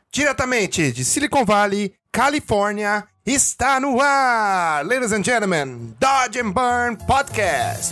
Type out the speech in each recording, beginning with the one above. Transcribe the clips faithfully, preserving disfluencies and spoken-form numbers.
Diretamente de Silicon Valley, Califórnia, está no ar, ladies and gentlemen, Dodge and Burn Podcast.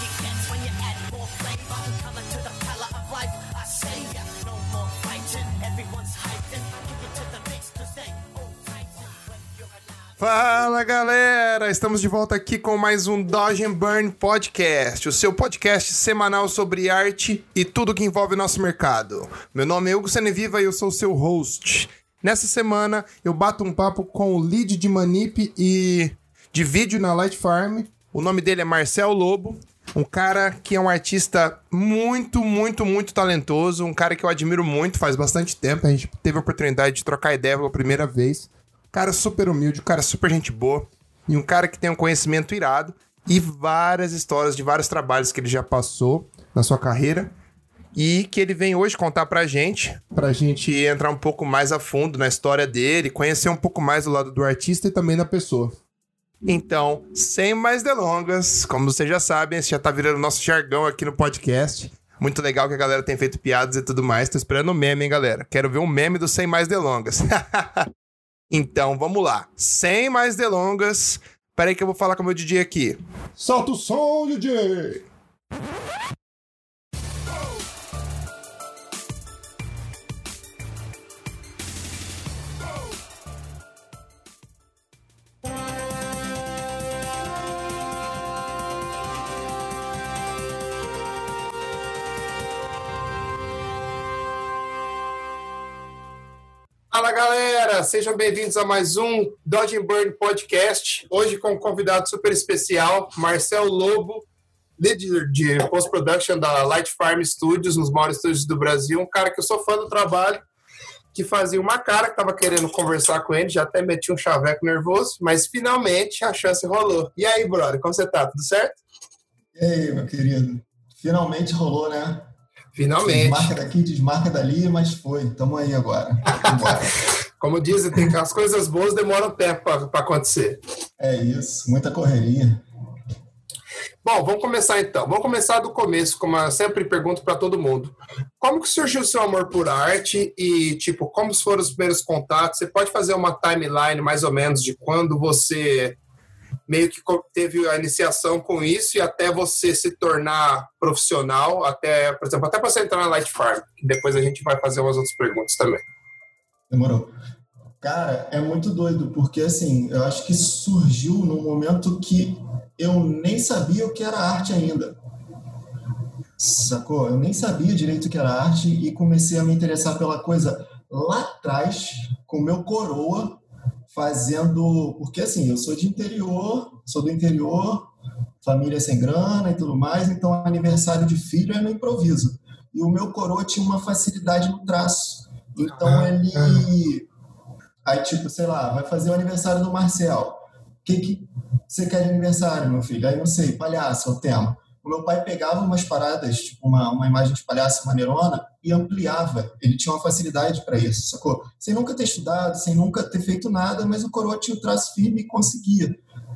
Fala galera, estamos de volta aqui com mais um Dodge and Burn Podcast, o seu podcast semanal sobre arte e tudo que envolve o nosso mercado. Meu nome é Hugo Seneviva e eu sou o seu host. Nessa semana eu bato um papo com o lead de manip e de vídeo na Light Farm. O nome dele é Marcel Lobo, um cara que é um artista muito, muito, muito talentoso, um cara que eu admiro muito, faz bastante tempo, a gente teve a oportunidade de trocar ideia pela primeira vez. Cara super humilde, um cara super gente boa e um cara que tem um conhecimento irado e várias histórias de vários trabalhos que ele já passou na sua carreira e que ele vem hoje contar pra gente, pra gente entrar um pouco mais a fundo na história dele, conhecer um pouco mais do lado do artista e também da pessoa. Então, sem mais delongas, como vocês já sabem, esse já tá virando nosso jargão aqui no podcast. Muito legal que a galera tem feito piadas e tudo mais. Tô esperando o meme, hein, galera? Quero ver um meme do sem mais delongas. Então, vamos lá. Sem mais delongas. Pera aí que eu vou falar com o meu D J aqui. Solta o som, D J! Fala galera, sejam bem-vindos a mais um Dodge and Burn Podcast. Hoje com um convidado super especial, Marcel Lobo, líder de post-production da Light Farm Studios, nos maiores estúdios do Brasil. Um cara que eu sou fã do trabalho, que fazia uma cara que tava querendo conversar com ele, já até meti um chaveco nervoso, mas finalmente a chance rolou. E aí, brother, como você tá? Tudo certo? E aí, meu querido? Finalmente rolou, né? Finalmente. Desmarca daqui, desmarca dali, mas foi. Tamo aí agora. Como dizem, tem que as coisas boas demoram tempo para acontecer. É isso, muita correria. Bom, vamos começar então. Vamos começar do começo, como eu sempre pergunto para todo mundo. Como que surgiu o seu amor por arte e, tipo, como foram os primeiros contatos? Você pode fazer uma timeline, mais ou menos, de quando você meio que teve a iniciação com isso e até você se tornar profissional, até, por exemplo, até para você entrar na Light Farm, que depois a gente vai fazer umas outras perguntas também. Demorou. Cara, é muito doido, porque assim, eu acho que surgiu num momento que eu nem sabia o que era arte ainda. Sacou? Eu nem sabia direito o que era arte e comecei a me interessar pela coisa lá atrás, com o meu coroa, fazendo... Porque, assim, eu sou de interior, sou do interior, família sem grana e tudo mais, então aniversário de filho é no improviso. E o meu coroa tinha uma facilidade no traço. Então, ele... Aí, tipo, sei lá, vai fazer o aniversário do Marcel. O que, que você quer de aniversário, meu filho? Aí, não sei, palhaço é o tema. O meu pai pegava umas paradas, tipo uma, uma imagem de palhaço maneirona e ampliava. Ele tinha uma facilidade para isso, sacou? Sem nunca ter estudado, sem nunca ter feito nada, mas o coroa tinha o traço firme e conseguia.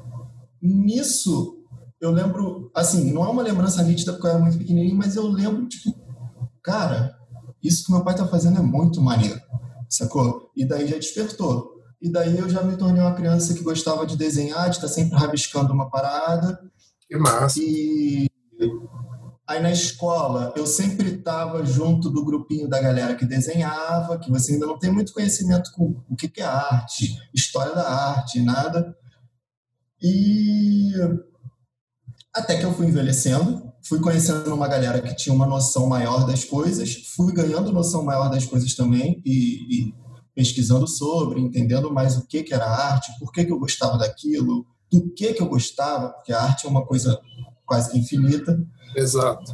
Nisso, eu lembro, assim, não é uma lembrança nítida porque eu era muito pequenininho, mas eu lembro, tipo, cara, isso que meu pai tá fazendo é muito maneiro, sacou? E daí já despertou. E daí eu já me tornei uma criança que gostava de desenhar, de estar sempre rabiscando uma parada. Que massa. E aí na escola eu sempre estava junto do grupinho da galera que desenhava, que você ainda não tem muito conhecimento com o que é arte, história da arte, nada. E até que eu fui envelhecendo, fui conhecendo uma galera que tinha uma noção maior das coisas, fui ganhando noção maior das coisas também e, e pesquisando sobre, entendendo mais o que, que era arte, por que, que eu gostava daquilo, do que, que eu gostava, porque a arte é uma coisa quase que infinita. Exato.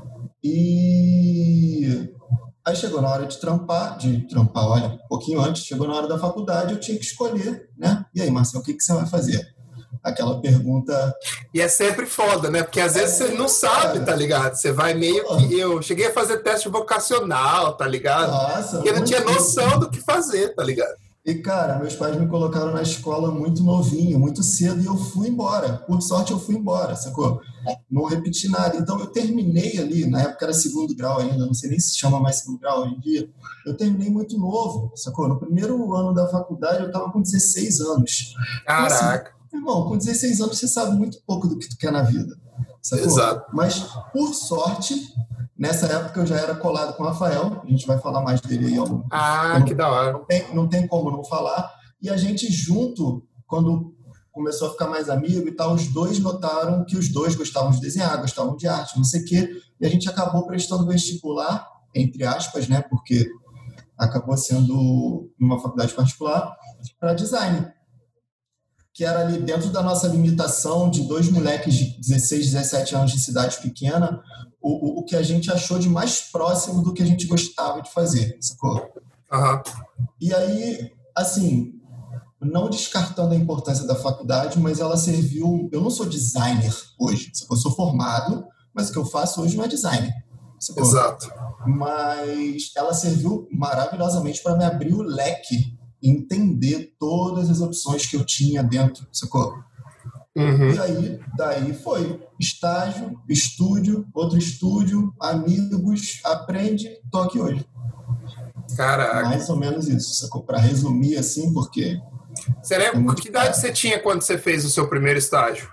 E aí chegou na hora de trampar, de trampar, olha, um pouquinho antes, chegou na hora da faculdade, eu tinha que escolher, né? E aí, Marcelo, o que, que você vai fazer? Aquela pergunta... E é sempre foda, né? Porque às vezes é, você não sabe, é. tá ligado? Você vai meio que... Eu cheguei a fazer teste vocacional, tá ligado? Nossa, porque eu não tinha noção do que fazer, tá ligado? E, cara, meus pais me colocaram na escola muito novinho, muito cedo, e eu fui embora. Por sorte, eu fui embora, sacou? Não repeti nada. Então, eu terminei ali, na época era segundo grau ainda, não sei nem se chama mais segundo grau hoje em dia. Eu terminei muito novo, sacou? No primeiro ano da faculdade, eu tava com dezesseis anos. Então, assim, Caraca. irmão, com dezesseis anos, você sabe muito pouco do que tu quer na vida, sacou? Exato. Mas, por sorte, nessa época eu já era colado com o Rafael, a gente vai falar mais dele aí ao longo. Ah, que da hora. Não tem, não tem como não falar. E a gente junto, quando começou a ficar mais amigo e tal, os dois notaram que os dois gostavam de desenhar, gostavam de arte, não sei o quê. E a gente acabou prestando vestibular, entre aspas, né? Porque acabou sendo uma faculdade particular, para design. Que era ali dentro da nossa limitação de dois moleques de dezesseis, dezessete anos de cidade pequena, o, o, o que a gente achou de mais próximo do que a gente gostava de fazer, sacou? Uhum. E aí, assim, não descartando a importância da faculdade, mas ela serviu... Eu não sou designer hoje, sacou? Eu sou formado, mas o que eu faço hoje não é design, sacou? Exato. Mas ela serviu maravilhosamente para me abrir o leque, entender todas as opções que eu tinha dentro, sacou? Uhum. E aí, daí foi estágio, estúdio, outro estúdio, amigos, aprende, tô aqui hoje. Caraca. Mais ou menos isso, sacou? Para resumir assim, porque... Você lembra, é que idade caro. Você tinha quando você fez o seu primeiro estágio?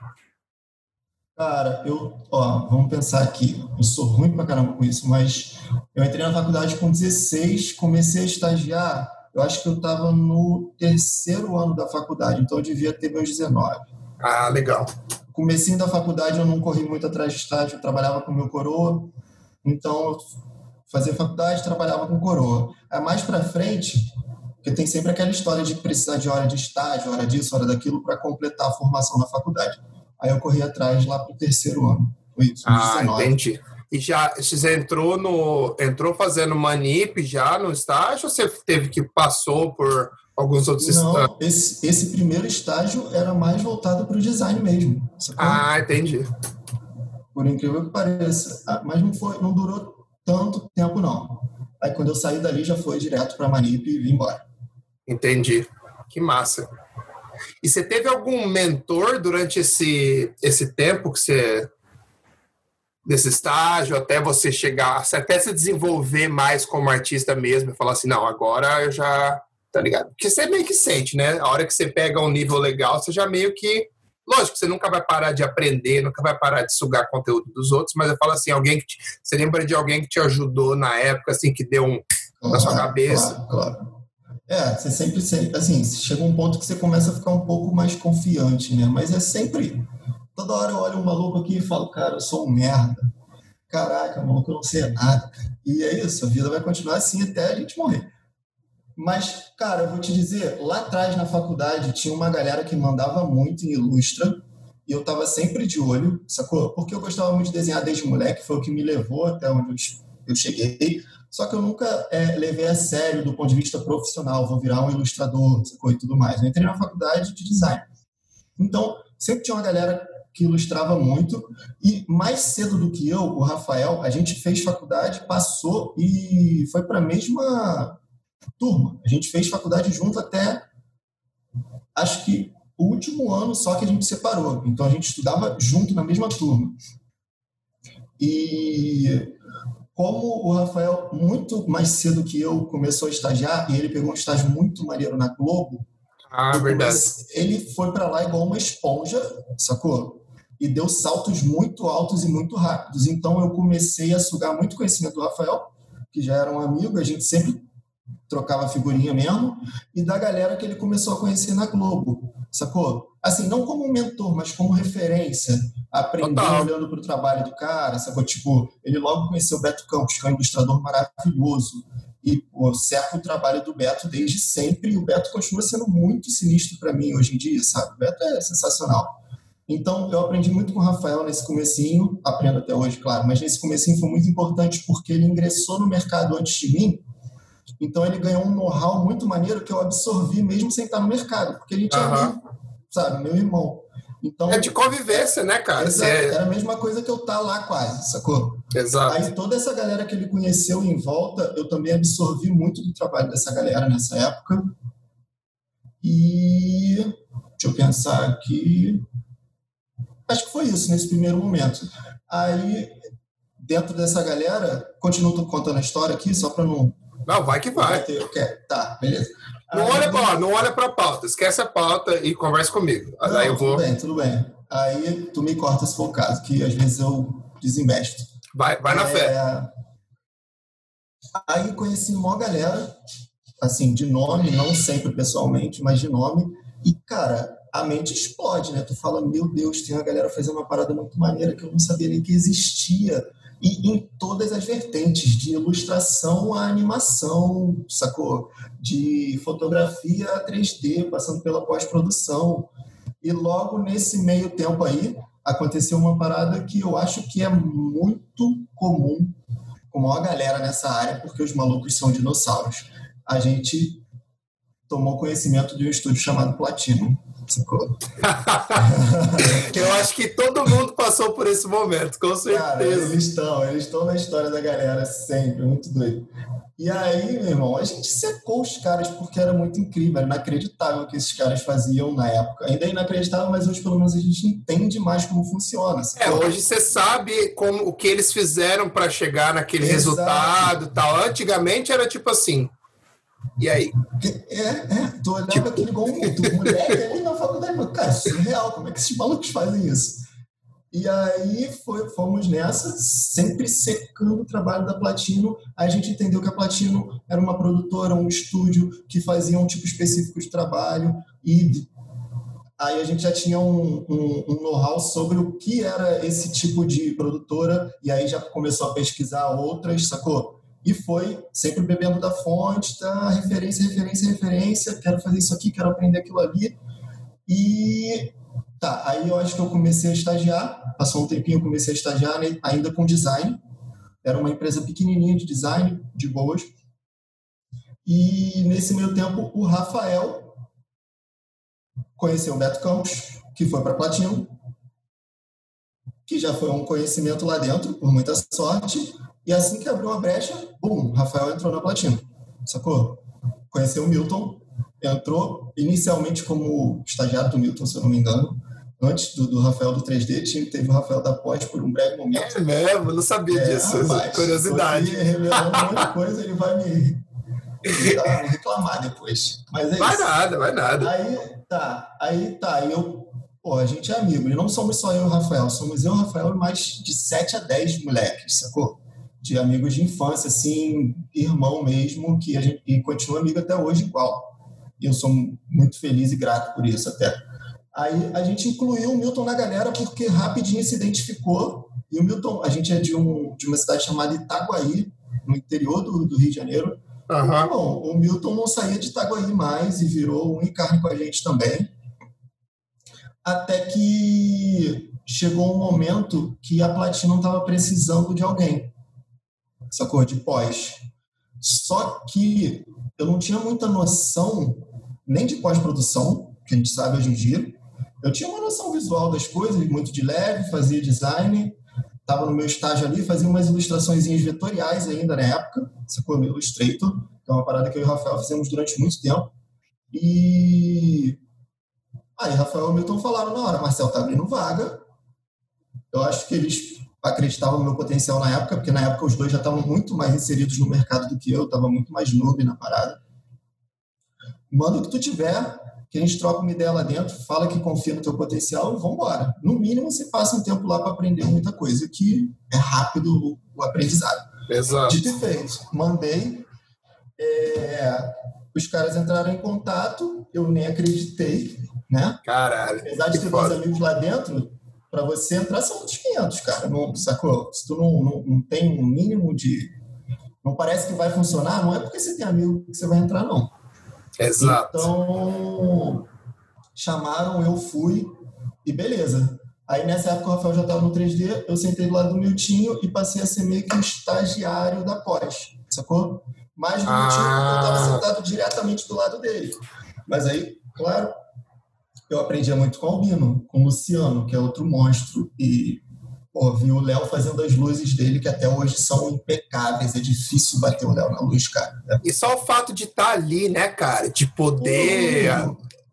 Cara, eu, ó, vamos pensar aqui, eu sou ruim pra caramba com isso, mas eu entrei na faculdade com dezesseis, comecei a estagiar, eu acho que eu estava no terceiro ano da faculdade, então eu devia ter meus dezenove. Ah, legal. Comecinho da faculdade eu não corri muito atrás de estágio, eu trabalhava com meu coroa, então eu fazia faculdade, trabalhava com coroa. Aí mais pra frente, porque tem sempre aquela história de precisar de hora de estágio, hora disso, hora daquilo, para completar a formação na faculdade. Aí eu corri atrás lá pro terceiro ano. Foi isso, ah, dezenove. Entendi. E já você entrou no entrou fazendo manip já no estágio ou você teve que passou por alguns outros Não, estágios? esse, esse primeiro estágio era mais voltado para o design mesmo. Sacou? Ah, entendi. Por incrível que pareça. Mas não, foi, não durou tanto tempo, não. Aí quando eu saí dali já foi direto para manip e vim embora. Entendi. Que massa. E você teve algum mentor durante esse, esse tempo que você... desse estágio, até você chegar, até se desenvolver mais como artista mesmo e falar assim, não, agora eu já... Tá ligado? Porque você meio que sente, né? A hora que você pega um nível legal, você já meio que... Lógico, você nunca vai parar de aprender, nunca vai parar de sugar conteúdo dos outros, mas eu falo assim, alguém que te... Você lembra de alguém que te ajudou na época, assim, que deu um... Claro, na sua cabeça? Claro, claro. É, você sempre, sempre, assim, chega um ponto que você começa a ficar um pouco mais confiante, né? Mas é sempre... Toda hora eu olho um maluco aqui e falo, cara, eu sou um merda. Caraca, maluco, eu não sei nada. E é isso, a vida vai continuar assim até a gente morrer. Mas, cara, eu vou te dizer, lá atrás na faculdade tinha uma galera que mandava muito em Ilustra e eu tava sempre de olho, sacou? Porque eu gostava muito de desenhar desde moleque, foi o que me levou até onde eu cheguei. Só que eu nunca é, levei a sério do ponto de vista profissional, vou virar um ilustrador, sacou? E tudo mais. Eu entrei na faculdade de design. Então, sempre tinha uma galera que ilustrava muito, e mais cedo do que eu, o Rafael, a gente fez faculdade, passou e foi para a mesma turma. A gente fez faculdade junto até, acho que o último ano só que a gente separou. Então a gente estudava junto na mesma turma. E como o Rafael, muito mais cedo que eu, começou a estagiar, e ele pegou um estágio muito maneiro na Globo, ah, verdade. Ele foi para lá igual uma esponja, sacou? E deu saltos muito altos e muito rápidos. Então eu comecei a sugar muito conhecimento do Rafael, que já era um amigo, a gente sempre trocava figurinha mesmo, e da galera que ele começou a conhecer na Globo, sacou? Assim, não como mentor, mas como referência, aprendendo, olhando pro trabalho do cara, sacou? Tipo, ele logo conheceu o Beto Campos, que é um ilustrador maravilhoso, e pô, certo o trabalho do Beto desde sempre, e o Beto continua sendo muito sinistro para mim hoje em dia, sabe? O Beto é sensacional. Então, eu aprendi muito com o Rafael nesse comecinho, aprendo até hoje, claro, mas nesse comecinho foi muito importante porque ele ingressou no mercado antes de mim, então ele ganhou um know-how muito maneiro que eu absorvi mesmo sem estar no mercado, porque a gente uhum. é amigo, sabe, meu irmão. Então, é de convivência, né, cara? Exato, é... Era a mesma coisa que eu estar lá quase, sacou? Exato. Aí toda essa galera que ele conheceu em volta, eu também absorvi muito do trabalho dessa galera nessa época. E deixa eu pensar aqui. Acho que foi isso nesse primeiro momento. Aí, dentro dessa galera, continuo contando a história aqui, só para não... Não, vai que vai. Tá, beleza. Não, aí, olha, ó, não olha para a pauta, esquece a pauta e conversa comigo. Não, Aí eu vou... Tudo bem, tudo bem. Aí tu me corta se for o caso, que às vezes eu desinvesto. Vai, vai na é... fé. Aí conheci uma galera, assim, de nome, não sempre pessoalmente, mas de nome. E, cara, a mente explode, né? Tu fala, meu Deus, tem uma galera fazendo uma parada muito maneira que eu não sabia nem que existia. E em todas as vertentes, de ilustração a animação, sacou? De fotografia a três D, passando pela pós-produção. E logo nesse meio tempo aí, aconteceu uma parada que eu acho que é muito comum com a maior galera nessa área, porque os malucos são dinossauros. A gente tomou conhecimento de um estúdio chamado Platinum. Sacou? Eu acho que todo mundo passou por esse momento, com certeza. Cara, eles estão, eles estão na história da galera sempre, muito doido. E aí, meu irmão, a gente secou os caras porque era muito incrível, era inacreditável o que esses caras faziam na época. Ainda é inacreditável, mas hoje pelo menos a gente entende mais como funciona. É, hoje você sabe como, o que eles fizeram para chegar naquele Exato. resultado e tal. Antigamente era tipo assim... E aí? É, é, tu olhava tipo... aquele igual um tu, moleque ali na faculdade, mas, cara, isso é real, como é que esses malucos fazem isso? E aí foi, fomos nessa, sempre secando o trabalho da Platino. Aí a gente entendeu que a Platino era uma produtora, um estúdio que fazia um tipo específico de trabalho, e aí a gente já tinha um, um, um know-how sobre o que era esse tipo de produtora, e aí já começou a pesquisar outras, sacou? E foi sempre bebendo da fonte, da referência, referência, referência, quero fazer isso aqui, quero aprender aquilo ali. E tá, aí eu acho que eu comecei a estagiar, passou um tempinho, eu comecei a estagiar, né, ainda com design. Era uma empresa pequenininha de design, de boas. E nesse meio tempo, o Rafael conheceu o Beto Campos, que foi para Platino, que já foi um conhecimento lá dentro, por muita sorte. E assim que abriu uma brecha, bum, Rafael entrou na Platino, sacou? Conheceu o Milton, entrou inicialmente como estagiário do Milton, se eu não me engano. Antes do, do Rafael do três D, tinha, teve o Rafael da Pós por um breve momento. É mesmo? Eu não sabia é, disso. Rapaz, curiosidade. Se revelando um monte de coisa, ele vai me, me dar, reclamar depois. Mas é vai isso. nada, vai nada. Aí tá, aí tá, eu... Pô, a gente é amigo, e não somos só eu e o Rafael, somos eu e o Rafael e mais de sete a dez moleques, sacou? De amigos de infância, assim, irmão mesmo, que a gente e continua amigo até hoje igual. E eu sou muito feliz e grato por isso até. Aí a gente incluiu o Milton na galera porque rapidinho se identificou. E o Milton, a gente é de, um, de uma cidade chamada Itaguaí, no interior do, do Rio de Janeiro. Uhum. Bom, o Milton não saía de Itaguaí mais e virou um encarne com a gente também. Até que chegou um momento que a Platinum estava precisando de alguém. Sacou? De pós. Só que eu não tinha muita noção nem de pós-produção, que a gente sabe hoje em dia. Eu tinha uma noção visual das coisas, muito de leve, fazia design, estava no meu estágio ali, fazia umas ilustraçõezinhas vetoriais ainda na época, sacou? No Illustrator, que é uma parada que eu e o Rafael fizemos durante muito tempo. E aí Rafael e Milton falaram na hora, Marcel, tá abrindo vaga. Eu acho que eles acreditavam no meu potencial na época, porque na época os dois já estavam muito mais inseridos no mercado do que eu, estava muito mais noob na parada. Manda o que tu tiver, que a gente troca uma ideia lá dentro, fala que confia no teu potencial e vambora. No mínimo, você passa um tempo lá para aprender muita coisa, que é rápido o, o aprendizado. Exato. Dito e feito. Mandei, é, os caras entraram em contato, eu nem acreditei, né? Caralho. Apesar de ter dois amigos lá dentro, para você entrar são outros quinhentos, cara. Não, sacou? Se tu não, não, não tem um mínimo de... Não parece que vai funcionar, não é porque você tem amigo que você vai entrar, não. Exato. Então, chamaram, eu fui e beleza. Aí nessa época o Rafael já estava no três D, eu sentei do lado do Miltinho e passei a ser meio que o estagiário da pós, sacou? Mas no ah. Miltinho eu estava sentado diretamente do lado dele. Mas aí, claro, eu aprendia muito com o Albino, com o Luciano, que é outro monstro, e pô, vi o Léo fazendo as luzes dele, que até hoje são impecáveis, é difícil bater o Léo na luz, cara. E só o fato de estar ali, né, cara, de poder... Uh.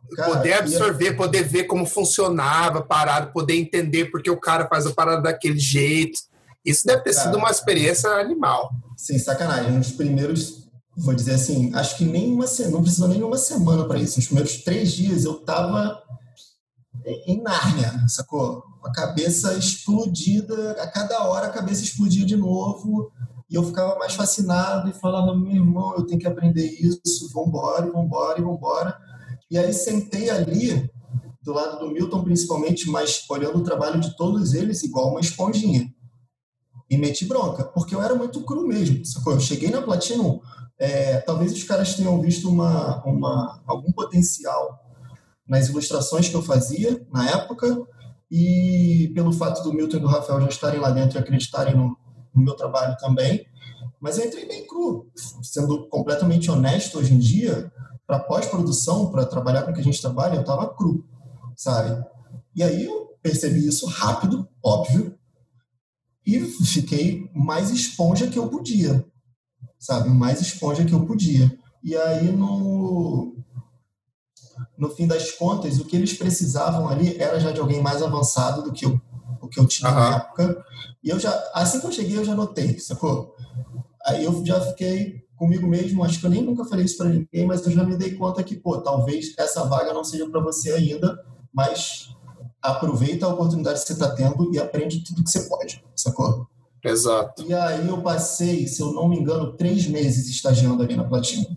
Cara, poder absorver, poder ver como funcionava a parada, poder entender porque o cara faz a parada daquele jeito. Isso deve ter cara, sido uma experiência animal. Sem sacanagem. Nos primeiros, vou dizer assim, acho que nem uma semana, não precisou nem uma semana para isso. Nos primeiros três dias eu tava em Nárnia, sacou? Com a cabeça explodida, a cada hora a cabeça explodia de novo, e eu ficava mais fascinado e falava, meu irmão, eu tenho que aprender isso, vambora, vambora, vambora. E aí sentei ali, do lado do Milton principalmente, mas olhando o trabalho de todos eles igual uma esponjinha. E meti bronca, porque eu era muito cru mesmo, sacou? Eu cheguei na Platinum, é, talvez os caras tenham visto uma, uma, algum potencial nas ilustrações que eu fazia na época, e pelo fato do Milton e do Rafael já estarem lá dentro e acreditarem no, no meu trabalho também. Mas eu entrei bem cru, sendo completamente honesto hoje em dia. Para pós-produção, para trabalhar com o que a gente trabalha, eu estava cru, sabe? E aí eu percebi isso rápido, óbvio, e fiquei mais esponja que eu podia, sabe? Mais esponja que eu podia. E aí, no, no fim das contas, o que eles precisavam ali era já de alguém mais avançado do que eu, o que eu tinha uhum. na época. E eu já, assim que eu cheguei, eu já notei, sacou? Aí eu já fiquei comigo mesmo, acho que eu nem nunca falei isso para ninguém, mas eu já me dei conta que, pô, talvez essa vaga não seja para você ainda, mas aproveita a oportunidade que você está tendo e aprende tudo que você pode, sacou? Exato. E aí eu passei, se eu não me engano, três meses estagiando ali na Platinum.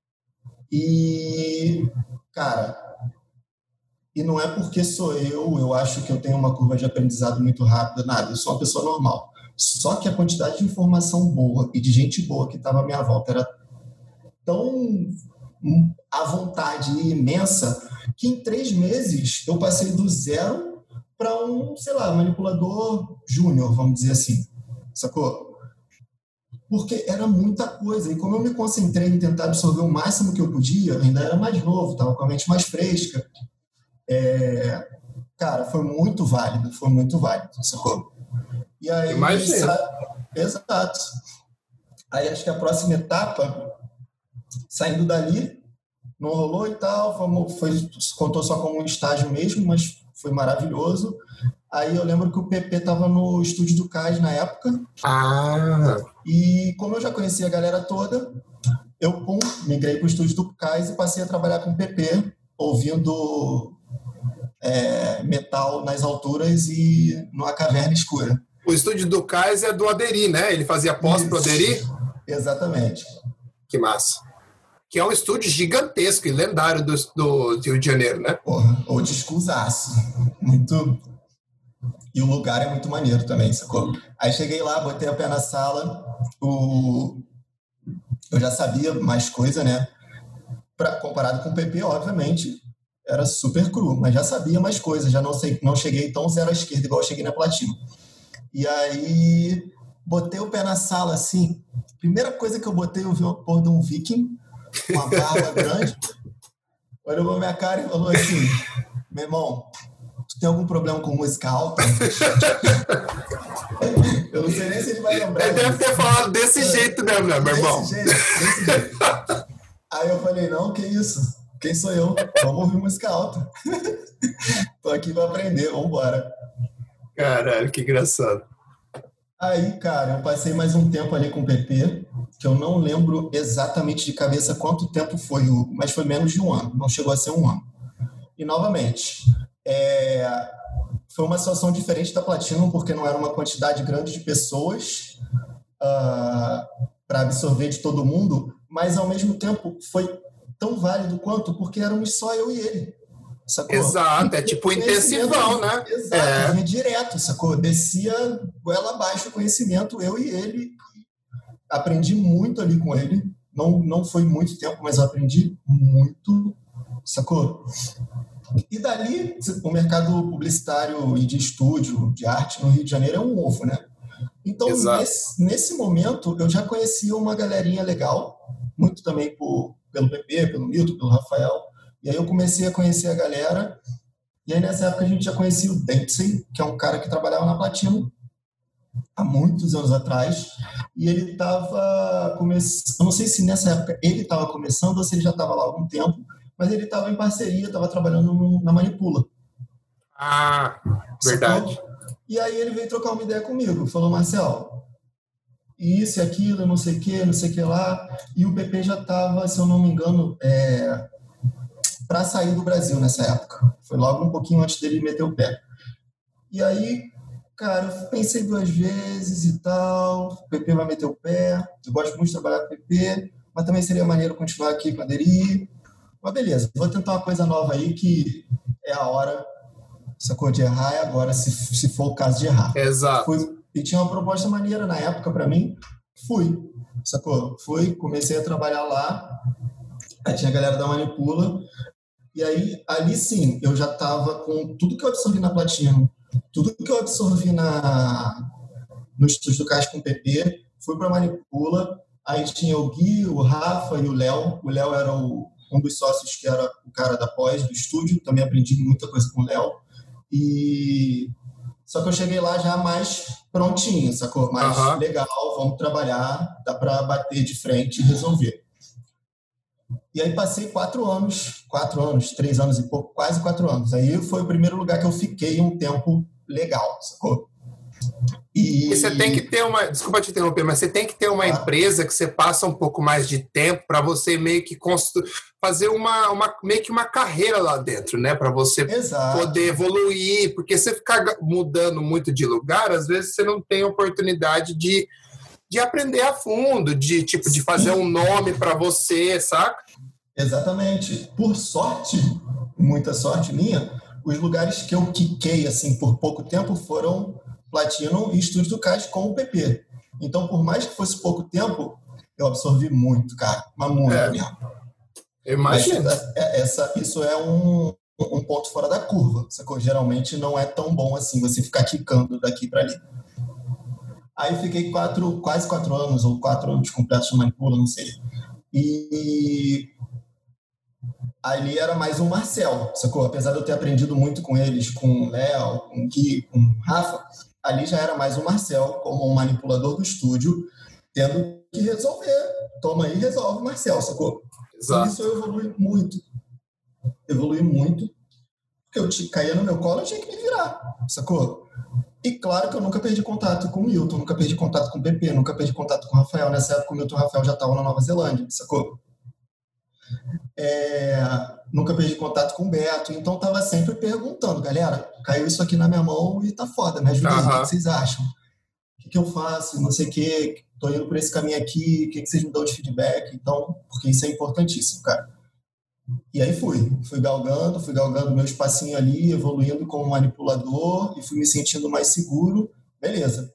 E, cara, e não é porque sou eu, eu acho que eu tenho uma curva de aprendizado muito rápida, nada, eu sou uma pessoa normal. Só que a quantidade de informação boa e de gente boa que estava à minha volta era tão à vontade e imensa que em três meses eu passei do zero para um, sei lá, manipulador júnior, vamos dizer assim, sacou? Porque era muita coisa. E como eu me concentrei em tentar absorver o máximo que eu podia, ainda era mais novo, estava com a mente mais fresca. É... Cara, foi muito válido, foi muito válido, sacou? E aí, Imagina. Exato. Aí acho que a próxima etapa, saindo dali, não rolou e tal, foi, foi, contou só como um estágio mesmo, mas foi maravilhoso. Aí eu lembro que o P P estava no estúdio do Cais na época. Ah. E como eu já conhecia a galera toda, eu pum, migrei para o estúdio do Cais e passei a trabalhar com o P P, ouvindo é, metal nas alturas e numa caverna escura. O estúdio do Cais é do Aderi, né? Ele fazia pós pro Aderi? Exatamente. Que massa. Que é um estúdio gigantesco e lendário do, do Rio de Janeiro, né? Porra, ou descusaço. Muito... E o lugar é muito maneiro também, sacou? Aí cheguei lá, botei a pé na sala, o... eu já sabia mais coisa, né? Pra... Comparado com o P P, obviamente, era super cru, mas já sabia mais coisa, já não, sei... não cheguei tão zero à esquerda igual eu cheguei na Platinum. E aí, botei o pé na sala, assim, primeira coisa que eu botei, eu vi uma porra de um viking, uma barba grande, olhou pra minha cara e falou assim, meu irmão, tu tem algum problema com música alta? Eu não sei nem se ele vai lembrar. Ele deve ter falado desse jeito mesmo, né, meu irmão? Desse jeito, desse jeito. Aí eu falei, não, que isso? Quem sou eu? Vamos ouvir música alta. Tô aqui pra aprender, vambora. Caralho, que engraçado. Aí, cara, eu passei mais um tempo ali com o P P, que eu não lembro exatamente de cabeça quanto tempo foi, mas foi menos de um ano, não chegou a ser um ano. E, novamente, é... foi uma situação diferente da Platinum, porque não era uma quantidade grande de pessoas uh, para absorver de todo mundo, mas, ao mesmo tempo, foi tão válido quanto, porque éramos só eu e ele. Sacou? Exato, é tipo intensivão, né? Exato, é. vinha direto, sacou? Descia goela abaixo o conhecimento, eu e ele. Aprendi muito ali com ele. Não, não foi muito tempo, mas eu aprendi muito, sacou? E dali, o mercado publicitário e de estúdio, de arte no Rio de Janeiro é um ovo, né? Então, nesse, nesse momento, eu já conhecia uma galerinha legal, muito também por, pelo P P, pelo Milton, pelo Rafael. E aí eu comecei a conhecer a galera, e aí nessa época a gente já conhecia o Dempsey, que é um cara que trabalhava na Platinum há muitos anos atrás, e ele estava começando, eu não sei se nessa época ele estava começando ou se ele já estava lá há algum tempo, mas ele estava em parceria, estava trabalhando no, na Manipula. Ah, verdade. Sacou? E aí ele veio trocar uma ideia comigo, falou, Marcel, isso e aquilo, não sei o que, não sei o que lá, e o P P já estava, se eu não me engano, é, para sair do Brasil nessa época. Foi logo um pouquinho antes dele meter o pé. E aí, cara, eu pensei duas vezes e tal, o P P vai meter o pé, eu gosto muito de trabalhar com o P P, mas também seria maneiro continuar aqui com a Deri. Mas beleza, vou tentar uma coisa nova aí que é a hora, sacou, de errar, é agora, se, se for o caso de errar. Exato. Fui, e tinha uma proposta maneira na época para mim, fui, sacou? Fui, comecei a trabalhar lá, aí tinha a galera da Manipula, e aí, ali sim, eu já estava com tudo que eu absorvi na Platino, tudo que eu absorvi na, no Estúdio do Cais com o P P, fui para a Manipula, aí tinha o Gui, o Rafa e o Léo. O Léo era o, um dos sócios que era o cara da pós, do estúdio, também aprendi muita coisa com o Léo. E... Só que eu cheguei lá já mais prontinho, sacou? Mais uhum. legal, vamos trabalhar, dá para bater de frente e resolver. E aí passei quatro anos, quatro anos, três anos e pouco, quase quatro anos. Aí foi o primeiro lugar que eu fiquei um tempo legal, sacou? E... e você tem que ter uma... Desculpa te interromper, mas você tem que ter uma ah. empresa que você passa um pouco mais de tempo para você meio que constru... fazer uma, uma, meio que uma carreira lá dentro, né? Para você Exato. poder evoluir. Porque você ficar mudando muito de lugar, às vezes você não tem oportunidade de, de aprender a fundo, de, tipo, de fazer um nome para você, saca? Exatamente. Por sorte, muita sorte minha, os lugares que eu quiquei assim, por pouco tempo foram Platino e Estúdio do Cais com o P P. Então, por mais que fosse pouco tempo, eu absorvi muito, cara. Mas muito é, mesmo. Eu imagino. Mas, essa, isso é um, um ponto fora da curva. Sacou? Geralmente não é tão bom assim você ficar quicando daqui para ali. Aí fiquei quatro, quase quatro anos, ou quatro anos completos no Manipula, não sei. E ali era mais um Marcel, sacou? Apesar de eu ter aprendido muito com eles, com o Léo, com o Gui, com o Rafa, ali já era mais um Marcel, como um manipulador do estúdio, tendo que resolver. Toma aí, resolve, Marcel, sacou? Exato. Por isso eu evolui muito. Evolui muito. Porque eu te, caía no meu colo, eu tinha que me virar, sacou? E claro que eu nunca perdi contato com o Milton, nunca perdi contato com o P P, nunca perdi contato com o Rafael. Nessa época o Milton e o Rafael já estavam na Nova Zelândia, sacou? É, nunca perdi contato com o Beto, então tava sempre perguntando, galera, caiu isso aqui na minha mão e tá foda, me ajuda aí, uhum. O que vocês acham? O que, que eu faço? Não sei o que, tô indo por esse caminho aqui, o que, que vocês me dão de feedback? Então, porque isso é importantíssimo, cara. E aí fui, fui galgando, fui galgando meu espacinho ali, evoluindo como manipulador e fui me sentindo mais seguro, beleza.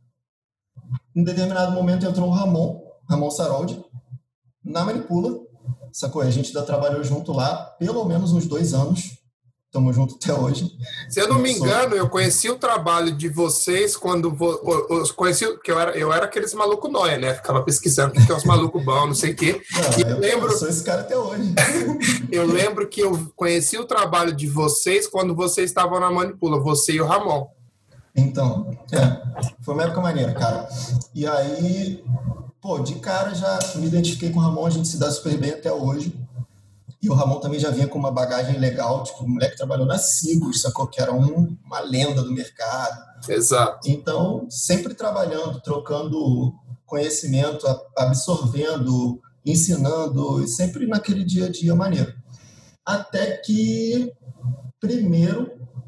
Em determinado momento entrou o Ramon, Ramon Saroldi, na Manipula, sacou? A gente ainda trabalhou junto lá pelo menos uns dois anos. Estamos juntos até hoje. Se eu não me engano, eu conheci o trabalho de vocês quando... Vo... Eu conheci... que eu era, eu era aqueles malucos nóia, né? Ficava pesquisando o que é os malucos bons, não sei o quê. Não, e eu, lembro... eu sou esse cara até hoje. Eu lembro que eu conheci o trabalho de vocês quando vocês estavam na Manipula, você e o Ramon. Então, é. Foi uma época maneira, cara. E aí... Pô, de cara já me identifiquei com o Ramon, a gente se dá super bem até hoje. E o Ramon também já vinha com uma bagagem legal, tipo, o moleque trabalhou na Sigos, sacou? Que era um, uma lenda do mercado. Exato. Então, sempre trabalhando, trocando conhecimento, absorvendo, ensinando, sempre naquele dia a dia maneiro. Até que, primeiro...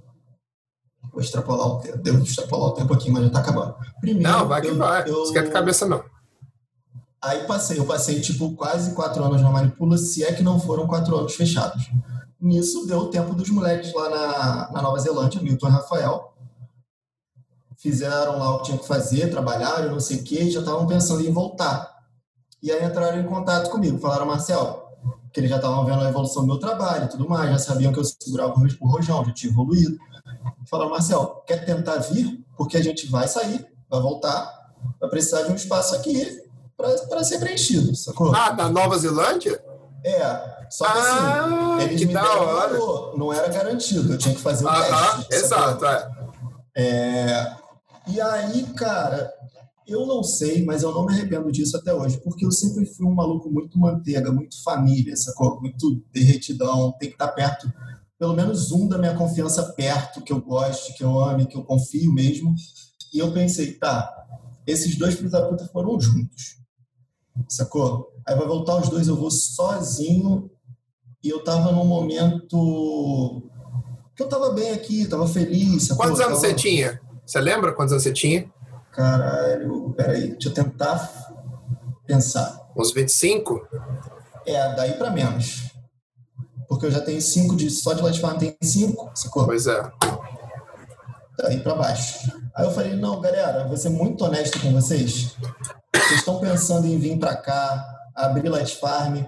Vou extrapolar o tempo, devo extrapolar o tempo aqui, mas já tá acabando. Primeiro, não, vai que eu, vai, eu... não esquece de cabeça não. Aí passei, eu passei tipo quase quatro anos na Manipula, se é que não foram quatro anos fechados. Nisso deu o tempo dos moleques lá na, na Nova Zelândia, Milton e Rafael. Fizeram lá o que tinha que fazer, trabalharam, não sei o quê, e já estavam pensando em voltar. E aí entraram em contato comigo, falaram, Marcel, que eles já estavam vendo a evolução do meu trabalho e tudo mais, já sabiam que eu segurava o rojão, já tinha evoluído. Falaram, Marcel, quer tentar vir? Porque a gente vai sair, vai voltar, vai precisar de um espaço aqui para ser preenchido, sacou? Ah, da Nova Zelândia? É, só que ah, assim, eles que me deram o valor, não era garantido, eu tinha que fazer o ah, teste. Ah, exato, é. é. E aí, cara, Eu não sei, mas eu não me arrependo disso até hoje, porque eu sempre fui um maluco muito manteiga, muito família, sacou? Muito derretidão, tem que estar perto, pelo menos um da minha confiança perto, que eu goste, que eu ame, que eu confio mesmo. E eu pensei, tá, esses dois filhos da puta foram juntos, sacou? Aí vai voltar os dois, eu vou sozinho, e eu tava num momento que eu tava bem aqui, tava feliz, sacou? Quantos anos tava... você tinha? Você lembra quantos anos você tinha? Caralho, peraí, deixa eu tentar pensar. Uns vinte e cinco? É, daí pra menos. Porque eu já tenho cinco, de, só de Light Farm tem cinco, sacou? Pois é. Daí pra baixo. Aí eu falei, não, galera, vou ser muito honesto com vocês. Vocês estão pensando em vir pra cá, abrir Light Farm,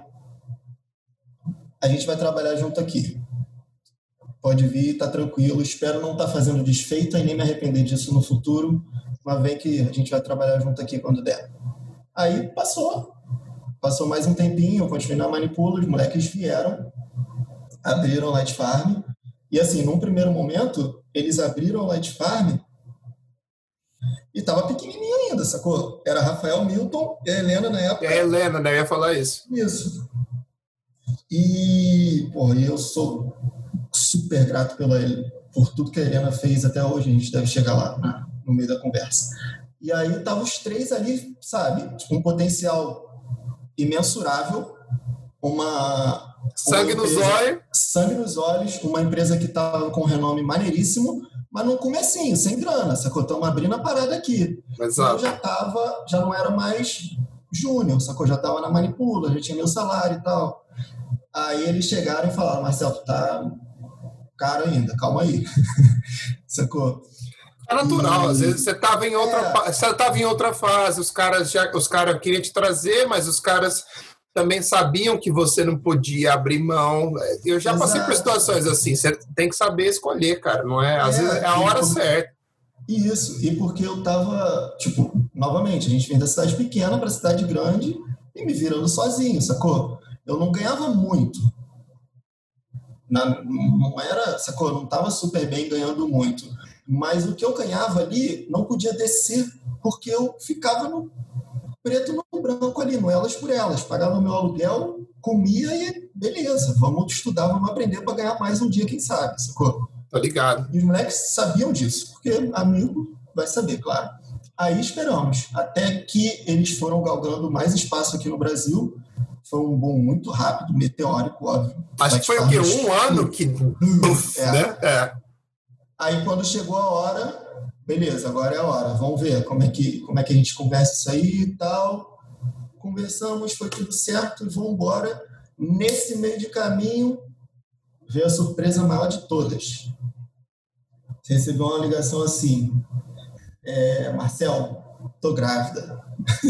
a gente vai trabalhar junto aqui. Pode vir, tá tranquilo. Espero não estar tá fazendo desfeita e nem me arrepender disso no futuro. Mas vem que a gente vai trabalhar junto aqui quando der. Aí passou. Passou mais um tempinho, eu continuei na Manipula, os moleques vieram, abriram Light Farm. E assim, num primeiro momento, eles abriram Light Farm e tava pequenininho ainda, sacou? Era Rafael Milton e a Helena na época. É a Helena, né? Eu ia falar isso. Isso. E, pô, eu sou super grato pela ele, por tudo que a Helena fez até hoje. A gente deve chegar lá, né, no meio da conversa. E aí tava os três ali, sabe? Tipo, um potencial imensurável, uma... Sangue uma nos empresa, olhos. Sangue nos olhos, uma empresa que tava com renome maneiríssimo, mas num comecinho, sem grana, sacou? Estamos abrindo a parada aqui. Exato. Eu já tava, já não era mais júnior, sacou? Já tava na Manipula, já tinha meu salário e tal. Aí eles chegaram e falaram, Marcelo, tu tá caro ainda, calma aí. Sacou? É natural, e... às vezes você tava em outra, é. você tava em outra fase, os caras já, os caras queriam te trazer, mas os caras também sabiam que você não podia abrir mão. Eu já Exato. Passei por situações assim, você tem que saber escolher, cara, não é? Às é, vezes é a hora por... certa. Isso, e porque eu tava, tipo, novamente, a gente vem da cidade pequena pra cidade grande e me virando sozinho, sacou? Eu não ganhava muito. Na, não era, sacou? Eu não tava super bem ganhando muito. Mas o que eu ganhava ali não podia descer porque eu ficava no preto no branco ali, no elas por elas. Pagava meu aluguel, comia e beleza, vamos estudar, vamos aprender para ganhar mais um dia, quem sabe, sacou? Tá ligado. E os moleques sabiam disso, porque amigo vai saber, claro. Aí esperamos, até que eles foram galgando mais espaço aqui no Brasil. Foi um boom muito rápido, meteórico, óbvio. Acho que foi o quê? Um ano que... é. Né? É. Aí quando chegou a hora, beleza, agora é a hora, vamos ver como é que, como é que a gente conversa isso aí e tal. Conversamos, foi tudo certo e vamos embora. Nesse meio de caminho, veio a surpresa maior de todas. Você recebeu uma ligação assim, é, Marcelo, tô grávida.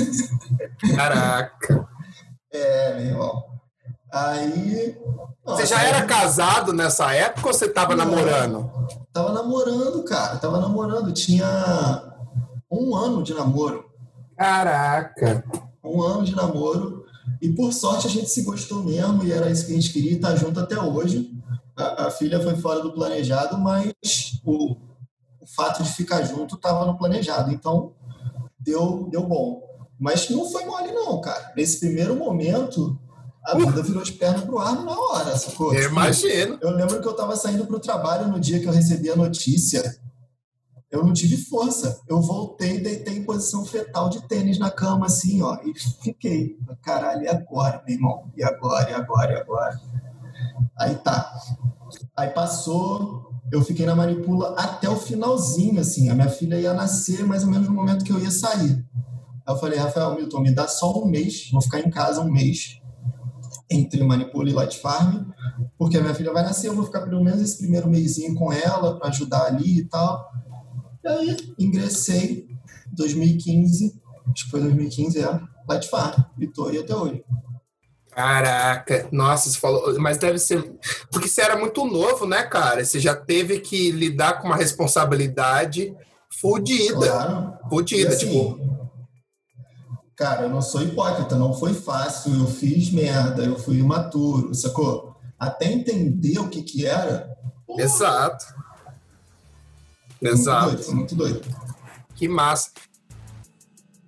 Caraca. É, meu irmão. Aí... Você já era casado nessa época ou você tava não, namorando? Tava namorando, cara. Tava namorando. Tinha um ano de namoro. Caraca. Um ano de namoro. E por sorte a gente se gostou mesmo e era isso que a gente queria, estar junto até hoje. A, a filha foi fora do planejado, mas o, o fato de ficar junto estava no planejado. Então, deu, deu bom. Mas não foi mole não, cara. Nesse primeiro momento... A vida virou de perna pro ar na hora, sacou? Eu tipo, imagino. Eu lembro que eu tava saindo pro trabalho no dia que eu recebi a notícia. Eu não tive força. Eu voltei e deitei em posição fetal de tênis na cama, assim, ó. E fiquei. Caralho, e agora, meu irmão? E agora, e agora, e agora? Aí tá. Aí passou. Eu fiquei na Manipula até o finalzinho, assim. A minha filha ia nascer mais ou menos no momento que eu ia sair. Aí eu falei, Rafael Milton, me dá só um mês. Vou ficar em casa um mês. Entre Manipula e Light Farm, porque a minha filha vai nascer, eu vou ficar pelo menos esse primeiro mêsinho com ela, para ajudar ali e tal. E aí, ingressei em dois mil e quinze, acho que foi dois mil e quinze, é, Light Farm, e tô aí até hoje. Caraca, nossa, você falou, mas deve ser, porque você era muito novo, né, cara? Você já teve que lidar com uma responsabilidade fodida, claro. fodida, assim, tipo... Cara, eu não sou hipócrita, não foi fácil, eu fiz merda, eu fui imaturo, sacou? Até entender o que que era... Porra. Exato. Foi Exato. Muito doido, foi muito doido. Que massa.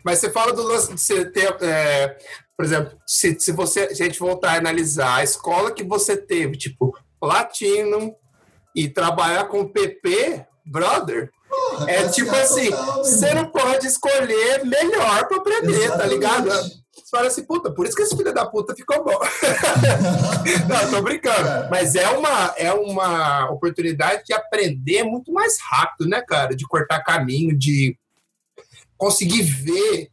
Mas você fala do lance de você ter, é, por exemplo, se, se você, se a gente voltar a analisar a escola que você teve, tipo, Platinum e trabalhar com P P, brother, Porra, é tipo assim, total, você não pode escolher melhor pra aprender, Exatamente. tá ligado? Você fala assim, puta, por isso que esse filho da puta ficou bom. Não, tô brincando. Cara. Mas é uma, é uma oportunidade de aprender muito mais rápido, né, cara? De cortar caminho, de conseguir ver,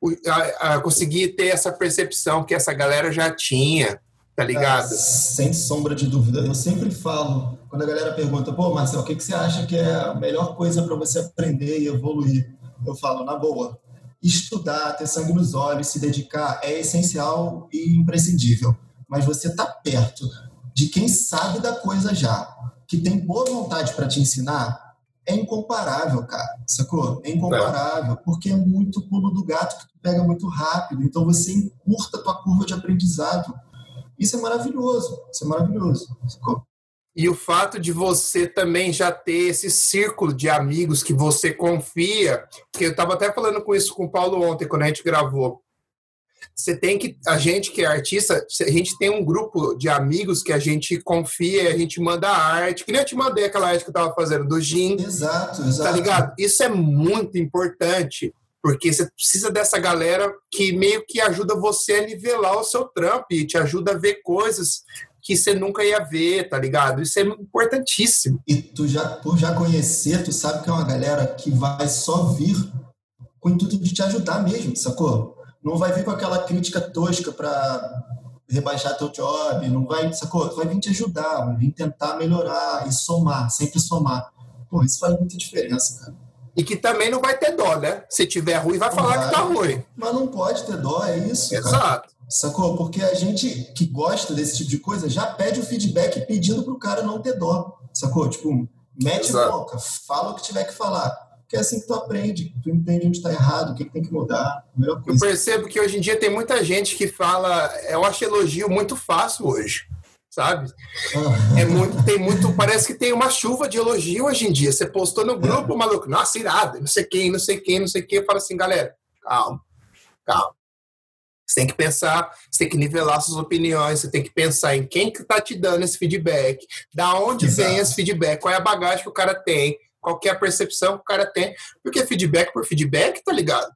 a, a, conseguir ter essa percepção que essa galera já tinha, tá ligado? Cara, sem sombra de dúvida. Eu sempre falo, quando a galera pergunta, pô, Marcelo, o que, que você acha que é a melhor coisa para você aprender e evoluir? Eu falo, na boa, estudar, ter sangue nos olhos, se dedicar é essencial e imprescindível. Mas você tá perto de quem sabe da coisa já, que tem boa vontade para te ensinar, é incomparável, cara, sacou? É incomparável, é. Porque é muito pulo do gato que tu pega muito rápido, então você encurta a tua curva de aprendizado. Isso é maravilhoso, isso é maravilhoso, sacou? E o fato de você também já ter esse círculo de amigos que você confia, que eu estava até falando com isso com o Paulo ontem, quando a gente gravou. Você tem que, a gente que é artista, a gente tem um grupo de amigos que a gente confia, a gente manda arte, que nem eu te mandei aquela arte que eu tava fazendo do Gin. Exato, exato. Tá ligado? Isso é muito importante, porque você precisa dessa galera que meio que ajuda você a nivelar o seu trampo e te ajuda a ver coisas que você nunca ia ver, tá ligado? Isso é importantíssimo. E tu já, por já conhecer, tu sabe que é uma galera que vai só vir com o intuito de te ajudar mesmo, sacou? Não vai vir com aquela crítica tosca pra rebaixar teu job, não vai, sacou? Vai vir te ajudar, vai vir tentar melhorar e somar, sempre somar. Pô, isso faz muita diferença, cara. E que também não vai ter dó, né? Se tiver ruim, vai não falar vai, que tá ruim. Mas não pode ter dó, é isso, Exato. Cara. Sacou? Porque a gente que gosta desse tipo de coisa já pede o feedback pedindo pro cara não ter dó, sacou? Tipo, mete boca, fala o que tiver que falar. Porque é assim que tu aprende, tu entende onde tá errado, o que, que tem que mudar. Coisa. Eu percebo que hoje em dia tem muita gente que fala, eu acho elogio muito fácil hoje, sabe? Ah. É muito, tem muito, parece que tem uma chuva de elogio hoje em dia. Você postou no grupo, é. maluco, nossa, irado, não sei quem, não sei quem, não sei quem. Fala assim, galera, calma, calma. Você tem que pensar, você tem que nivelar suas opiniões, você tem que pensar em quem que tá te dando esse feedback, da onde Exato. Vem esse feedback, qual é a bagagem que o cara tem, qual que é a percepção que o cara tem, porque feedback por feedback, tá ligado?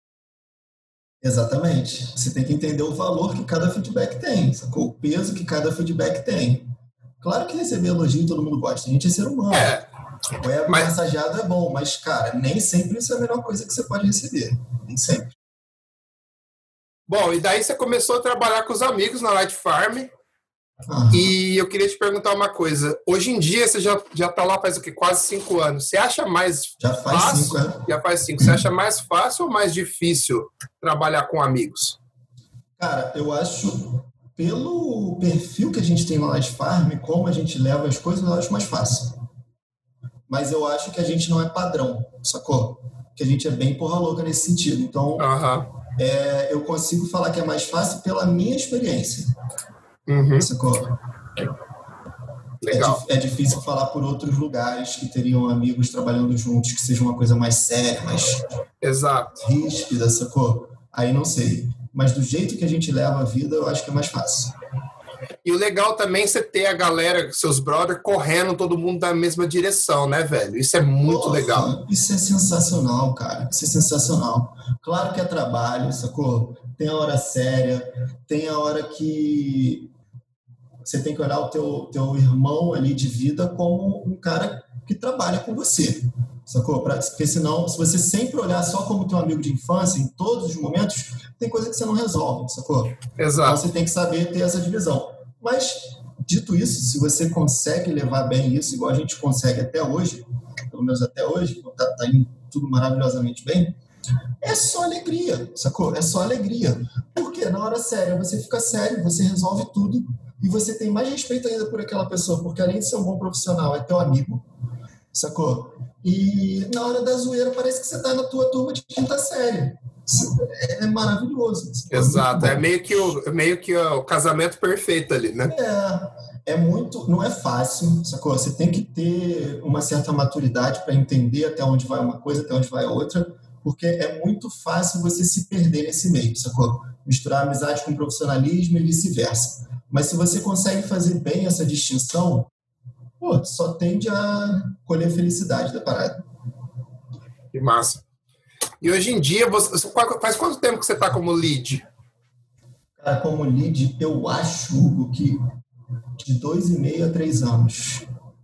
Exatamente. Você tem que entender o valor que cada feedback tem, sacou? O peso que cada feedback tem. Claro que receber elogio todo mundo gosta, a gente é ser humano. É. O ego mas... massageado é bom, mas, cara, nem sempre isso é a melhor coisa que você pode receber. Nem sempre. Bom, e daí você começou a trabalhar com os amigos na Light Farm. Uhum. E eu queria te perguntar uma coisa. Hoje em dia, você já, já tá lá faz o quê? Quase cinco anos. Você acha mais já faz fácil? Cinco, é? Já faz cinco. Você acha mais fácil ou mais difícil trabalhar com amigos? Cara, eu acho, pelo perfil que a gente tem na Light Farm, como a gente leva as coisas, eu acho mais fácil. Mas eu acho que a gente não é padrão, sacou? Que a gente é bem porra louca nesse sentido. Então, uhum. é, eu consigo falar que é mais fácil pela minha experiência. Uhum. Legal. É, é difícil falar por outros lugares que teriam amigos trabalhando juntos, que seja uma coisa mais séria, mais Exato. ríspida, sacou? Aí não sei. Mas do jeito que a gente leva a vida, eu acho que é mais fácil. E o legal também é você ter a galera, seus brothers, correndo todo mundo na mesma direção, né, velho? Isso é muito Porra, legal. Isso é sensacional, cara. Isso é sensacional. Claro que é trabalho, sacou? Tem a hora séria, tem a hora que você tem que olhar o teu, teu irmão ali de vida como um cara que trabalha com você, sacou? Pra, porque senão, se você sempre olhar só como teu amigo de infância, em todos os momentos, tem coisa que você não resolve, sacou? Exato. Então você tem que saber ter essa divisão. Mas, dito isso, se você consegue levar bem isso, igual a gente consegue até hoje, pelo menos até hoje, tá, tá indo tudo maravilhosamente bem, é só alegria, sacou? É só alegria. Porque na hora séria você fica sério, você resolve tudo e você tem mais respeito ainda por aquela pessoa, porque além de ser um bom profissional, é teu amigo, sacou? E na hora da zoeira parece que você tá na tua turma de quinta série. É maravilhoso. Exato, é meio que, o, meio que o casamento perfeito ali, né? É, é muito, não é fácil, sacou? Você tem que ter uma certa maturidade para entender até onde vai uma coisa, até onde vai outra, porque é muito fácil você se perder nesse meio, sacou? Misturar amizade com profissionalismo e vice-versa. Mas se você consegue fazer bem essa distinção, pô, só tende a colher felicidade da parada. Que massa. E hoje em dia, você, faz quanto tempo que você está como lead? Cara, como lead, eu acho que de dois e meio a três anos.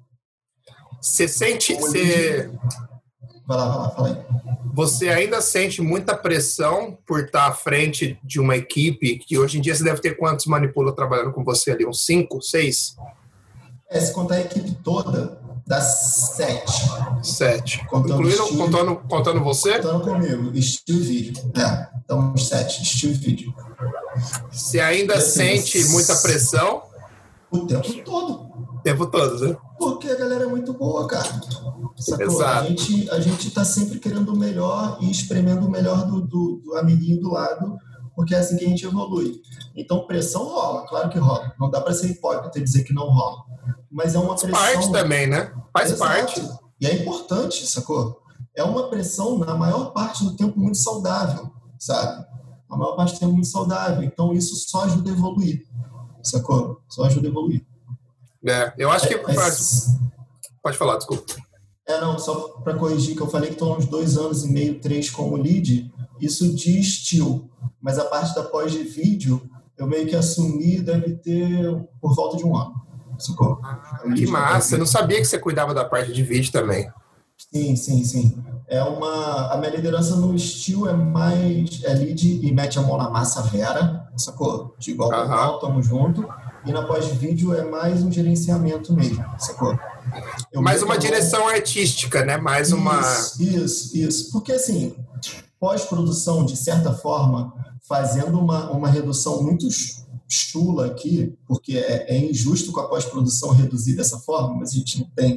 Você sente... Você... Vai lá, vai lá, fala aí. Você ainda sente muita pressão por estar à frente de uma equipe que hoje em dia você deve ter quantos manipula trabalhando com você ali? Uns cinco, seis? É, se contar a equipe toda, dá sete. Sete. Contando Incluindo, estilo, contando, contando você? Contando comigo, estilo e vídeo. É, então uns sete, estilo e vídeo. Você ainda assim, sente mas... muita pressão? O tempo todo. O tempo todo, né? Porque a galera é muito boa, cara. Sacou? Exato. A gente, a gente tá sempre querendo o melhor e espremendo o melhor do, do, do amiguinho do lado, porque é assim que a gente evolui. Então, pressão rola, claro que rola. Não dá pra ser hipócrita e dizer que não rola. Mas é uma pressão... Faz parte também, né? Faz Exato. parte. E é importante, sacou? É uma pressão, na maior parte do tempo, muito saudável, sabe? A maior parte do tempo muito saudável. Então, isso só ajuda a evoluir, sacou? Só ajuda a evoluir. É, eu acho que... É, mas... Pode falar, desculpa. É, não, só para corrigir, que eu falei que estou há uns dois anos e meio, três como lead, isso de estilo. Mas a parte da pós de vídeo, eu meio que assumi, deve ter por volta de um ano. Sacou? Ah, que massa, eu não sabia que você cuidava da parte de vídeo também. Sim, sim, sim. É uma... A minha liderança no estilo é mais... É lead e mete a mão na massa vera, sacou? De igual para igual, tamo junto. E na pós-vídeo é mais um gerenciamento mesmo, sacou? Eu mais uma direção artística, né? Mais isso, uma... Isso, isso. Porque, assim, pós-produção, de certa forma, fazendo uma, uma redução muito chula aqui, porque é, é injusto com a pós-produção reduzir dessa forma, mas a gente não tem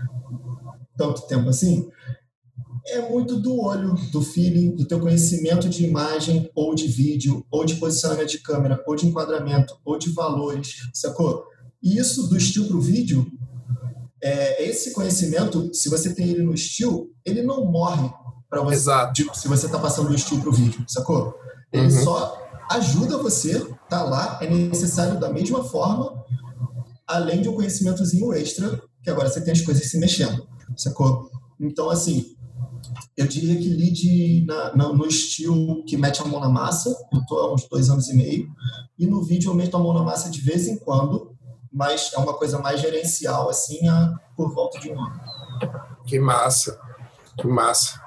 tanto tempo assim, é muito do olho, do feeling, do teu conhecimento de imagem, ou de vídeo, ou de posicionamento de câmera, ou de enquadramento, ou de valores, sacou? E isso do estilo pro vídeo, é, esse conhecimento, se você tem ele no estilo, ele não morre para você. Exato. Tipo, se você tá passando do estilo pro vídeo, sacou? Ele uhum. só ajuda você, tá lá, é necessário da mesma forma, além de um conhecimentozinho extra, que agora você tem as coisas se mexendo, sacou? Então, assim, eu diria que lead na, na, no estilo que mete a mão na massa, eu estou há uns dois anos e meio, e no vídeo eu meto a mão na massa de vez em quando, mas é uma coisa mais gerencial, assim, a, por volta de um ano. Que massa, que massa.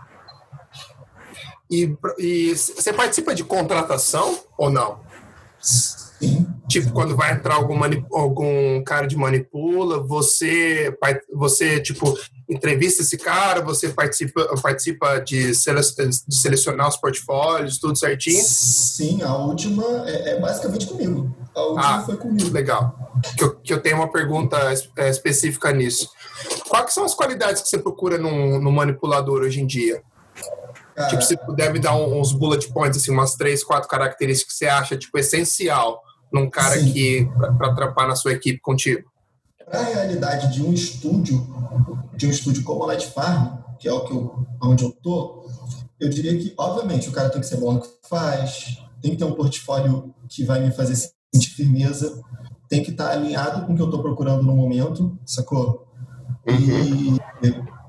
E, e você participa de contratação ou não? Sim. Tipo, quando vai entrar algum, manip, algum cara de manipula, você, você tipo, entrevista esse cara, você participa, participa de, sele, de selecionar os portfólios, tudo certinho? Sim, a última é, é basicamente comigo. A última ah, foi comigo. Legal. Que eu, que eu tenho uma pergunta é, específica nisso. Quais são as qualidades que você procura num, num manipulador hoje em dia? Cara, tipo, se puder me dar uns bullet points, assim, umas três, quatro características que você acha, tipo, essencial num cara sim. que para trampar na sua equipe contigo. Para a realidade de um estúdio, de um estúdio como a Light Farm, que é o que eu, onde eu tô, eu diria que, obviamente, o cara tem que ser bom no que faz, tem que ter um portfólio que vai me fazer sentir firmeza, tem que estar alinhado com o que eu estou procurando no momento, sacou? Uhum. E...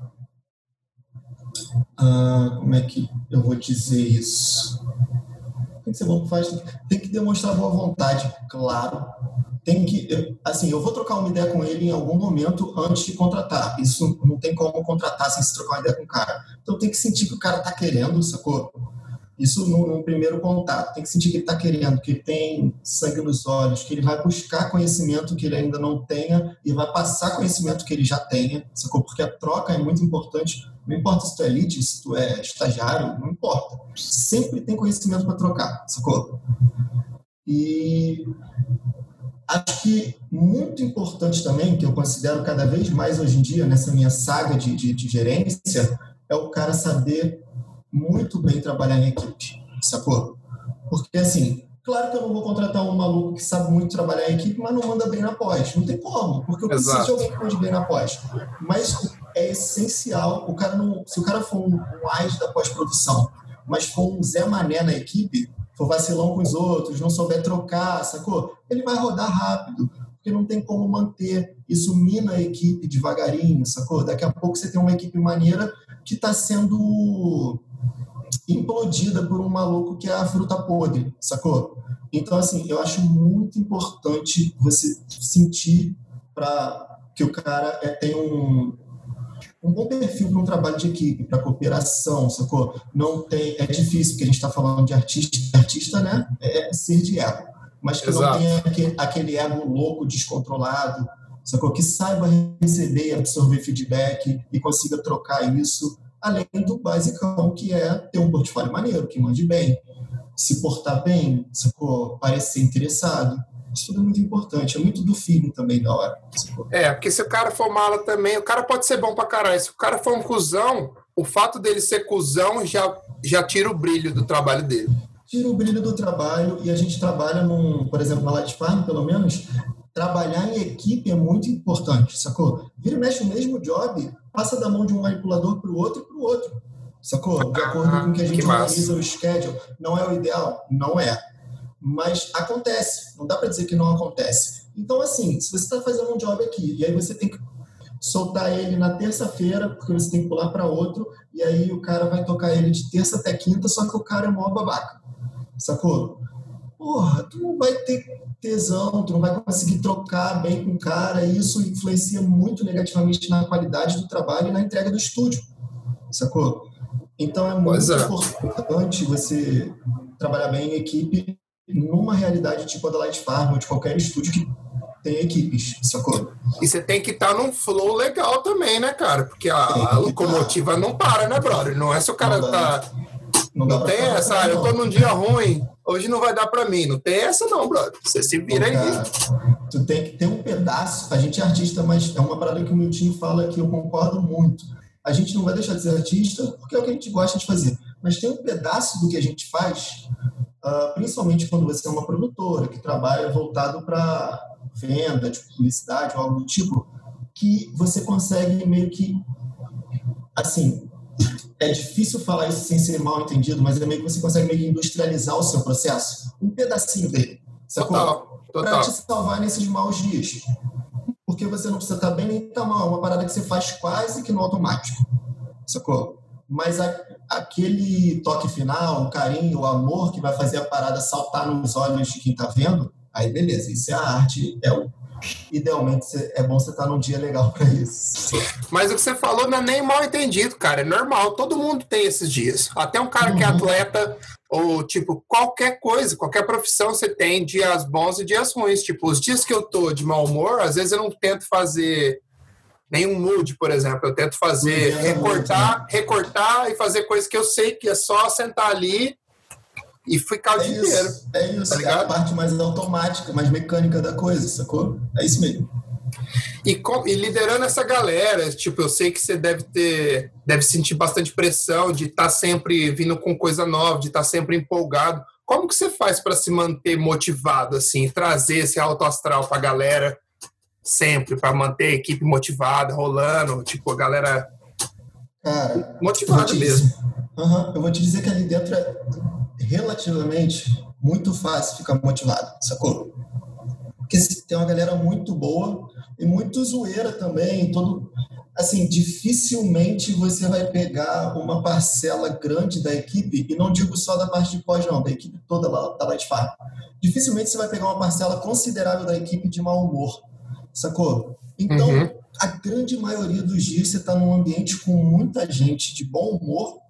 Ah, como é que eu vou dizer isso? Tem que ser bom que faz, tem que demonstrar boa vontade, claro. Tem que, assim, eu vou trocar uma ideia com ele em algum momento antes de contratar. Isso não tem como contratar sem se trocar uma ideia com o cara. Então tem que sentir que o cara tá querendo, sacou? Isso no, no primeiro contato. Tem que sentir que ele tá querendo, que ele tem sangue nos olhos, que ele vai buscar conhecimento que ele ainda não tenha e vai passar conhecimento que ele já tenha, sacou? Porque a troca é muito importante. Não importa se tu é lead, se tu é estagiário, não importa. Sempre tem conhecimento para trocar, sacou? E acho que muito importante também, que eu considero cada vez mais hoje em dia, nessa minha saga de, de, de gerência, é o cara saber muito bem trabalhar em equipe, sacou? Porque, assim, claro que eu não vou contratar um maluco que sabe muito trabalhar em equipe, mas não manda bem na pós. Não tem como, porque eu preciso Exato. de alguém que mande bem na pós. Mas é essencial, o cara não, se o cara for um, um A I da pós-produção mas for um Zé Mané na equipe, for vacilão com os outros, não souber trocar, sacou? Ele vai rodar rápido, porque não tem como manter. Isso mina a equipe devagarinho, sacou? Daqui a pouco você tem uma equipe maneira que está sendo implodida por um maluco que é a fruta podre, sacou? Então, assim, eu acho muito importante você sentir para que o cara é, tem um, um bom perfil para um trabalho de equipe, para cooperação, sacou? Não tem, é difícil, porque a gente está falando de artista, artista, né? É ser de ego, mas que Exato. Não tenha aquele, aquele ego louco, descontrolado, sacou? Que saiba receber e absorver feedback e consiga trocar isso, além do basicão, que é ter um portfólio maneiro, que mande bem, se portar bem, sacou? Parecer interessado. Isso tudo é muito importante, é muito do feeling também da hora. Sacou? É, porque se o cara for mala também, o cara pode ser bom pra caralho. Se o cara for um cuzão, o fato dele ser cuzão já, já tira o brilho do trabalho dele. Tira o brilho do trabalho, e a gente trabalha num, por exemplo, na Light Farm, pelo menos, trabalhar em equipe é muito importante, sacou? Vira e mexe o mesmo job, passa da mão de um manipulador pro outro e pro outro. Sacou? De acordo ah, com o que a gente organiza o schedule. Não é o ideal? Não é. Mas acontece. Não dá para dizer que não acontece. Então, assim, se você está fazendo um job aqui, e aí você tem que soltar ele na terça-feira, porque você tem que pular para outro, e aí o cara vai tocar ele de terça até quinta, só que o cara é mó babaca. Sacou? Porra, tu não vai ter tesão, tu não vai conseguir trocar bem com o cara, e isso influencia muito negativamente na qualidade do trabalho e na entrega do estúdio. Sacou? Então é muito é. importante você trabalhar bem em equipe numa realidade tipo a da Light Farm ou de qualquer estúdio que tenha equipes, sacou? E você tem que estar tá num flow legal também, né, cara? Porque a, a locomotiva não para, né, brother? Não é se o cara não tá... Não, não tem essa, ah, eu tô num dia ruim, hoje não vai dar pra mim. Não tem essa não, brother. Você se vira aí. Tu tem que ter um pedaço. A gente é artista, mas é uma parada que o Miltinho fala que eu concordo muito. A gente não vai deixar de ser artista porque é o que a gente gosta de fazer. Mas tem um pedaço do que a gente faz, uh, principalmente quando você é uma produtora que trabalha voltado para venda, de publicidade ou algo do tipo, que você consegue meio que, assim, é difícil falar isso sem ser mal entendido, mas é meio que você consegue meio que industrializar o seu processo, um pedacinho dele, sacou? Para te salvar nesses maus dias. Porque você não precisa estar bem nem estar mal, é uma parada que você faz quase que no automático, sacou? Mas a, aquele toque final, o carinho, o amor que vai fazer a parada saltar nos olhos de quem tá vendo, aí beleza, isso é a arte, é o, idealmente é bom você estar num dia legal para isso. Mas o que você falou não é nem mal entendido, cara, é normal, todo mundo tem esses dias. Até um cara uhum. que é atleta, ou tipo, qualquer coisa, qualquer profissão você tem dias bons e dias ruins. Tipo, os dias que eu tô de mau humor, às vezes eu não tento fazer nenhum nude, por exemplo. Eu tento fazer, uhum. recortar, recortar e fazer coisas que eu sei que é só sentar ali e ficar o é dia isso, inteiro. É isso, tá é a parte mais automática, mais mecânica da coisa, sacou? É isso mesmo. E, com, e liderando essa galera, tipo, eu sei que você deve ter, deve sentir bastante pressão de estar tá sempre vindo com coisa nova, de estar tá sempre empolgado. Como que você faz para se manter motivado, assim, trazer esse alto astral pra galera sempre, para manter a equipe motivada, rolando, tipo, a galera Cara, motivada mesmo? Uhum, eu vou te dizer que ali dentro é relativamente muito fácil ficar motivado, sacou? Porque tem uma galera muito boa e muito zoeira também, todo, assim, dificilmente você vai pegar uma parcela grande da equipe, e não digo só da parte de pós, não, da equipe toda lá da Light Farm. Dificilmente você vai pegar uma parcela considerável da equipe de mau humor, sacou? Então, uhum. a grande maioria dos dias você está num ambiente com muita gente de bom humor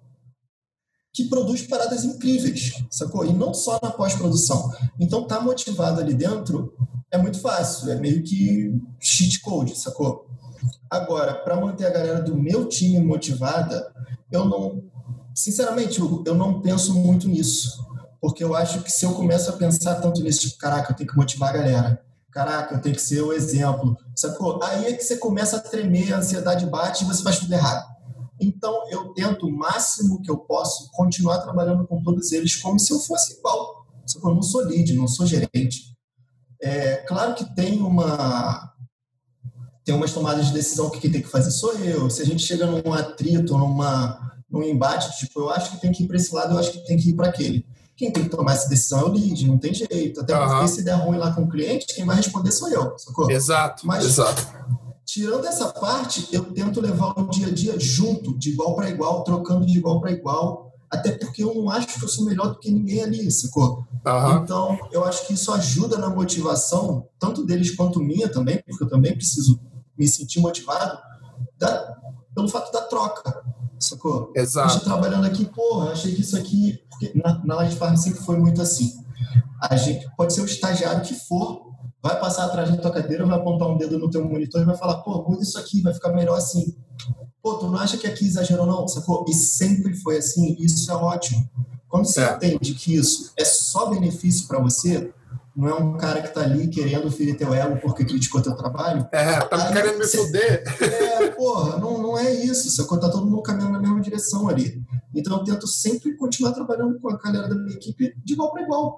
que produz paradas incríveis, sacou? E não só na pós-produção. Então, tá motivado ali dentro é muito fácil, é meio que cheat code, sacou? Agora, para manter a galera do meu time motivada, eu não... Sinceramente, eu não penso muito nisso. Porque eu acho que se eu começo a pensar tanto nisso, tipo, caraca, eu tenho que motivar a galera. Caraca, eu tenho que ser o exemplo, sacou? Aí é que você começa a tremer, a ansiedade bate e você faz tudo errado. Então, eu tento o máximo que eu posso continuar trabalhando com todos eles como se eu fosse igual. Sacou? Eu não sou lead, não sou gerente. É, claro que tem uma tem umas tomadas de decisão que quem tem que fazer sou eu. Se a gente chega num atrito, numa, num embate, tipo, eu acho que tem que ir para esse lado, eu acho que tem que ir para aquele. Quem tem que tomar essa decisão é o lead, não tem jeito. Até Uhum. porque se der ruim lá com o cliente, quem vai responder sou eu, sacou? Exato, Mas, exato. tirando essa parte, eu tento levar o dia a dia junto, de igual para igual, trocando de igual para igual, até porque eu não acho que eu sou melhor do que ninguém ali, sacou? Uhum. Então, eu acho que isso ajuda na motivação, tanto deles quanto minha também, porque eu também preciso me sentir motivado da, pelo fato da troca, sacou? Exato. A gente trabalhando aqui, porra, achei que isso aqui... Porque na, na Light Farm sempre foi muito assim. A gente pode ser o estagiário que for, vai passar atrás da tua cadeira, vai apontar um dedo no teu monitor e vai falar, pô, muda isso aqui, vai ficar melhor assim. Pô, tu não acha que aqui exagerou não, sacou? E sempre foi assim, isso é ótimo. Quando você É. entende que isso é só benefício para você, não é um cara que tá ali querendo ferir teu ego porque criticou teu trabalho. É, tá aí querendo me você- fuder. É, porra, não, não é isso, sacou? Tá todo mundo caminhando na mesma direção ali. Então eu tento sempre continuar trabalhando com a galera da minha equipe de igual para igual.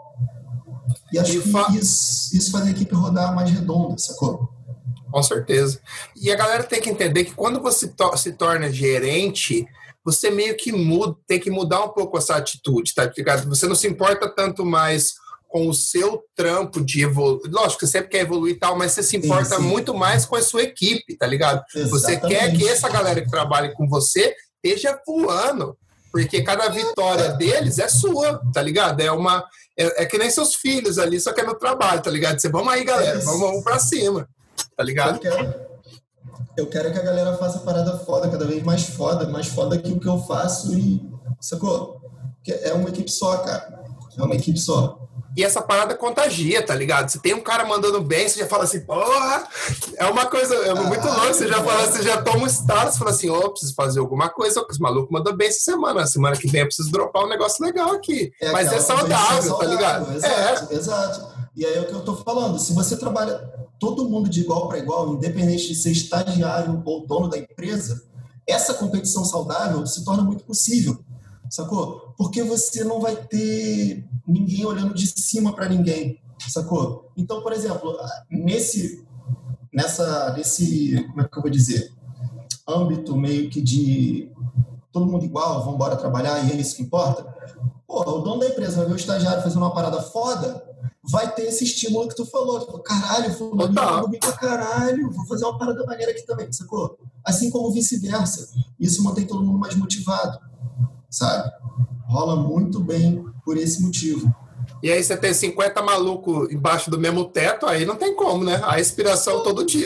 E acho E que fa- isso, isso faz a equipe rodar mais redonda, sacou? Com certeza. E a galera tem que entender que quando você to- se torna gerente, você meio que muda, tem que mudar um pouco essa atitude, tá ligado? Você não se importa tanto mais com o seu trampo de evoluir. Lógico que você sempre quer evoluir e tal, mas você se importa Sim, sim. muito mais com a sua equipe, tá ligado? Você Exatamente. quer que essa galera que trabalhe com você esteja voando, porque cada vitória deles é sua, tá ligado? É uma... É, é que nem seus filhos ali, só que é no trabalho, tá ligado? Você, vamos aí, galera, isso. vamos, vamos pra cima, tá ligado? Eu quero, eu quero que a galera faça parada foda, cada vez mais foda, mais foda que o que eu faço e, sacou? Porque é uma equipe só, cara. É uma equipe só. E essa parada contagia, tá ligado? Você tem um cara mandando bem, você já fala assim, porra, é uma coisa, é muito Ah, louco, você já é. fala, você já toma um estado, você fala assim, ô, preciso fazer alguma coisa, ó, que os malucos mandam bem essa semana, semana que vem eu preciso dropar um negócio legal aqui. É Mas é aquela saudável, competição tá ligado? saudável, Exato, exato. E aí é o que eu tô falando, se você trabalha todo mundo de igual para igual, independente de ser estagiário ou dono da empresa, essa competição saudável se torna muito possível, sacou? Porque você não vai ter ninguém olhando de cima para ninguém, sacou? Então, por exemplo, nesse, nessa, nesse, como é que eu vou dizer, âmbito meio que de todo mundo igual, vamos embora trabalhar e é isso que importa, pô, o dono da empresa vai ver o estagiário fazendo uma parada foda, vai ter esse estímulo que tu falou, tipo, caralho, fulano Total. mandou bem pra caralho, vou fazer uma parada maneira aqui também, sacou? Assim como vice-versa. Isso mantém todo mundo mais motivado, sabe? Rola muito bem por esse motivo. E aí você tem cinquenta malucos embaixo do mesmo teto, aí não tem como, né? A inspiração todo dia.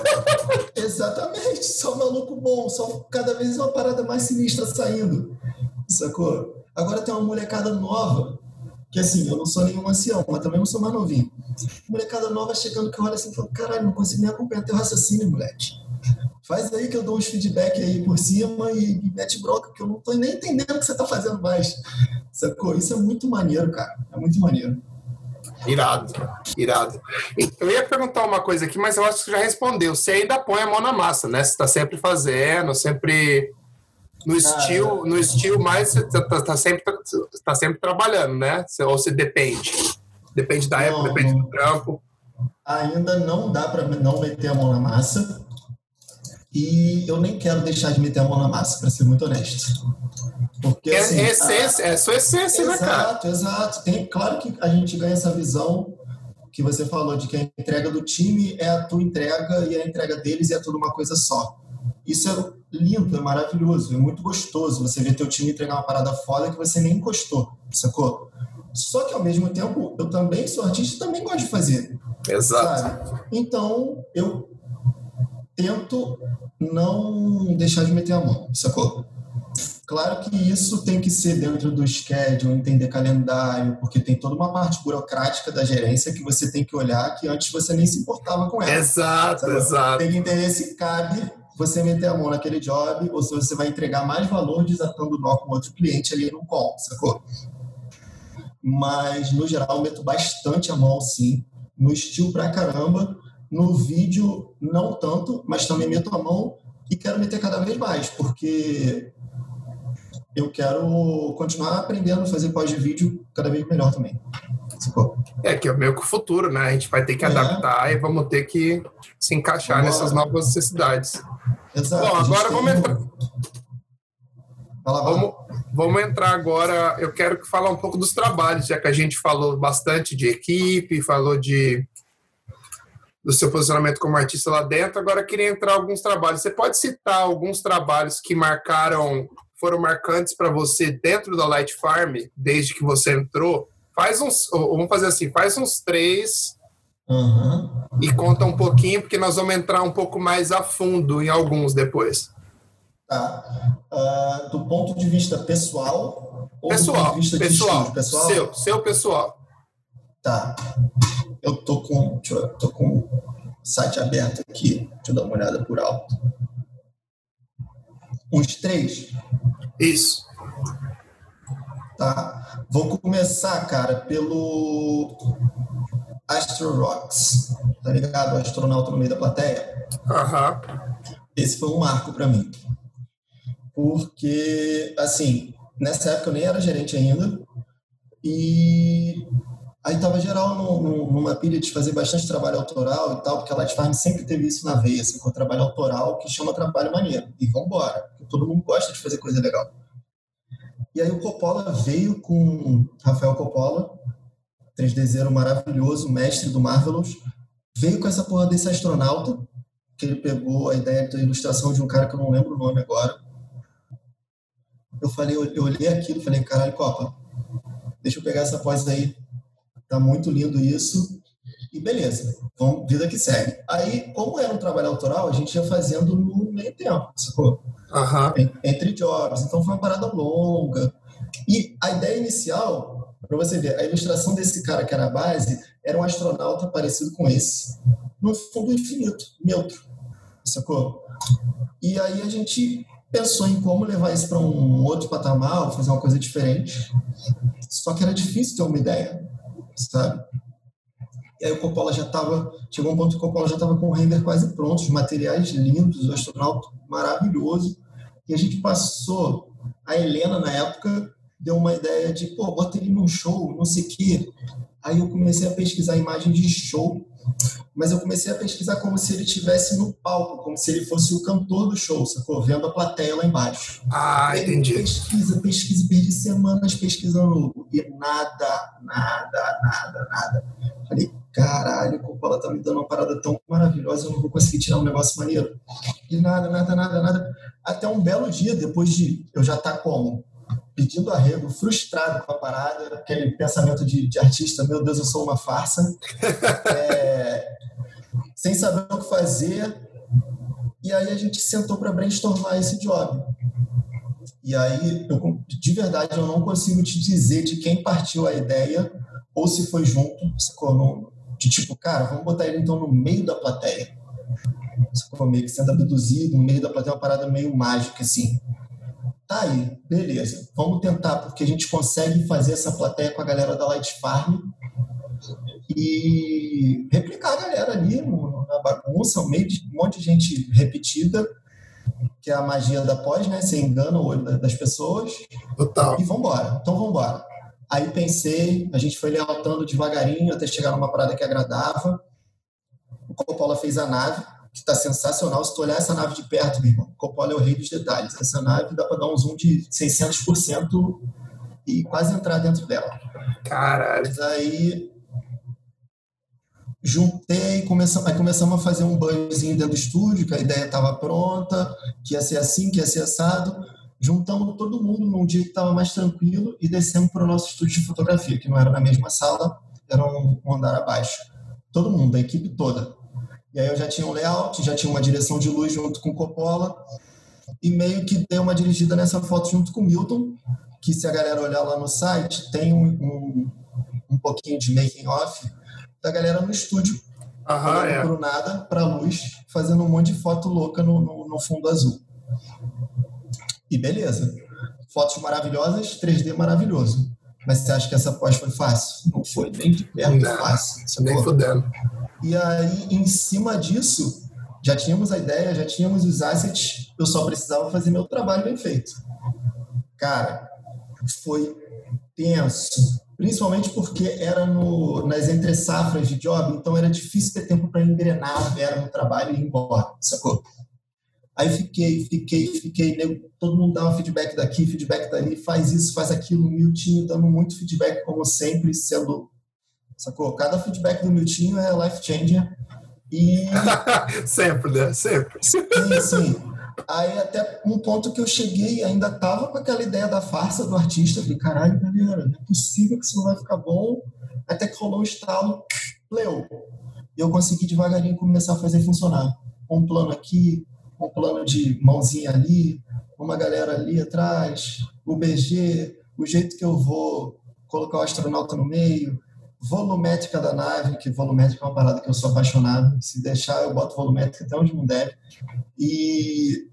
Exatamente, só maluco bom, só cada vez uma parada mais sinistra saindo, sacou? Agora tem uma molecada nova, que assim, eu não sou nenhum ancião, mas também não sou mais novinho. Molecada nova chegando que olha assim e fala, caralho, não consigo nem acompanhar teu raciocínio, moleque. Faz aí que eu dou uns feedback aí por cima e, e mete bronca, que eu não tô nem entendendo o que você tá fazendo mais. Sacou? Isso é muito maneiro, cara. É muito maneiro. Irado, irado. Eu ia perguntar uma coisa aqui, mas eu acho que você já respondeu. Você ainda põe a mão na massa, né? Você está sempre fazendo, sempre no estilo, no estilo mais você tá, tá sempre, tá sempre trabalhando, né? Ou você depende? Depende da Não, época, depende não. do trampo. Ainda não dá para não meter a mão na massa. E eu nem quero deixar de meter a mão na massa, para ser muito honesto. Porque, É, assim, é, essência, a... é sua essência, né, cara? Exato, exato. Tem, claro que a gente ganha essa visão que você falou de que a entrega do time é a tua entrega e a entrega deles é tudo uma coisa só. Isso é lindo, é maravilhoso, é muito gostoso você ver teu time entregar uma parada foda que você nem encostou, sacou? Só que, ao mesmo tempo, eu também sou artista e também gosto de fazer. Exato. Sabe? Então, eu tento não deixar de meter a mão, sacou? Claro que isso tem que ser dentro do schedule, entender calendário, porque tem toda uma parte burocrática da gerência que você tem que olhar que antes você nem se importava com ela. Exato, Sabe? exato. Tem que entender se cabe você meter a mão naquele job ou se você vai entregar mais valor desatando o nó com outro cliente ali no call, sacou? Mas, no geral, eu meto bastante a mão, sim. No estilo pra caramba. No vídeo, não tanto, mas também meto a mão e quero meter cada vez mais, porque eu quero continuar aprendendo a fazer pós de vídeo cada vez melhor também. Sacou? É que é meio que o futuro, né? A gente vai ter que É. adaptar e vamos ter que se encaixar Vamos nessas lá. novas necessidades. Exato. Bom, A gente agora tem vamos um- entrar. Fala, vamos, vamos entrar agora. Eu quero falar um pouco dos trabalhos, já que a gente falou bastante de equipe, falou de do seu posicionamento como artista lá dentro. Agora eu queria entrar em alguns trabalhos. Você pode citar alguns trabalhos que marcaram, foram marcantes para você dentro da Light Farm, desde que você entrou? Faz uns, vamos fazer assim, faz uns três uhum. e conta um pouquinho, porque nós vamos entrar um pouco mais a fundo em alguns depois. Tá. Uh, do ponto de vista pessoal ou pessoal, do ponto de vista pessoal, de estúdio? Pessoal? Seu, seu pessoal. Tá. Eu tô com, deixa eu, tô com o site aberto aqui. Deixa eu dar uma olhada por alto. Uns três? Isso. Tá. Vou começar, cara, pelo Astro Rocks. Tá ligado? O astronauta no meio da plateia. Aham. Esse foi um marco para mim. Porque, assim, nessa época eu nem era gerente ainda. E aí tava geral no, no, numa pilha de fazer bastante trabalho autoral e tal, porque a Light Farm sempre teve isso na veia, assim, com o trabalho autoral que chama trabalho maneiro. E vambora, porque todo mundo gosta de fazer coisa legal. E aí o Coppola veio com Rafael Coppola, três D zero maravilhoso, mestre do Marvelous, veio com essa porra desse astronauta, que ele pegou a ideia da ilustração de um cara que eu não lembro o nome agora. Eu falei, eu olhei aquilo e falei, caralho, Copa, deixa eu pegar essa pós aí, tá muito lindo isso, e beleza, vamos, vida que segue. Aí, como era um trabalho autoral, a gente ia fazendo no meio tempo, sacou? Uhum. Entre jobs, então foi uma parada longa. E a ideia inicial, para você ver, a ilustração desse cara que era a base, era um astronauta parecido com esse, no fundo infinito, neutro, sacou? E aí a gente pensou em como levar isso para um outro patamar, fazer uma coisa diferente, só que era difícil ter uma ideia, sabe? E aí o Coppola já estava, chegou um ponto que o Coppola já estava com o render quase pronto, os materiais lindos, o astronauta maravilhoso, e a gente passou, a Helena na época deu uma ideia de, pô, bota ele num show, não sei o quê. Aí eu comecei a pesquisar imagem de show, mas eu comecei a pesquisar como se ele estivesse no palco, como se ele fosse o cantor do show, sacou? Vendo a plateia lá embaixo. Ah, entendi. Pesquisa, pesquisa, perdi semanas pesquisando e nada, nada, nada, nada. Falei, caralho, o Coppola tá me dando uma parada tão maravilhosa, eu não vou conseguir tirar um negócio maneiro. E nada, nada, nada, nada. Até um belo dia, depois de eu já estar como? Pedindo arrego, frustrado com a parada, aquele pensamento de, de artista, meu Deus, eu sou uma farsa, é, sem saber o que fazer, e aí a gente sentou para brainstormar esse job. E aí, eu, de verdade, eu não consigo te dizer de quem partiu a ideia, ou se foi junto, sacou? De tipo, cara, vamos botar ele então no meio da plateia, sacou? Meio que sendo abduzido, no meio da plateia, uma parada meio mágica, assim. Tá aí, beleza. Vamos tentar, porque a gente consegue fazer essa plateia com a galera da Light Farm e replicar a galera ali na bagunça, um meio de um monte de gente repetida, que é a magia da pós, né? Você engana o olho das pessoas. Total. E vambora. Então vambora. Aí pensei, a gente foi lealtando devagarinho até chegar numa parada que agradava. O Coppola fez a nave, que está sensacional. Se tu olhar essa nave de perto, meu irmão, Coppola é o rei dos detalhes. Essa nave dá para dar um zoom de seiscentos por cento e quase entrar dentro dela. Caralho. Mas aí juntei, começamos, aí começamos a fazer um banhozinho dentro do estúdio, que a ideia estava pronta, que ia ser assim, que ia ser assado. Juntamos todo mundo num dia que estava mais tranquilo e descemos para o nosso estúdio de fotografia, que não era na mesma sala, era um, um andar abaixo. Todo mundo, a equipe toda. E aí eu já tinha um layout, já tinha uma direção de luz junto com o Coppola e meio que dei uma dirigida nessa foto junto com o Milton, que se a galera olhar lá no site, tem um, um, um pouquinho de making off da galera no estúdio, Aham, olhando é. pro nada, pra luz, fazendo um monte de foto louca no, no, no fundo azul. E beleza. Fotos maravilhosas, três D maravilhoso. Mas você acha que essa pós foi fácil? Não foi nem de perto Não, fácil. nem fudendo. E aí, em cima disso, já tínhamos a ideia, já tínhamos os assets, eu só precisava fazer meu trabalho bem feito. Cara, foi tenso, principalmente porque era no, nas entre-safras de job, então era difícil ter tempo para engrenar a vera no trabalho e ir embora, sacou? Aí fiquei, fiquei, fiquei, todo mundo dava feedback daqui, feedback dali, faz isso, faz aquilo, o Miltinho dando muito feedback, como sempre, sendo, sacou? Cada feedback do Miltinho é life changer. E... sempre, né? Sempre. Sim, sim. Aí até um ponto que eu cheguei, ainda tava com aquela ideia da farsa do artista, falei, caralho, galera, não é possível que isso não vai ficar bom, até que rolou um estalo, leu. E eu consegui devagarinho começar a fazer funcionar. Um plano aqui, um plano de mãozinha ali, uma galera ali atrás, o B G, o jeito que eu vou colocar o astronauta no meio, volumétrica da nave, que volumétrica é uma parada que eu sou apaixonado, se deixar eu boto volumétrica até onde não deve. E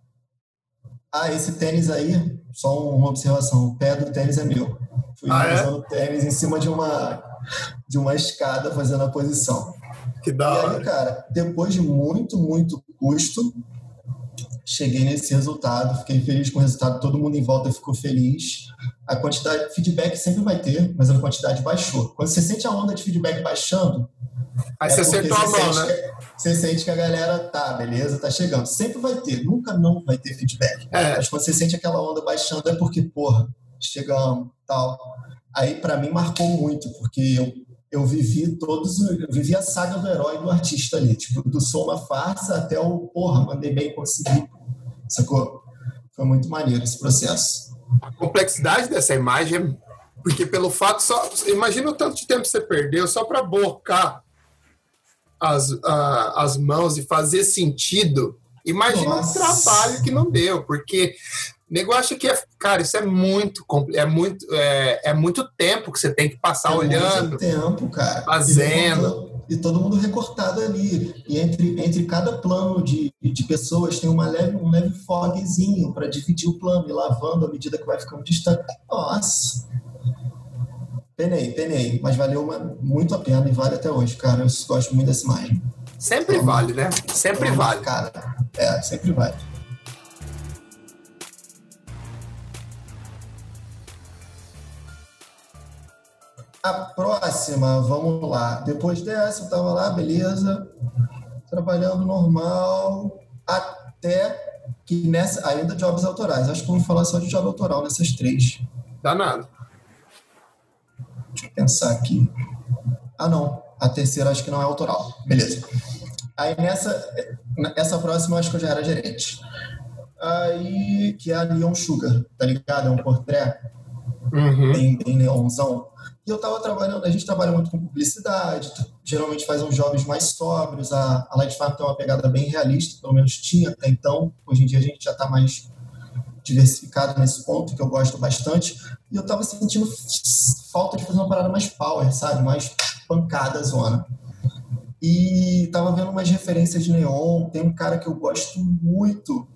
ah, esse tênis aí, só uma observação, o pé do tênis é meu. Fui ah, usando o tênis em cima de uma, de uma escada fazendo a posição. Que da hora. E aí, cara, depois de muito, muito custo, cheguei nesse resultado, fiquei feliz com o resultado, todo mundo em volta ficou feliz. A quantidade de feedback sempre vai ter, mas a quantidade baixou. Quando você sente a onda de feedback baixando, aí é você acertou a mão, né? Que, você sente que a galera tá, beleza, tá chegando. Sempre vai ter, nunca não vai ter feedback. É. Mas quando você sente aquela onda baixando, é porque, porra, chegamos, tal. Aí, pra mim, marcou muito, porque eu eu vivi todos, eu vivi a saga do herói do artista ali, tipo, do sou uma farsa até o, porra, mandei bem, consegui, sacou? Foi muito maneiro esse processo. A complexidade dessa imagem, porque pelo fato, só, imagina o tanto de tempo que você perdeu só para bocar as, a, as mãos e fazer sentido. Imagina Nossa. o trabalho que não deu, porque o negócio que é, cara, isso é muito é muito é, é muito tempo que você tem que passar é olhando, muito tempo, cara, fazendo e, e todo mundo recortado ali, e entre, entre cada plano de, de pessoas tem uma leve, um leve fogzinho para dividir o plano e lavando à medida que vai ficando distante. Nossa, penei, penei, mas valeu uma, muito a pena e vale até hoje, cara. Eu gosto muito dessa imagem. Sempre então, vale, né? Sempre então, vale, cara. É, sempre vale. A próxima, vamos lá. Depois dessa, eu tava lá, beleza, trabalhando normal, até que nessa, ainda jobs autorais. Acho que vamos falar só de job autoral nessas três. Danado. Deixa eu pensar aqui. Ah, não. A terceira acho que não é autoral. Beleza. Aí nessa, essa próxima eu acho que eu já era gerente. Aí, que é a Neon Sugar, tá ligado? É um portrait uhum. bem, bem neonzão. E eu tava trabalhando, a gente trabalha muito com publicidade, geralmente faz uns jobs mais sóbrios, a, a Light Farm tem uma pegada bem realista, pelo menos tinha até então, hoje em dia a gente já tá mais diversificado nesse ponto, que eu gosto bastante, e eu tava sentindo falta de fazer uma parada mais power, sabe, mais pancada zona. E tava vendo umas referências de neon, tem um cara que eu gosto muito,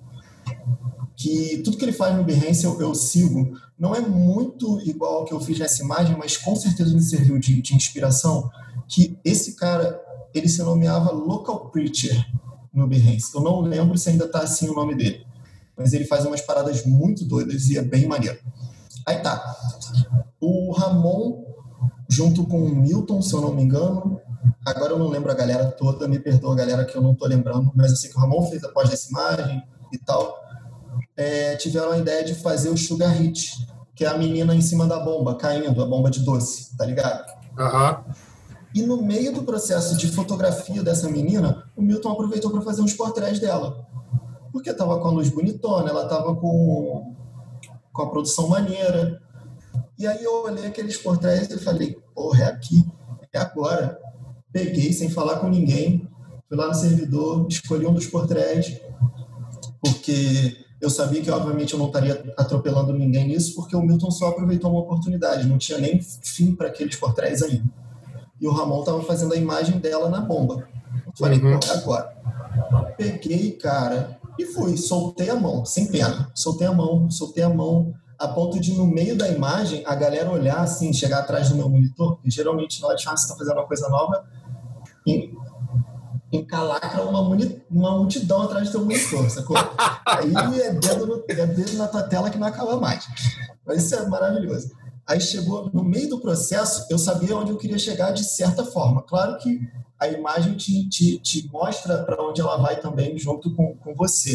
que tudo que ele faz no Behance eu, eu sigo, não é muito igual ao que eu fiz nessa imagem, mas com certeza me serviu de, de inspiração, que esse cara, ele se nomeava Local Preacher no Behance. Eu não lembro se ainda tá assim o nome dele, mas ele faz umas paradas muito doidas e é bem maneiro. Aí tá, o Ramon, junto com o Milton, se eu não me engano, agora eu não lembro a galera toda, me perdoa a galera que eu não tô lembrando, mas eu sei que o Ramon fez a pós dessa imagem e tal, É, tiveram a ideia de fazer o Sugar Hit, que é a menina em cima da bomba, caindo, a bomba de doce, tá ligado? Uhum. E no meio do processo de fotografia dessa menina, o Milton aproveitou para fazer uns portréis dela. Porque tava com a luz bonitona, ela tava com, com a produção maneira. E aí eu olhei aqueles portréis e falei, porra, é aqui, é agora. Peguei sem falar com ninguém, fui lá no servidor, escolhi um dos portréis, porque eu sabia que, obviamente, eu não estaria atropelando ninguém nisso, porque o Milton só aproveitou uma oportunidade, não tinha nem fim para aqueles portréis ainda. E o Ramon estava fazendo a imagem dela na bomba. Eu falei, uhum. pô, agora. Peguei, cara, e fui, soltei a mão, sem pena. Soltei a mão, soltei a mão, a ponto de, no meio da imagem, a galera olhar assim, chegar atrás do meu monitor, e geralmente, na hora de você está fazendo uma coisa nova, e encalacra uma, muni- uma multidão atrás do teu monitor, sacou? Aí é dedo, no, é dedo na tua tela que não acaba mais. Mas isso é maravilhoso. Aí chegou, no meio do processo, eu sabia onde eu queria chegar de certa forma. Claro que a imagem te, te, te mostra para onde ela vai também junto com, com você.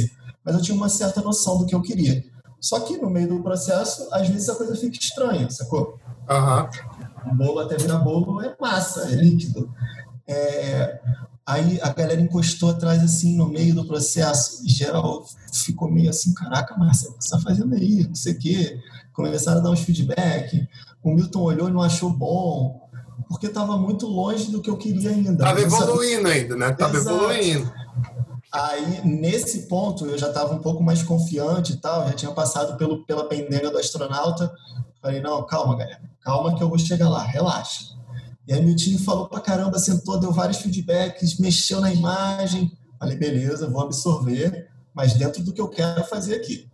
mas eu tinha uma certa noção do que eu queria. Só que no meio do processo, às vezes a coisa fica estranha, sacou? Uhum. O bolo até virar bolo é massa, é líquido. É... Aí a galera encostou atrás, assim, no meio do processo. E geral ficou meio assim, caraca, Marcelo, o que você tá fazendo aí? Não sei o quê. Começaram a dar uns feedback. O Milton olhou e não achou bom, porque estava muito longe do que eu queria ainda. Tava evoluindo ainda, né? Tava Exato. evoluindo. Aí, nesse ponto, eu já estava um pouco mais confiante e tal, já tinha passado pelo, pela pendenga do astronauta. Falei, não, calma, galera. Calma que eu vou chegar lá, relaxa. E aí meu time falou pra caramba, sentou, deu vários feedbacks, mexeu na imagem. Falei, beleza, vou absorver, mas dentro do que eu quero fazer aqui.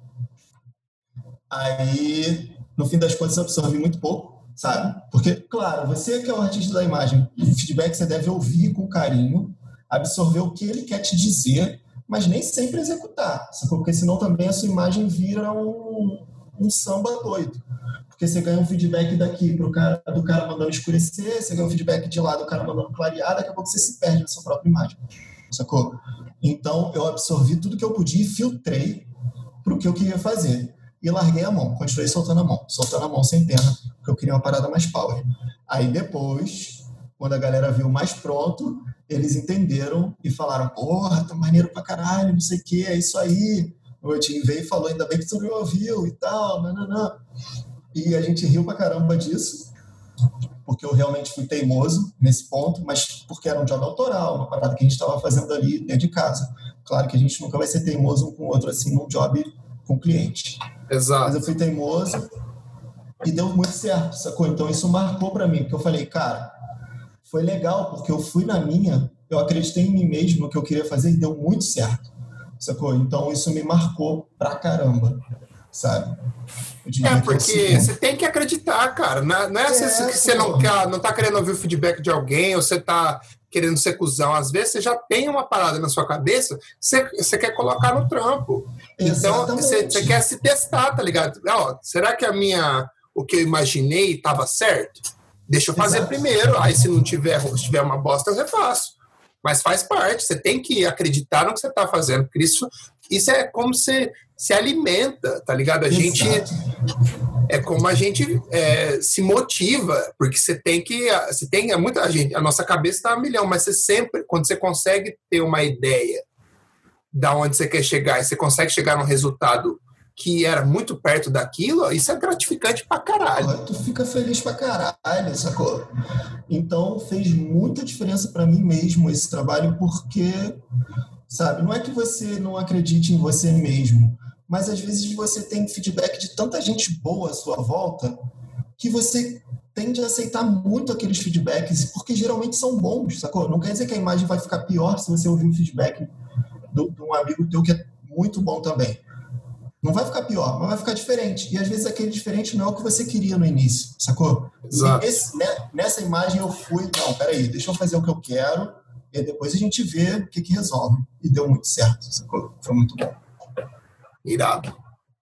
Aí, no fim das contas, eu absorvi muito pouco, sabe? Porque, claro, você que é o artista da imagem, o feedback você deve ouvir com carinho, absorver o que ele quer te dizer, mas nem sempre executar, sabe? Porque senão também a sua imagem vira um, um samba doido. Porque você ganha um feedback daqui pro cara, do cara mandando escurecer, você ganha um feedback de lá do cara mandando clarear, daqui a pouco você se perde na sua própria imagem, sacou? Então, eu absorvi tudo que eu podia e filtrei pro que eu queria fazer. E larguei a mão, continuei soltando a mão, soltando a mão sem pena, porque eu queria uma parada mais power. Aí depois, quando a galera viu mais pronto, eles entenderam e falaram, porra, tá maneiro pra caralho, não sei o que, é isso aí. O meu time veio e falou, ainda bem que tu me ouviu e tal, nananã. E a gente riu pra caramba disso, porque eu realmente fui teimoso nesse ponto, mas porque era um job autoral, uma parada que a gente estava fazendo ali dentro de casa. Claro que a gente nunca vai ser teimoso um com o outro assim num job com o cliente. Exato. Mas eu fui teimoso e deu muito certo, sacou? Então isso marcou pra mim, porque eu falei, cara, foi legal, porque eu fui na minha, eu acreditei em mim mesmo, no que eu queria fazer e deu muito certo, sacou? Então isso me marcou pra caramba, sabe? É, porque você tem que acreditar, cara. Não é, não é, é que você não, quer, não tá querendo ouvir o feedback de alguém ou você tá querendo ser cuzão. Às vezes você já tem uma parada na sua cabeça que você, você quer colocar no trampo. Então, você, você quer se testar, tá ligado? Ó, será que a minha, o que eu imaginei estava certo? Deixa eu fazer Exato. primeiro. Aí, se não tiver, se tiver uma bosta, eu refaço. Mas faz parte. Você tem que acreditar no que você está fazendo. Porque isso, isso é como você se alimenta, tá ligado? A Exato. gente... É como a gente é, se motiva, porque você tem que... Você tem, é muita gente, a nossa cabeça está a milhão, mas você sempre, quando você consegue ter uma ideia da onde você quer chegar e você consegue chegar num resultado que era muito perto daquilo, isso é gratificante pra caralho. Tu fica feliz pra caralho, sacou? Então fez muita diferença pra mim mesmo esse trabalho, porque, sabe, não é que você não acredite em você mesmo, mas às vezes você tem feedback de tanta gente boa à sua volta que você tende a aceitar muito aqueles feedbacks, porque geralmente são bons, sacou? Não quer dizer que a imagem vai ficar pior se você ouvir um feedback de um amigo teu que é muito bom também. Não vai ficar pior, mas vai ficar diferente. E às vezes aquele diferente não é o que você queria no início, sacou? Exato. E esse, né, nessa imagem eu fui, não, peraí, deixa eu fazer o que eu quero e depois a gente vê o que que resolve. E deu muito certo, sacou? Foi muito bom. Irado.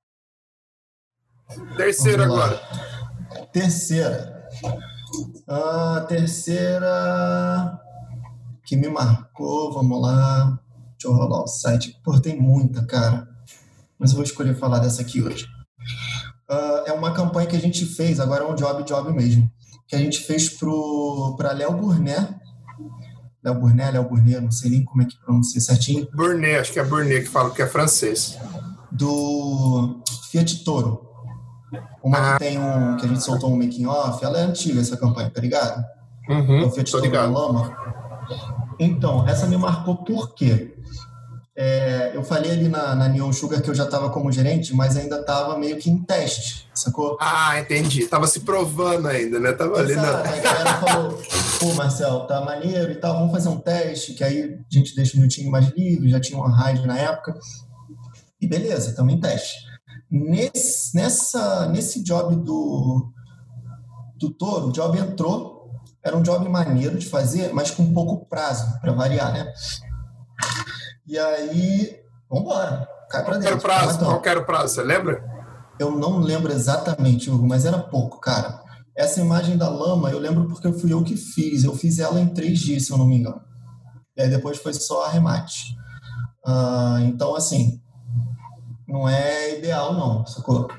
Terceira agora. Terceira. A terceira que me marcou, vamos lá. Deixa eu rolar o site. Pô, tem muita, cara. Mas eu vou escolher falar dessa aqui hoje. Uh, é uma campanha que a gente fez, agora é um job, job mesmo, que a gente fez para Léo Burnet. Léo Burnet, Léo Burnet, não sei nem como é que pronuncia certinho. Burnet, acho que é Burnet que fala que é francês. Do Fiat Toro. Uma ah. que tem um, que a gente soltou um making off, ela é antiga essa campanha, tá ligado? Uhum, é o Fiat Toro na lama. Então, essa me marcou por quê? É, eu falei ali na, na Neon Sugar que eu já estava como gerente, mas ainda estava meio que em teste, sacou? Ah, entendi. Tava se provando ainda, né? Tava ali na... A galera falou, pô, Marcel, tá maneiro e tal, vamos fazer um teste, que aí a gente deixa o meu time mais livre, já tinha uma rádio na época. E beleza, estamos em teste. Nesse, nessa, nesse job do, do Toro, o job entrou, era um job maneiro de fazer, mas com pouco prazo, para variar, né? E aí, vambora, cai pra dentro. Qual era o prazo? Qual era o prazo, você lembra? Eu não lembro exatamente, Hugo, mas era pouco, cara. Essa imagem da lama, eu lembro porque fui eu que fiz. Eu fiz ela em três dias, se eu não me engano. E aí depois foi só arremate. Uh, então, assim, não é ideal, não, sacou?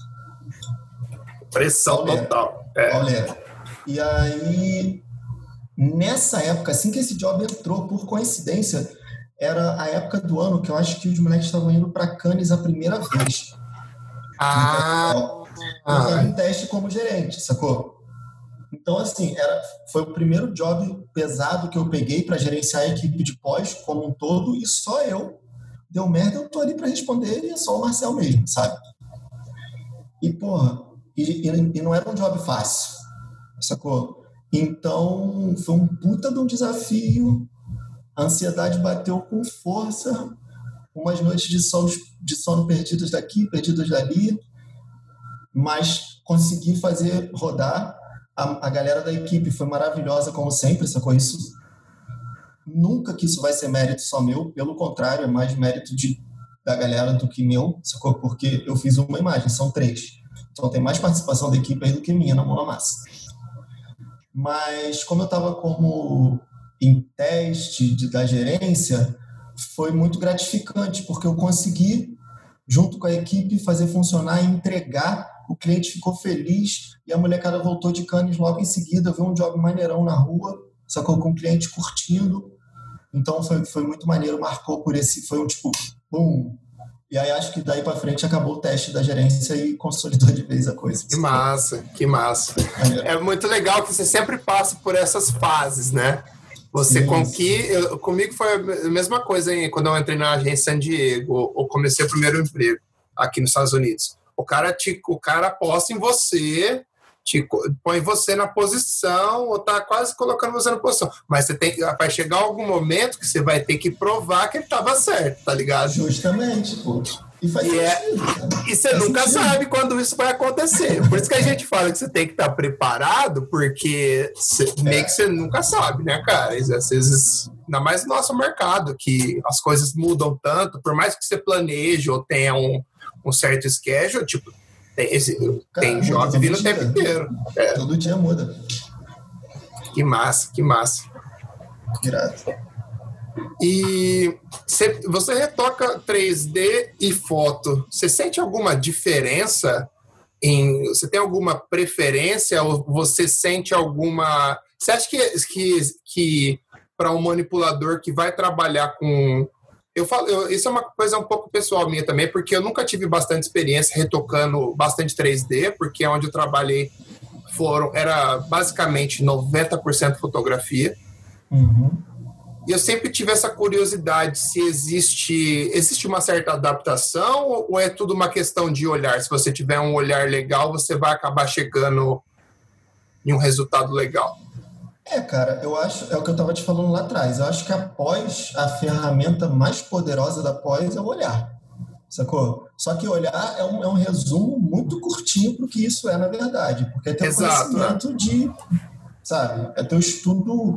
Pressão Pauleira. total. É. Pauleira. E aí, nessa época, assim que esse job entrou, por coincidência, era a época do ano que eu acho que os moleques estavam indo para Cannes a primeira vez. Ah! Então, eu estava em teste como gerente, sacou? Então, assim, era, foi o primeiro job pesado que eu peguei para gerenciar a equipe de pós como um todo, e só eu. Deu merda, eu tô ali para responder, e é só o Marcel mesmo, sabe? E, porra, e, e, e não era um job fácil, sacou? Então, foi um puta de um desafio, a ansiedade bateu com força, umas noites de sono, de sono perdidas daqui, perdidas dali, mas consegui fazer rodar. A, a galera da equipe foi maravilhosa, como sempre, sacou? Isso nunca que isso vai ser mérito só meu, pelo contrário, é mais mérito de, da galera do que meu, sacou? Porque eu fiz uma imagem, são três. Então tem mais participação da equipe aí do que minha na mão na massa. Mas como eu estava como em teste de, da gerência, foi muito gratificante, porque eu consegui, junto com a equipe, fazer funcionar e entregar. O cliente ficou feliz e a molecada voltou de Cannes logo em seguida, viu um job maneirão na rua, sacou, com o cliente curtindo. Então foi, foi muito maneiro, marcou por esse, foi um tipo, bum. E aí acho que daí pra frente acabou o teste da gerência e consolidou de vez a coisa. Que massa, que massa. Maneiro. É muito legal que você sempre passa por essas fases, né? Você com que, eu, comigo foi a mesma coisa, hein? Quando eu entrei na agência San Diego, ou comecei o primeiro emprego aqui nos Estados Unidos. O cara, te, o cara aposta em você, te põe você na posição, ou tá quase colocando você na posição. Mas você tem, vai chegar algum momento que você vai ter que provar que ele tava certo, tá ligado? Justamente, pô. E faz e, é, sentido, e você faz nunca sentido. Sabe quando isso vai acontecer. Por isso que a gente fala que você tem que estar preparado, porque você, é. meio que você nunca sabe, né, cara? Às vezes, ainda mais no nosso mercado, que as coisas mudam tanto, por mais que você planeje ou tenha um, um certo schedule, tipo, tem, esse, cara, tem job vindo o tempo inteiro. É. Todo dia muda. Que massa, que massa. Irado. E você, você retoca três D e foto. Você sente alguma diferença? Em, você tem alguma preferência? Ou você sente alguma... Você acha que, que, que para um manipulador que vai trabalhar com... Eu falo, eu, isso é uma coisa um pouco pessoal minha também, porque eu nunca tive bastante experiência retocando bastante três D, porque onde eu trabalhei foram, era basicamente noventa por cento fotografia. Uhum. E eu sempre tive essa curiosidade se existe, existe uma certa adaptação ou é tudo uma questão de olhar? Se você tiver um olhar legal, você vai acabar chegando em um resultado legal. É, cara, eu acho, é o que eu estava te falando lá atrás, eu acho que a pós, a ferramenta mais poderosa da pós é o olhar, sacou? Só que olhar é um, é um resumo muito curtinho pro que isso é na verdade, porque é teu Exato, conhecimento né? de, sabe, é teu estudo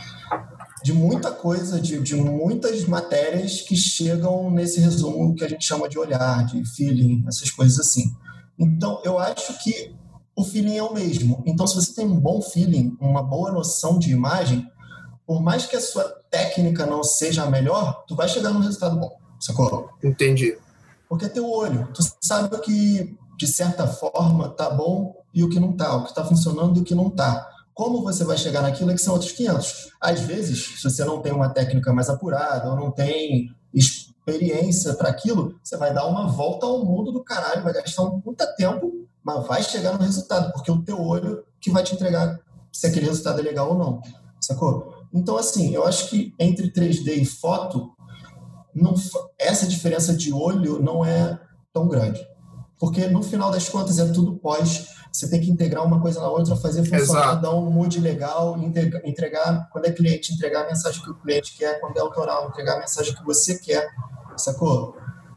de muita coisa, de, de muitas matérias que chegam nesse resumo que a gente chama de olhar, de feeling, essas coisas assim. Então, eu acho que o feeling é o mesmo. Então, se você tem um bom feeling, uma boa noção de imagem, por mais que a sua técnica não seja a melhor, tu vai chegar num resultado bom, sacou? Entendi. Porque é teu olho. Tu sabe o que, de certa forma, tá bom e o que não tá, o que tá funcionando e o que não tá. Como você vai chegar naquilo é que são outros quinhentos. Às vezes, se você não tem uma técnica mais apurada ou não tem experiência para aquilo, você vai dar uma volta ao mundo do caralho, vai gastar um puta tempo, mas vai chegar no resultado, porque é o teu olho que vai te entregar se aquele resultado é legal ou não, sacou? Então, assim, eu acho que entre três D e foto, não, essa diferença de olho não é tão grande. Porque, no final das contas, é tudo pós. Você tem que integrar uma coisa na outra, fazer funcionar, Exato. Dar um mood legal, entregar, quando é cliente, entregar a mensagem que o cliente quer, quando é autoral, entregar a mensagem que você quer, sacou?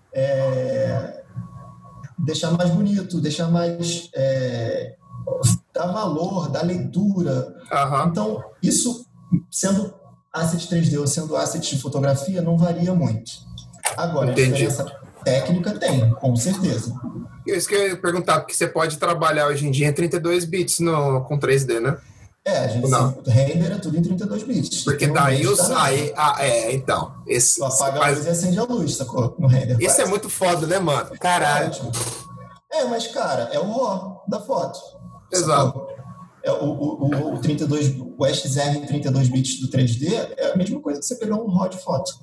É... Deixar mais bonito, deixar mais... É... dar valor, dar leitura. Uhum. Então, isso, sendo asset três D ou sendo asset de fotografia, não varia muito. Agora, Entendi. a diferença técnica tem, com certeza. Isso que eu ia perguntar, porque você pode trabalhar hoje em dia em trinta e dois bits no, com três D, né? É, É, a gente não. sempre, render é tudo em trinta e dois bits. Porque no daí os. tá Aí, ah, é, então. Esse, tu apaga faz... a luz e acende a luz, sacou? No render. Isso é muito foda, né, mano? Caralho. É, mas, cara, é o RAW da foto. Exato. Sacou? É o, o, o, o trinta e dois, o X R em trinta e dois bits do três D é a mesma coisa que você pegar um RAW de foto.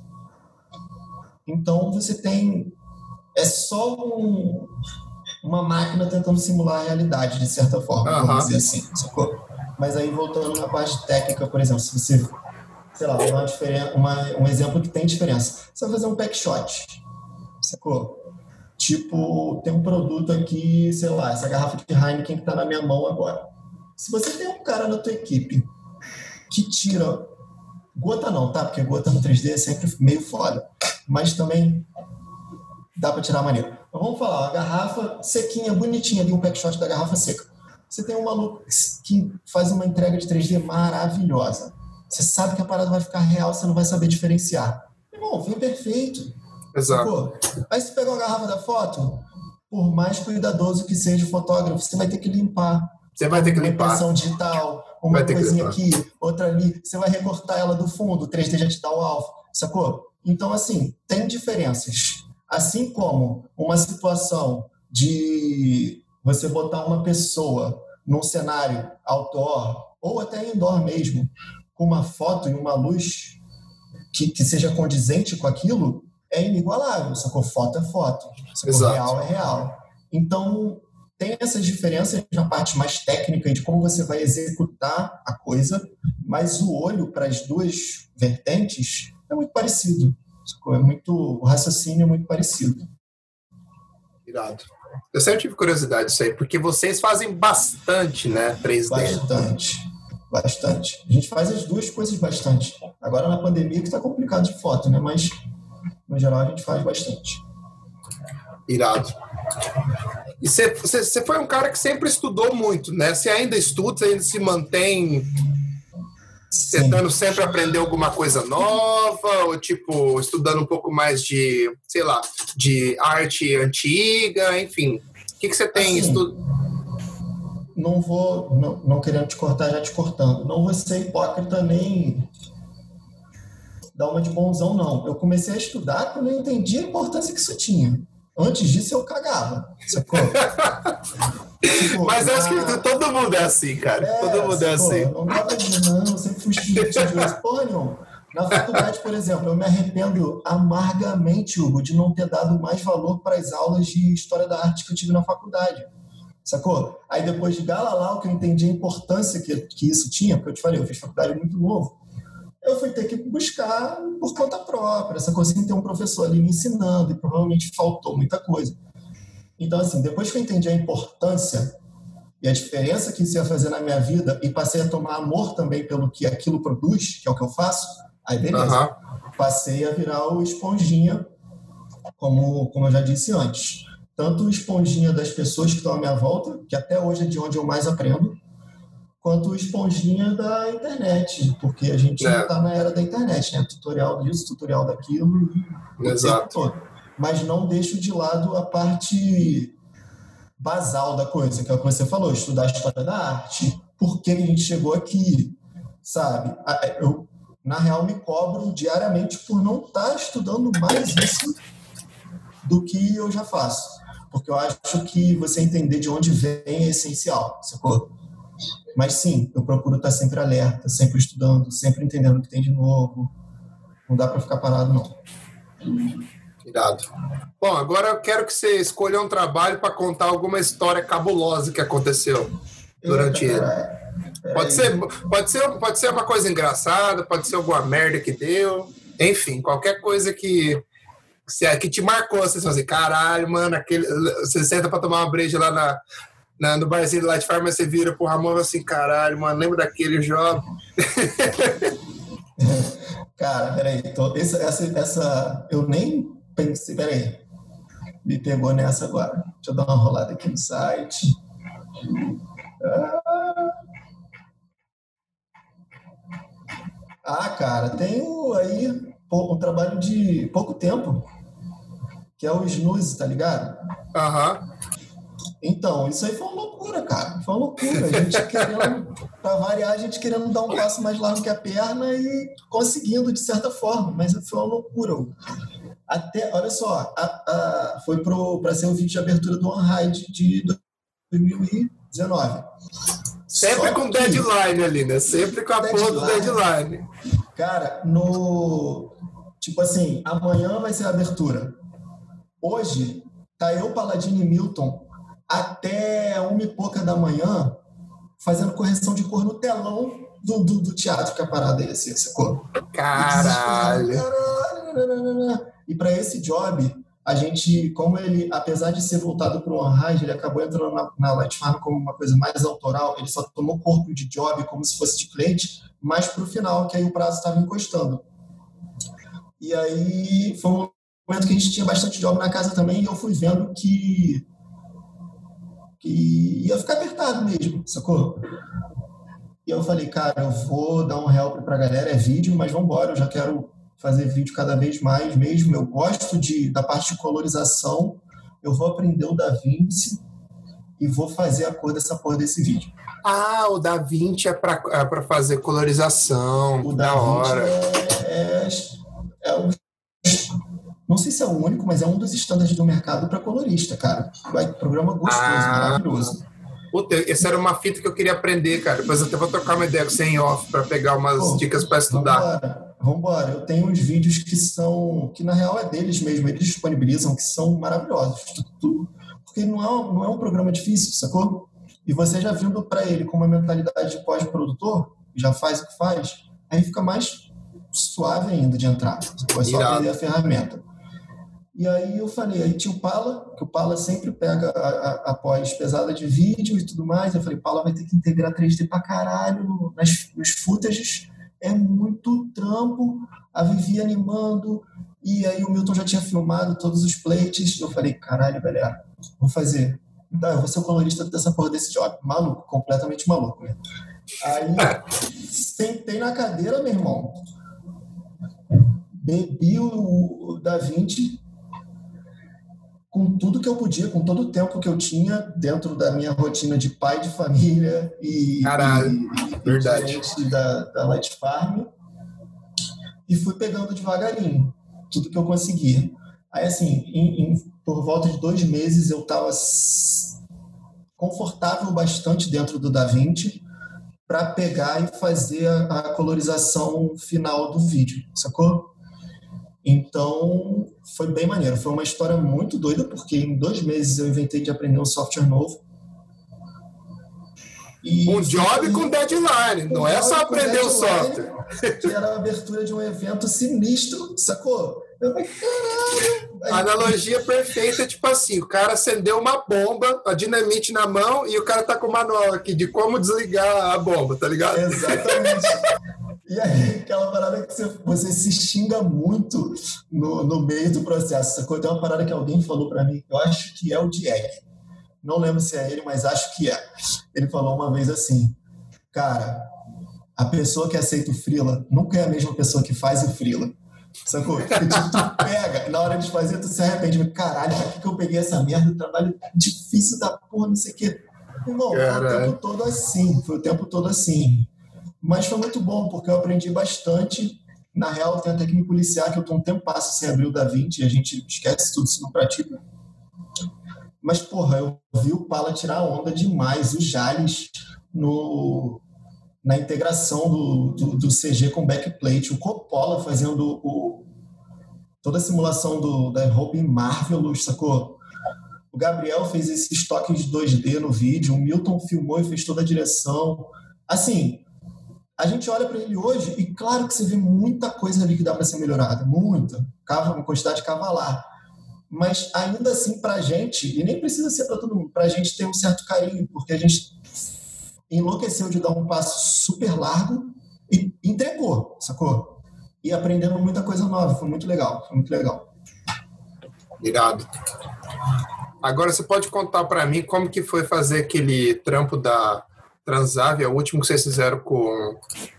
Então, você tem... É só um, uma máquina tentando simular a realidade, de certa forma, uh-huh. vamos dizer assim, sacou? Mas aí, voltando na parte técnica, por exemplo, se você... Sei lá, vou dar uma diferença, uma, um exemplo que tem diferença. Você vai fazer um pack shot, sacou? Tipo, tem um produto aqui, sei lá, essa garrafa de Heineken que tá na minha mão agora. Se você tem um cara na tua equipe que tira... Gota não, tá? Porque gota no três D é sempre meio foda. Mas também dá pra tirar maneiro. Então vamos falar, uma garrafa sequinha, bonitinha ali, um pack shot da garrafa seca. Você tem um maluco que faz uma entrega de três D maravilhosa. Você sabe que a parada vai ficar real, você não vai saber diferenciar. Irmão, vem perfeito. Exato. Sacou? Aí você pega uma garrafa da foto, por mais cuidadoso que seja o fotógrafo, você vai ter que limpar. Você vai ter que uma limpar. Uma impressão digital, uma coisinha aqui, outra ali. Você vai recortar ela do fundo, o três D já te dá o alfa, sacou? Então, assim, tem diferenças. Assim como uma situação de você botar uma pessoa num cenário outdoor, ou até indoor mesmo, com uma foto e uma luz que, que seja condizente com aquilo, é inigualável, sacou? Foto é foto, sacou? Exato. Real é real. Então, tem essas diferenças na parte mais técnica de como você vai executar a coisa, mas o olho para as duas vertentes é muito parecido, sacou? É muito, o raciocínio é muito parecido. Irado. Eu sempre tive curiosidade disso aí, porque vocês fazem bastante, né, três D? Bastante. Bastante. A gente faz as duas coisas bastante. Agora na pandemia que está complicado de foto, né? Mas, no geral, a gente faz bastante. Irado. E você foi um cara que sempre estudou muito, né? Você ainda estuda, você ainda se mantém Sim. tentando sempre aprender alguma coisa nova, ou tipo, estudando um pouco mais de, sei lá, de arte antiga, enfim. O que, que você tem assim, estudado? Não vou, não, não querendo te cortar, já te cortando. Não vou ser hipócrita nem dar uma de bonzão, não. Eu comecei a estudar quando eu entendi a importância que isso tinha. Antes disso, eu cagava. Sacou? Tipo, Mas na... acho que todo mundo é assim, cara. É, todo mundo é sacou? assim. Não dá pra dizer, não. Eu sempre fui estudioso. Porra nenhuma. Na faculdade, por exemplo, eu me arrependo amargamente, Hugo, de não ter dado mais valor para as aulas de História da Arte que eu tive na faculdade. Sacou? Aí depois de Galalau, que eu entendi a importância que, que isso tinha, porque eu te falei, eu fiz faculdade muito novo, eu fui ter que buscar por conta própria, essa coisa sem ter um professor ali me ensinando, e provavelmente faltou muita coisa. Então, assim, depois que eu entendi a importância e a diferença que isso ia fazer na minha vida, e passei a tomar amor também pelo que aquilo produz, que é o que eu faço, aí beleza. Uhum. Passei a virar o esponjinha, como, como eu já disse antes. Tanto o esponjinha das pessoas que estão à minha volta, que até hoje é de onde eu mais aprendo, quanto o esponjinha da internet, porque a gente é. está na era da internet, né? Tutorial disso, tutorial daquilo, Exato. Todo. Mas não deixo de lado a parte basal da coisa, que é o que você falou, estudar a história da arte, por que a gente chegou aqui, sabe? Eu, na real, me cobro diariamente por não estar estudando mais isso do que eu já faço. Porque eu acho que você entender de onde vem é essencial, sacou? Mas sim, eu procuro estar sempre alerta, sempre estudando, sempre entendendo o que tem de novo. Não dá para ficar parado, não. Irado. Bom, agora eu quero que você escolha um trabalho para contar alguma história cabulosa que aconteceu durante ele. Pode ser, pode ser, pode ser uma coisa engraçada, pode ser alguma merda que deu. Enfim, qualquer coisa que... que te marcou, você fala assim, caralho, mano, aquele, você senta pra tomar uma breja lá na, na, no barzinho do Light Farm, mas você vira pro Ramon e fala assim, caralho, mano, lembra daquele jogo? Cara, peraí, tô, essa, essa, essa, eu nem pensei, peraí, me pegou nessa agora. Deixa eu dar uma rolada aqui no site. Ah, cara, tenho aí um trabalho de pouco tempo, que é o Snooze, tá ligado? Aham. Uhum. Então, isso aí foi uma loucura. loucura, cara. Foi uma loucura. A gente querendo, pra variar, a gente querendo dar um passo mais largo que a perna e conseguindo, de certa forma. Mas foi uma loucura. Até, olha só, a, a, foi para ser o vídeo de abertura do Unhide de dois mil e dezenove. Sempre só com que, deadline ali, né? Sempre com a porra do deadline. Cara, no... Tipo assim, amanhã vai ser a abertura. Hoje, tá eu, Paladino e Milton, até uma e pouca da manhã, fazendo correção de cor no telão do, do, do teatro, que a parada ia ser, sacou? Caralho! E para esse job, a gente, como ele, apesar de ser voltado para o Unhide, ele acabou entrando na, na Light Farm como uma coisa mais autoral, ele só tomou corpo de job como se fosse de cliente, mas para o final, que aí o prazo estava encostando. E aí foi um momento que a gente tinha bastante job na casa também, e eu fui vendo que, que ia ficar apertado mesmo, sacou? E eu falei, cara, eu vou dar um help pra galera, é vídeo, mas vambora, eu já quero fazer vídeo cada vez mais mesmo, eu gosto de, da parte de colorização, eu vou aprender o DaVinci e vou fazer a cor dessa porra desse vídeo. Ah, o DaVinci é pra, é pra fazer colorização, o da hora. É, é, é um, não sei se é o único, mas é um dos estándares do mercado para colorista, cara. Vai, programa gostoso, ah, maravilhoso. Puta, essa era uma fita que eu queria aprender, cara. Depois eu até vou trocar uma ideia com você em off para pegar umas Pô, dicas para estudar. Vambora, vambora. Eu tenho uns vídeos que são, que na real é deles mesmo, eles disponibilizam, que são maravilhosos. Porque não é, não é um programa difícil, sacou? E você já vindo para ele com uma mentalidade de pós-produtor, já faz o que faz, aí fica mais suave ainda de entrar. É só aprender a ferramenta. E aí eu falei, aí tinha o Pala, que o Pala sempre pega a, a, a pós pesada de vídeo e tudo mais. Eu falei, Pala vai ter que integrar três D pra caralho no, nas, nos footages. É muito trampo. A Vivi animando. E aí o Milton já tinha filmado todos os plates. Eu falei, caralho, galera, vou fazer. Tá, eu vou ser o colorista dessa porra desse job. Maluco, completamente maluco, né? Aí sentei na cadeira, meu irmão. Bebi o, o DaVinci com tudo que eu podia, com todo o tempo que eu tinha dentro da minha rotina de pai de família e, Caralho, e, verdade. e da, da Light Farm, e fui pegando devagarinho tudo que eu conseguia. Aí, assim, em, em, por volta de dois meses eu estava confortável bastante dentro do DaVinci para pegar e fazer a, a colorização final do vídeo, sacou? Então, foi bem maneiro. Foi uma história muito doida, porque em dois meses eu inventei de aprender um software novo. E um job foi... com deadline, um não é só aprender o software. Que era a abertura de um evento sinistro, sacou? Eu falei, caralho! A analogia perfeita é tipo assim, o cara acendeu uma bomba, a dinamite na mão, e o cara tá com o manual aqui de como desligar a bomba, tá ligado? Exatamente. E aí, aquela parada que você, você se xinga muito no, no meio do processo. Sacou? Tem uma parada que alguém falou pra mim, eu acho que é o Diego. Não lembro se é ele, mas acho que é. Ele falou uma vez assim, cara, a pessoa que aceita o freela nunca é a mesma pessoa que faz o freela. Sacou? Porque, tipo, tu pega, na hora de fazer, tu se arrepende. Caralho, pra que, que eu peguei essa merda? Trabalho difícil da porra, não sei o quê. Irmão, foi o tempo todo assim. Foi o tempo todo assim. Mas foi muito bom, porque eu aprendi bastante. Na real, eu tenho até que me policiar, que eu tô um tempo passo sem abrir o DaVinci, e a gente esquece tudo se não pratica. Mas, porra, eu vi o Pala tirar onda demais, o Jales no, na integração do, do, do C G com backplate, o Coppola fazendo o, toda a simulação do, da Robin Marvelous, sacou? O Gabriel fez esses toques de dois D no vídeo, o Milton filmou e fez toda a direção. Assim... A gente olha para ele hoje e claro que você vê muita coisa ali que dá para ser melhorada, muita, uma quantidade cavalar. Mas ainda assim, para a gente, e nem precisa ser para todo mundo, para a gente ter um certo carinho, porque a gente enlouqueceu de dar um passo super largo e entregou, sacou? E aprendendo muita coisa nova, foi muito legal, foi muito legal. Irado. Agora você pode contar para mim como que foi fazer aquele trampo da Transave, é o último que vocês fizeram com...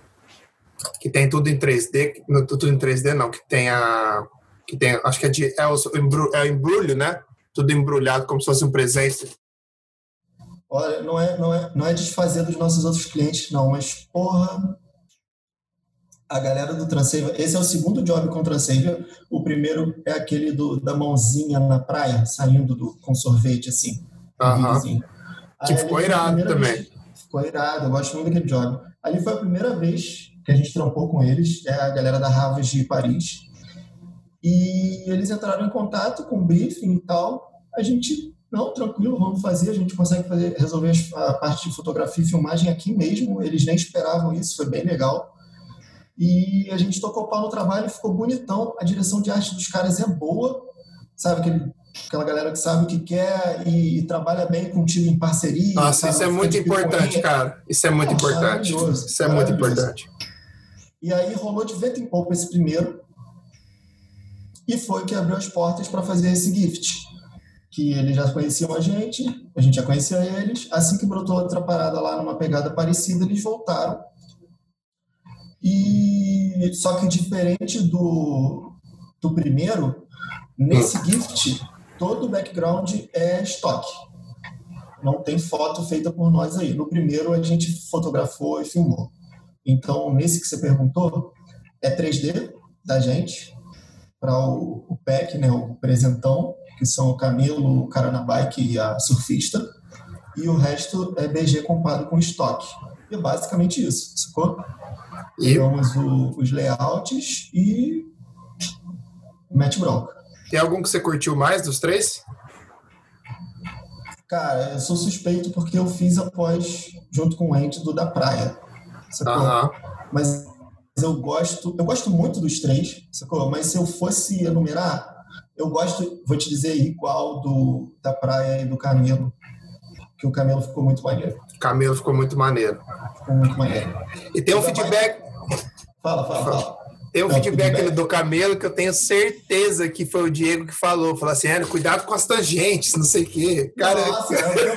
que tem tudo em três D, não, tudo em três D não, que tem a... que tem, acho que é de... é o embrulho, é o embrulho, né? Tudo embrulhado como se fosse um presente. Olha, não é, não é, não é desfazer dos nossos outros clientes, não, mas, porra, a galera do Transavia, esse é o segundo job com o Transavia, o primeiro é aquele do, da mãozinha na praia, saindo do, com sorvete, assim. Uh-huh. Que ficou irado também. Vez, ficou irado, eu gosto muito daquele job. Ali foi a primeira vez que a gente trampou com eles, é a galera da Havas de Paris, e eles entraram em contato com o briefing e tal, a gente... Não, tranquilo, vamos fazer, a gente consegue fazer, resolver a parte de fotografia e filmagem aqui mesmo, eles nem esperavam isso, foi bem legal. E a gente tocou pau no trabalho, ficou bonitão, a direção de arte dos caras é boa, sabe, aquele, aquela galera que sabe o que quer e, e trabalha bem contigo em parceria. Nossa, sabe, isso é muito importante, cara, isso é muito é, importante, isso é muito importante. E aí rolou de vento em pouco esse primeiro, e foi o que abriu as portas para fazer esse gift. Que eles já conheciam a gente, a gente já conhecia eles. Assim que brotou outra parada lá numa pegada parecida, eles voltaram. E só que diferente do, do primeiro, nesse gift, todo o background é estoque. Não tem foto feita por nós aí. No primeiro, a gente fotografou e filmou. Então, nesse que você perguntou, é três D da gente, para o, o pack, né, o presentão, que são o camelo, o cara na bike e a surfista, e o resto é B G comprado com estoque. E é basicamente isso, sacou? E... Temos o, os layouts e mete bronca. Tem algum que você curtiu mais dos três? Cara, eu sou suspeito porque eu fiz após, junto com o Andy, do da praia, sacou? Uh-huh. Mas eu gosto, eu gosto muito dos três, sacou? Mas se eu fosse enumerar, eu gosto, vou te dizer, igual do, da praia e do camelo, que o camelo ficou muito maneiro. O camelo ficou muito maneiro. Ficou muito maneiro. E tem um feedback... Mais... Fala, fala, fala. Tem um Não, feedback, feedback do camelo que eu tenho certeza que foi o Diego que falou. Falou assim, ah, cuidado com as tangentes, não sei o quê. Cara, Nossa, é o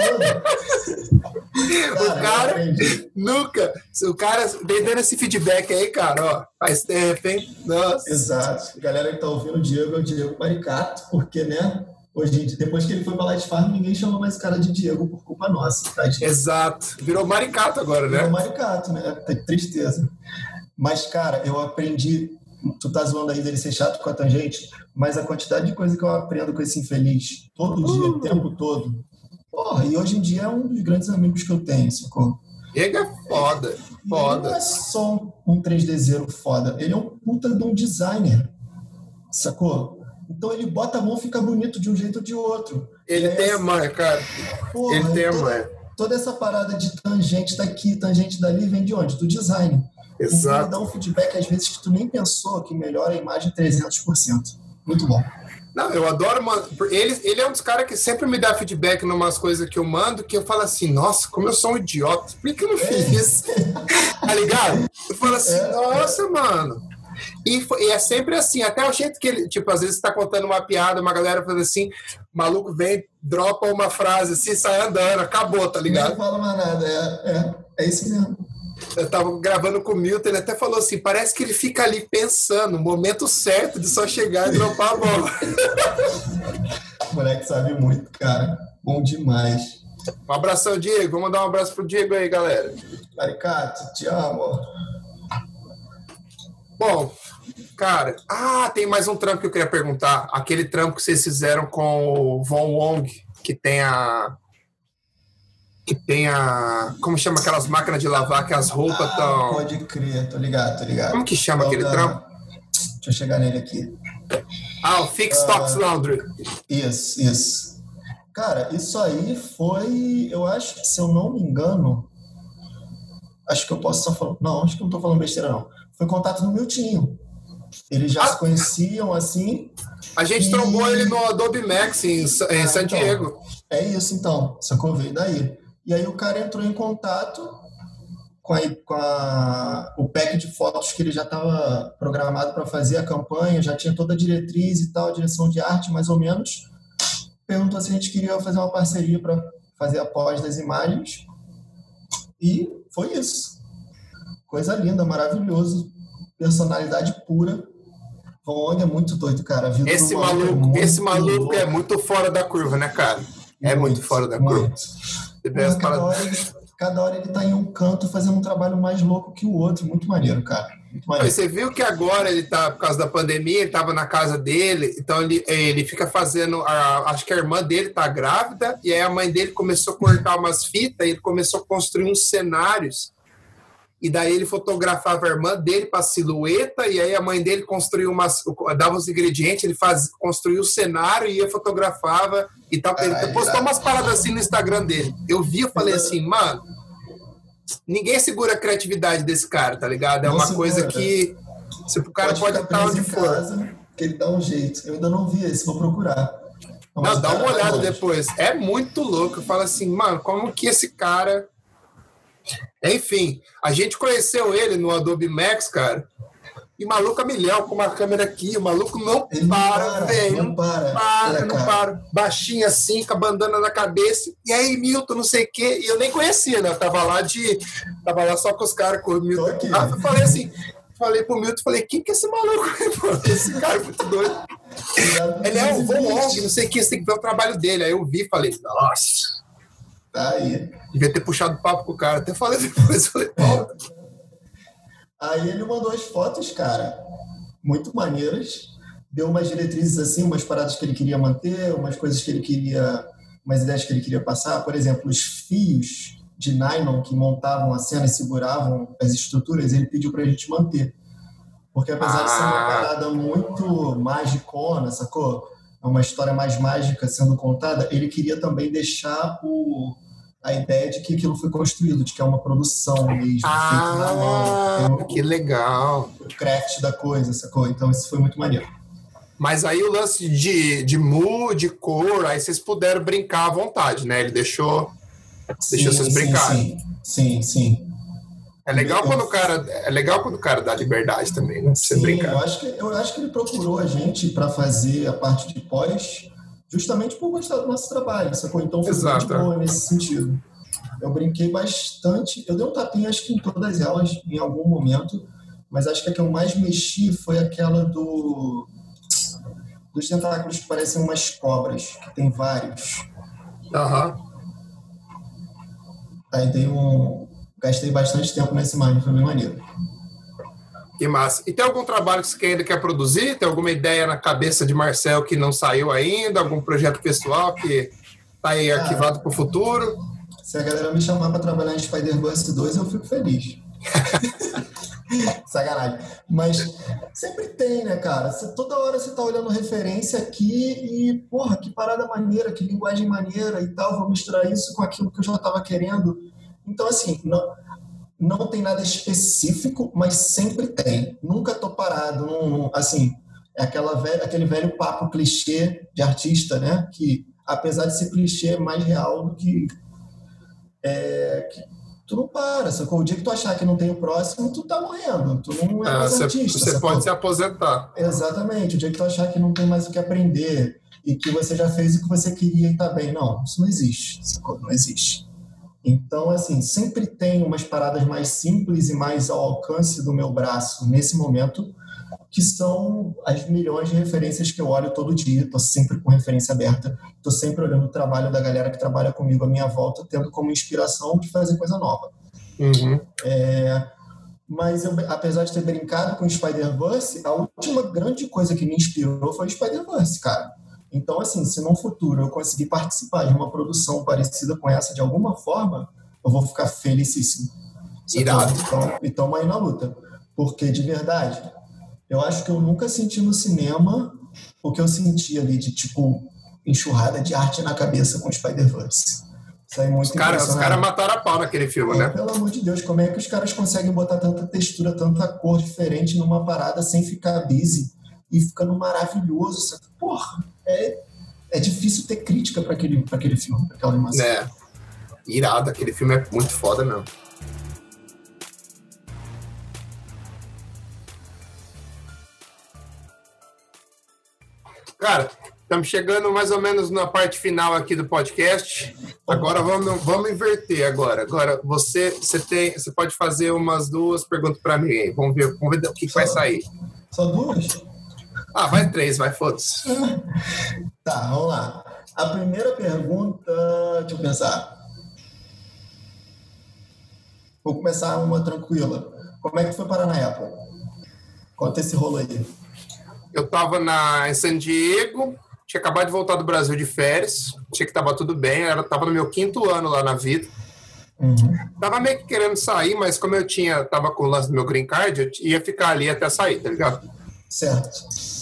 o cara nunca... O cara vem dando esse feedback aí, cara, ó. Faz tempo, hein? Nossa. Exato. A galera que tá ouvindo o Diego é o Diego Maricato, porque, né? Hoje, depois que ele foi pra Light Farm, ninguém chamou mais o cara de Diego por culpa nossa. Tá, exato. Virou Maricato agora, né? Virou Maricato, né? Tristeza. Mas, cara, eu aprendi... Tu tá zoando aí dele ser chato com a tangente, mas a quantidade de coisa que eu aprendo com esse infeliz todo dia, uh. o tempo todo... Porra, e hoje em dia é um dos grandes amigos que eu tenho, sacou? Ele é foda, e foda. Ele não é só um três D zero foda, ele é um puta de um designer, sacou? Então ele bota a mão e fica bonito de um jeito ou de outro. Ele tem essa... a mãe, cara. Porra, ele tem a mãe. Toda essa parada de tangente daqui, tangente dali, vem de onde? Do design. Exato. Ele dá um feedback, às vezes, que tu nem pensou, que melhora a imagem trezentos por cento. Muito bom. Não, eu adoro, mano. Ele, ele é um dos caras que sempre me dá feedback em umas coisas que eu mando, que eu falo assim, nossa, como eu sou um idiota. Por que eu não fiz isso? Tá ligado? Eu falo assim, é, nossa, é. mano. E, e é sempre assim, até o jeito que ele, tipo, às vezes tá contando uma piada, uma galera faz assim, o maluco vem, dropa uma frase assim, sai andando, acabou, tá ligado? Não fala mais nada, é, é, é isso mesmo. Eu tava gravando com o Milton, ele até falou assim, parece que ele fica ali pensando, o momento certo de só chegar e dropar a bola. O moleque sabe muito, cara. Bom demais. Um abração, Diego. Vamos mandar um abraço pro Diego aí, galera. Maricato, te amo. Bom, cara... Ah, tem mais um trampo que eu queria perguntar. Aquele trampo que vocês fizeram com o Von Wong, que tem a... Que tem a... Como chama aquelas máquinas de lavar que as roupas estão... Ah, pode crer, tô ligado, tô ligado. Como que chama aquele trampo? Deixa eu chegar nele aqui. Ah, o Fix Stocks uh, Laundry. Isso, isso. Cara, isso aí foi... Eu acho que, se eu não me engano... Acho que eu posso só falar... Não, acho que eu não tô falando besteira, não. Foi contato no Miltinho. Eles já ah, se conheciam, assim... A gente e... trombou ele no Adobe Max em, em ah, San Diego. Então, é isso, então. Sacou? Veio daí. E aí o cara entrou em contato com, a, com a, o pack de fotos que ele já estava programado para fazer a campanha, já tinha toda a diretriz e tal, a direção de arte, mais ou menos. Perguntou se a gente queria fazer uma parceria para fazer a pós das imagens. E foi isso. Coisa linda, maravilhoso. Personalidade pura. Von é muito doido, cara. Esse maluco, é esse maluco é muito fora da curva, né, cara? É muito, muito fora da muito. curva. Porra, cada, hora ele, cada hora ele tá em um canto fazendo um trabalho mais louco que o outro. Muito maneiro, cara. Muito maneiro. Você viu que agora ele tá, por causa da pandemia, ele tava na casa dele, então ele, ele fica fazendo, a, acho que a irmã dele tá grávida, e aí a mãe dele começou a cortar umas fitas, e ele começou a construir uns cenários, e daí ele fotografava a irmã dele para silhueta, e aí a mãe dele construiu umas, dava os ingredientes, ele faz, construiu o cenário e ia fotografava e tal. Ele Ai, postou umas paradas assim no Instagram dele. Eu vi, eu falei assim, mano, ninguém segura a criatividade desse cara, tá ligado? É não uma segura, coisa que se o cara pode estar onde for. Casa, que ele dá um jeito. Eu ainda não vi esse, vou procurar. Não, dá uma olhada depois. É muito louco. Eu falo assim, mano, como que esse cara... Enfim, a gente conheceu ele no Adobe Max, cara, e maluco a milhão, com uma câmera aqui, o maluco não ele para, para velho, não para, não para, é, não para, baixinho assim, com a bandana na cabeça, e aí Milton, não sei o quê, e eu nem conhecia, né, eu tava lá de, tava lá só com os caras, com o Milton, aqui. Ah, eu falei assim, falei pro Milton, falei, quem que é esse maluco? Esse cara é muito doido. Ele é o Von Long, não sei o que, você tem que ver o trabalho dele, aí eu vi, falei, nossa... Tá aí. Devia ter puxado papo com o cara. Até falei depois. Falei, volta. Aí ele mandou as fotos, cara, muito maneiras. Deu umas diretrizes assim, umas paradas que ele queria manter, umas coisas que ele queria, umas ideias que ele queria passar. Por exemplo, os fios de nylon que montavam a cena e seguravam as estruturas, ele pediu pra gente manter. Porque apesar ah. de ser uma parada muito magicona, sacou? É uma história mais mágica sendo contada, ele queria também deixar o... a ideia de que aquilo foi construído, de que é uma produção mesmo, ah, feita na mão. O, que legal. O craft da coisa, sacou? Então isso foi muito maneiro. Mas aí o lance de, de mood, de cor, aí vocês puderam brincar à vontade, né? Ele deixou, sim, deixou vocês sim, brincarem. Sim, sim, sim. É legal, eu, quando o cara, é legal quando o cara dá liberdade também, né? Pra você sim, brincar. Eu acho, que, eu acho que ele procurou a gente para fazer a parte de pós justamente por gostar do nosso trabalho, sacou? Então foi muito boa nesse sentido. Eu brinquei bastante, eu dei um tapinha acho que em todas elas em algum momento, mas acho que a que eu mais mexi foi aquela do dos tentáculos que parecem umas cobras, que tem vários. Aham. Uhum. Aí dei um... Gastei bastante tempo nesse mime, foi bem maneiro. Que massa. E tem algum trabalho que você ainda quer produzir? Tem alguma ideia na cabeça de Marcel que não saiu ainda? Algum projeto pessoal que tá aí ah, arquivado para o futuro? Se a galera me chamar para trabalhar em Spider-Verse dois, eu fico feliz. Sacanagem. Mas sempre tem, né, cara? Você, toda hora você tá olhando referência aqui e, porra, que parada maneira, que linguagem maneira e tal, vou misturar isso com aquilo que eu já tava querendo. Então, assim, não, não tem nada específico, mas sempre tem. Nunca tô parado. Não, assim, é aquela velha, aquele velho papo clichê de artista, né? Que, apesar de ser clichê, é mais real do que... É, que tu não para, sacou? O dia que tu achar que não tem o próximo, tu tá morrendo. Tu não é ah, mais cê, artista. Você sacou? pode se aposentar. Exatamente. O dia que tu achar que não tem mais o que aprender e que você já fez o que você queria e tá bem. Não, isso não existe, sacou? Não existe. Então, assim, sempre tem umas paradas mais simples e mais ao alcance do meu braço nesse momento, que são as milhões de referências que eu olho todo dia. Estou sempre com referência aberta, estou sempre olhando o trabalho da galera que trabalha comigo à minha volta, tendo como inspiração de fazer coisa nova. Uhum. É, mas, eu, apesar de ter brincado com o Spider-Verse, a última grande coisa que me inspirou foi o Spider-Verse, cara. Então, assim, se no futuro eu conseguir participar de uma produção parecida com essa de alguma forma, eu vou ficar felicíssimo. Irado. Então, então aí na luta. Porque, de verdade, eu acho que eu nunca senti no cinema o que eu senti ali de, tipo, enxurrada de arte na cabeça com o Spider-Verse. Isso aí é muito impressionante. Os caras mataram a pau naquele filme, Pô, né? Pelo amor de Deus, como é que os caras conseguem botar tanta textura, tanta cor diferente numa parada sem ficar busy e ficando maravilhoso? Sabe? Porra, é, é difícil ter crítica para aquele, pra aquele filme, pra aquela animação. É, irado, aquele filme é muito foda mesmo. Cara, estamos chegando mais ou menos na parte final aqui do podcast. Agora vamos, vamos inverter agora. Agora você, você, tem, você pode fazer umas duas perguntas para mim. Vamos ver, vamos ver o que, que vai sair. Só duas? Ah, vai três, vai, foda-se. Tá, vamos lá. A primeira pergunta, deixa eu pensar. vou começar uma tranquila. Como é que foi parar na Apple? Conta esse rolo aí. Eu tava na, em San Diego, tinha acabado de voltar do Brasil de férias, achei que tava tudo bem, eu tava no meu quinto ano lá na vida. Uhum. Tava meio que querendo sair, mas como eu tinha, tava com o lance do meu green card, eu ia ficar ali até sair, tá ligado? Certo.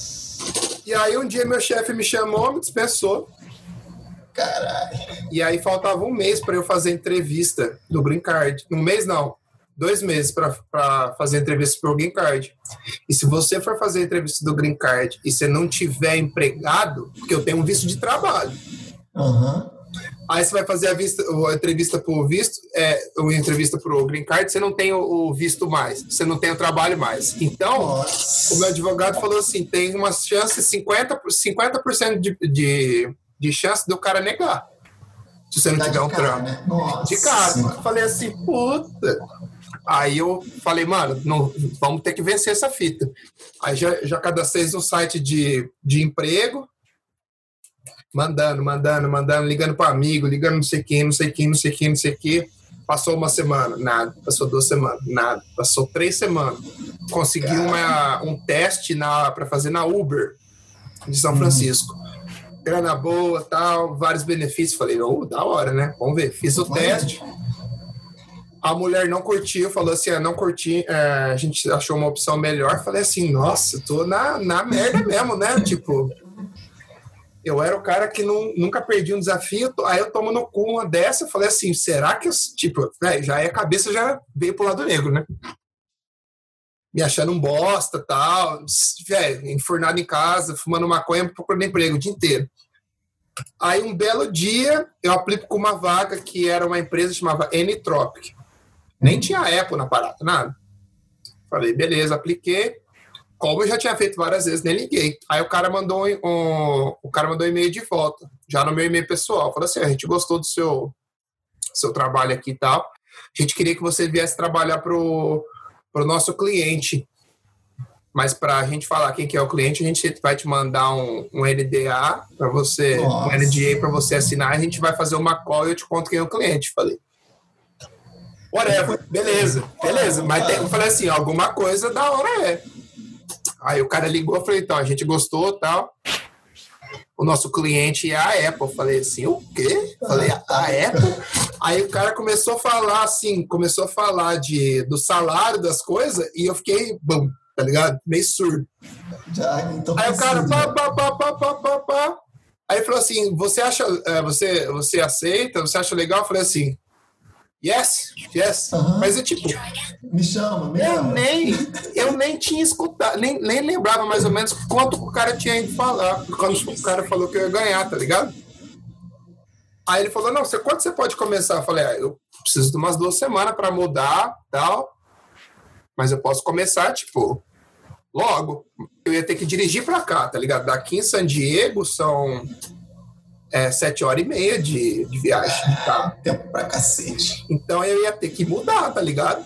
E aí um dia meu chefe me chamou, me dispensou. Caralho. E aí faltava um mês para eu fazer entrevista do green card. Um mês não, dois meses para fazer entrevista pro green card. E se você for fazer entrevista do green card e você não tiver empregado, porque eu tenho um visto de trabalho. Aham. Uhum. Aí você vai fazer a, vista, a entrevista pro visto, é, a entrevista pro green card, você não tem o, o visto mais, você não tem o trabalho mais. Então, Nossa. O meu advogado falou assim, tem uma chance, cinquenta por cento de, de, de chance do cara negar, se você não Tá tiver um cara, trampo. Né? Nossa. De cara. Eu falei assim, puta. Aí eu falei, mano, não, vamos ter que vencer essa fita. Aí já, já cadastrei no site de, de emprego, mandando, mandando, mandando, ligando para amigo, ligando não sei quem, não sei quem, não sei quem, não sei quem. Passou uma semana, nada. Passou duas semanas, nada. Passou três semanas. Consegui uma, um teste para fazer na Uber de São Francisco. Hum. Grana boa, tal, vários benefícios. Falei, oh, da hora, né? Vamos ver. Fiz o teste. A mulher não curtiu, falou assim, ah, não curti, é, a gente achou uma opção melhor. Falei assim, nossa, tô na, na merda mesmo, né? Tipo... Eu era o cara que não, nunca perdi um desafio, aí eu tomo no cu uma dessa, eu falei assim, será que, eu, tipo, véio, já é a cabeça já veio pro lado negro, né? Me achando um bosta, tal, velho, enfurnado em casa, fumando maconha, procurando emprego o dia inteiro. Aí um belo dia, eu aplico com uma vaga que era uma empresa que chamava N-Tropic. Nem tinha Apple na parada, nada. Falei, beleza, apliquei. Como eu já tinha feito várias vezes, nem liguei. Aí o cara mandou um, um, o cara mandou um e-mail de volta, já no meu e-mail pessoal. Falou assim, a gente gostou do seu, seu trabalho aqui e tal. A gente queria que você viesse trabalhar pro, pro nosso cliente. Mas para a gente falar quem que é o cliente, a gente vai te mandar um, um N D A para você, Nossa. um N D A para você assinar. A gente vai fazer uma call e eu te conto quem é o cliente. Falei, whatever, beleza, beleza. Mas tem, eu falei assim, alguma coisa da hora é. Aí o cara ligou, eu falei, então, a gente gostou e tal. O nosso cliente é a Apple. Eu falei assim, o quê? Eu falei, a Apple? Aí o cara começou a falar assim, começou a falar de, do salário, das coisas, e eu fiquei, bum, tá ligado? Meio surdo. Já, então aí o cara, pá, pá, pá, pá, pá, pá, pá. Aí ele falou assim, você acha, você, você aceita? Você acha legal? Eu falei assim, yes, yes. Uhum. Mas é tipo... Me chama, me eu chama. Nem, eu nem tinha escutado, nem, nem lembrava mais ou menos quanto o cara tinha ido falar, quando o cara falou que eu ia ganhar, tá ligado? Aí ele falou, não, você, quando você pode começar? Eu falei, ah, eu preciso de umas duas semanas pra mudar e tal, mas eu posso começar, tipo, logo. Eu ia ter que dirigir pra cá, tá ligado? Daqui em San Diego são... É, sete horas e meia de, de viagem. Tá? Tempo pra cacete. Então eu ia ter que mudar, tá ligado?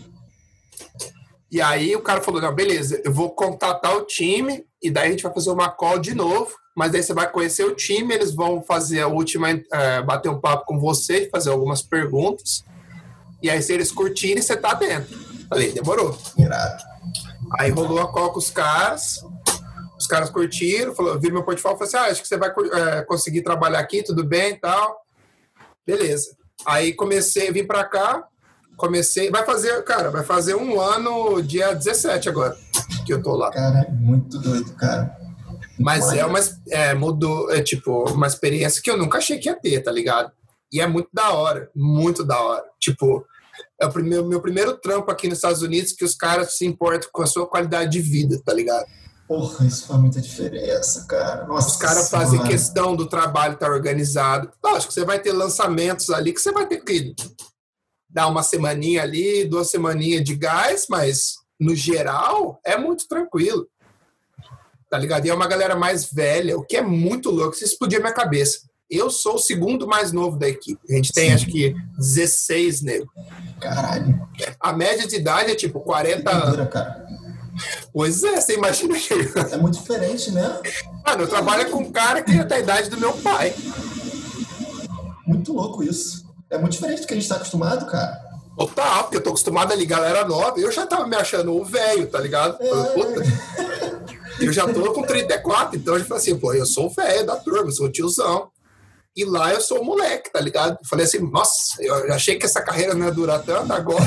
E aí o cara falou, não, beleza, eu vou contatar o time e daí a gente vai fazer uma call de novo, mas daí você vai conhecer o time, eles vão fazer a última, é, bater um papo com você, fazer algumas perguntas, e aí se eles curtirem, você tá dentro. Falei, demorou. Irado. Aí rolou a call com os caras... Os caras curtiram, falou, viram meu portfólio, falou assim, ah, acho que você vai é, conseguir trabalhar aqui, tudo bem e tal. Beleza. Aí comecei, vim pra cá, comecei, vai fazer, cara, vai fazer um ano, dia dezessete agora, que eu tô lá. Cara, muito doido, cara. Mas é uma, é, mudou, é tipo, uma experiência que eu nunca achei que ia ter, tá ligado? E é muito da hora, muito da hora. Tipo, é o primeiro, meu primeiro trampo aqui nos Estados Unidos que os caras se importam com a sua qualidade de vida, tá ligado? Porra, isso faz muita diferença, cara. Nossa, os caras fazem questão do trabalho estar organizado. Lógico que você vai ter lançamentos ali que você vai ter que dar uma semaninha ali, duas semaninhas de gás, mas no geral é muito tranquilo. Tá ligado? E é uma galera mais velha, o que é muito louco. Isso explodiu a minha cabeça. Eu sou o segundo mais novo da equipe. A gente tem, Sim. acho que, dezesseis negros. Caralho. A média de idade é tipo quarenta anos. Cara. Pois é, você imagina que... É muito diferente, né? Mano, eu trabalho com um cara que tem a idade do meu pai. Muito louco isso. É muito diferente do que a gente tá acostumado, cara. Total, porque eu tô acostumado ali, galera nova, eu já tava me achando o velho, tá ligado? Eu já tô com trinta e quatro, então eu já falei assim, pô, eu sou o velho da turma, eu sou o tiozão. E lá eu sou o moleque, tá ligado? Eu falei assim, nossa, eu achei que essa carreira não ia durar tanto agora.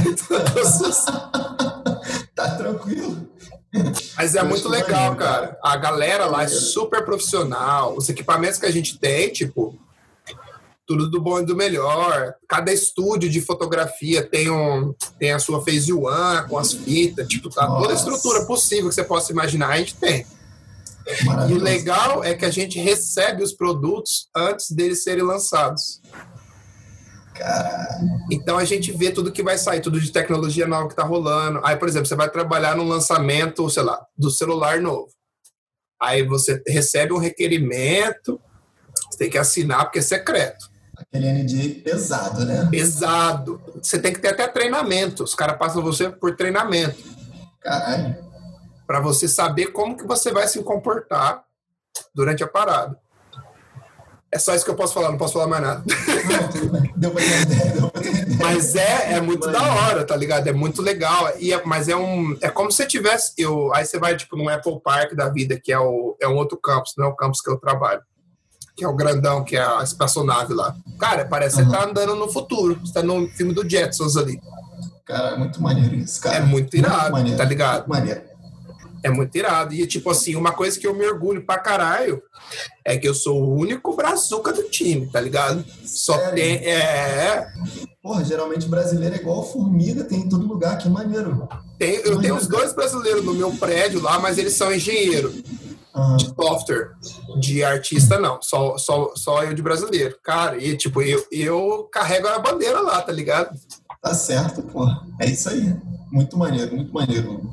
Tá tranquilo. Mas é muito legal, cara. A galera lá é super profissional. Os equipamentos que a gente tem, tipo, tudo do bom e do melhor. Cada estúdio de fotografia tem, um, tem a sua Phase One com as fitas, tipo, tá, toda a estrutura possível que você possa imaginar, a gente tem. E o legal é que a gente recebe os produtos antes deles serem lançados. Caralho. Então a gente vê tudo que vai sair, tudo de tecnologia nova que tá rolando. Aí, por exemplo, você vai trabalhar no lançamento, sei lá, do celular novo. Aí você recebe um requerimento, você tem que assinar porque é secreto. Aquele N D pesado, né? Pesado. Você tem que ter até treinamento. Os caras passam você por treinamento. Caralho. Para você saber como que você vai se comportar durante a parada. É só isso que eu posso falar, não posso falar mais nada. Não, deu pra entender, deu pra entender. Mas é, é muito da hora, tá ligado? É muito legal. E é, mas é um. É como se você tivesse. Eu, aí você vai, tipo, no Apple Park da vida, que é, o, é um outro campus, não é o campus que eu trabalho. Que é o grandão, que é a espaçonave lá. Cara, parece que uhum. você tá andando no futuro. Você tá no filme do Jetsons ali. Cara, é muito maneiro isso, cara. É muito irado, muito tá ligado? Muito maneiro. É muito irado. E, tipo assim, uma coisa que eu me orgulho pra caralho é que eu sou o único brazuca do time, tá ligado? Só Sério? tem... É... Porra, geralmente brasileiro é igual formiga, tem em todo lugar, que maneiro. Tem, eu maneiro, tenho os dois brasileiros no meu prédio lá, mas eles são engenheiros uhum. de software. De artista, não. Só, só, só eu de brasileiro. Cara, e, tipo, eu, eu carrego a bandeira lá, tá ligado? Tá certo, porra. É isso aí. Muito maneiro, muito maneiro.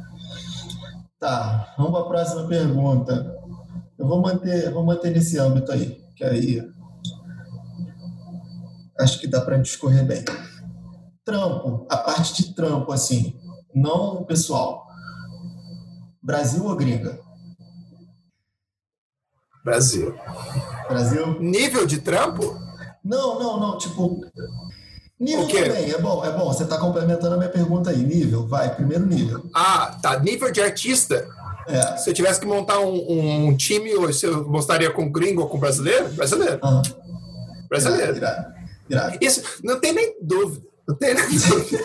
Tá, vamos para a próxima pergunta. Eu vou manter, vou manter nesse âmbito aí, que aí acho que dá para discorrer bem. Trampo, a parte de trampo, assim, não o pessoal. Brasil ou gringa? Brasil. Brasil? Nível de trampo? Não, não, não, tipo... Nível o quê? Também, é bom, é bom. Você está complementando a minha pergunta aí. Nível, vai, primeiro nível. Ah, tá. Nível de artista? É. Se eu tivesse que montar um, um time hoje, você mostraria com gringo ou com brasileiro? Brasileiro. Uhum. Brasileiro. Irado, irado. Isso, não tem nem dúvida. Não tem nem dúvida.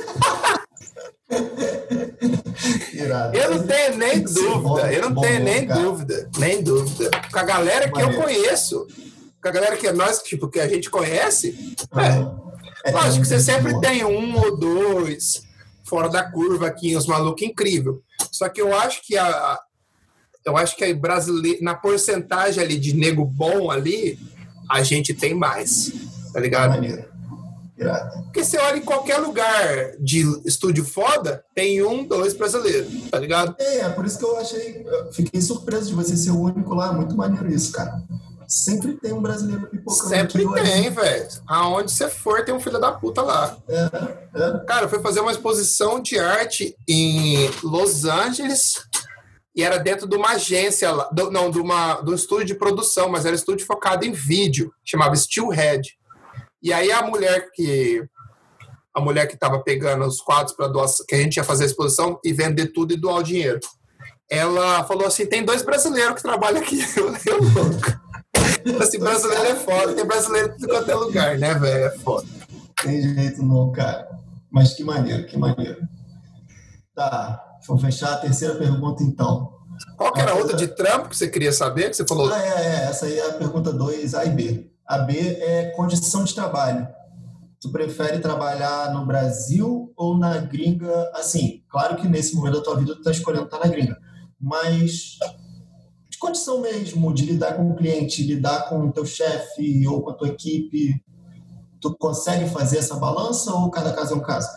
Irado. Eu não tenho nem dúvida. Bom, eu não bom, tenho bom, nem cara. dúvida. Nem dúvida. Com a galera que Maneiro. eu conheço, com a galera que é nós, tipo, que a gente conhece, uhum. é. É, Lógico que você sempre boa. tem um ou dois fora da curva aqui, uns malucos incríveis. Só que eu acho que a, eu acho que a brasileira, na porcentagem ali de nego bom ali, a gente tem mais, tá ligado? Maneiro. Irado. Porque você olha em qualquer lugar de estúdio foda, tem um, dois brasileiros, tá ligado? É, é por isso que eu achei, eu fiquei surpreso de você ser o único lá, muito maneiro isso, cara. Sempre tem um brasileiro pipocando. Sempre tem, velho. Aonde você for, tem um filho da puta lá. É, é. Cara, eu fui fazer uma exposição de arte em Los Angeles e era dentro de uma agência lá. Do, não, de, uma, de um estúdio de produção, mas era um estúdio focado em vídeo. Chamava Steelhead. E aí a mulher que... A mulher que estava pegando os quadros para doação, que a gente ia fazer a exposição e vender tudo e doar o dinheiro. Ela falou assim, tem dois brasileiros que trabalham aqui. Eu falei, louco. Assim, brasileiro é foda, tem brasileiro em qualquer lugar, né, velho? É foda. Tem jeito não, cara. Mas que maneiro, que maneiro. Tá, vou fechar a terceira pergunta então. Qual que era a outra de trampo que você queria saber? Que você falou? Ah, é, é, essa aí é a pergunta dois, A e B. A B é condição de trabalho. Tu prefere trabalhar no Brasil ou na gringa? Assim, claro que nesse momento da tua vida tu tá escolhendo estar na gringa, mas... de condição mesmo, de lidar com o cliente, lidar com o teu chefe ou com a tua equipe, tu consegue fazer essa balança ou cada caso é um caso?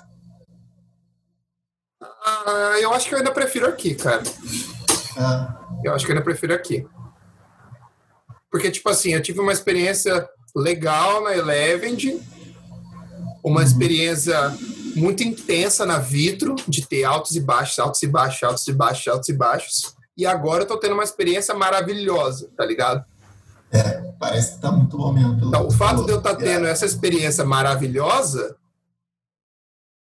Ah, eu acho que eu ainda prefiro aqui, cara. É. Eu acho que eu ainda prefiro aqui. Porque, tipo assim, eu tive uma experiência legal na Eleven, uma uhum. experiência muito intensa na Vitro, de ter altos e baixos, altos e baixos, altos e baixos, altos e baixos. E agora eu tô tendo uma experiência maravilhosa, tá ligado? É, parece que tá muito bom mesmo. Então, o fato de eu estar tá tendo essa experiência maravilhosa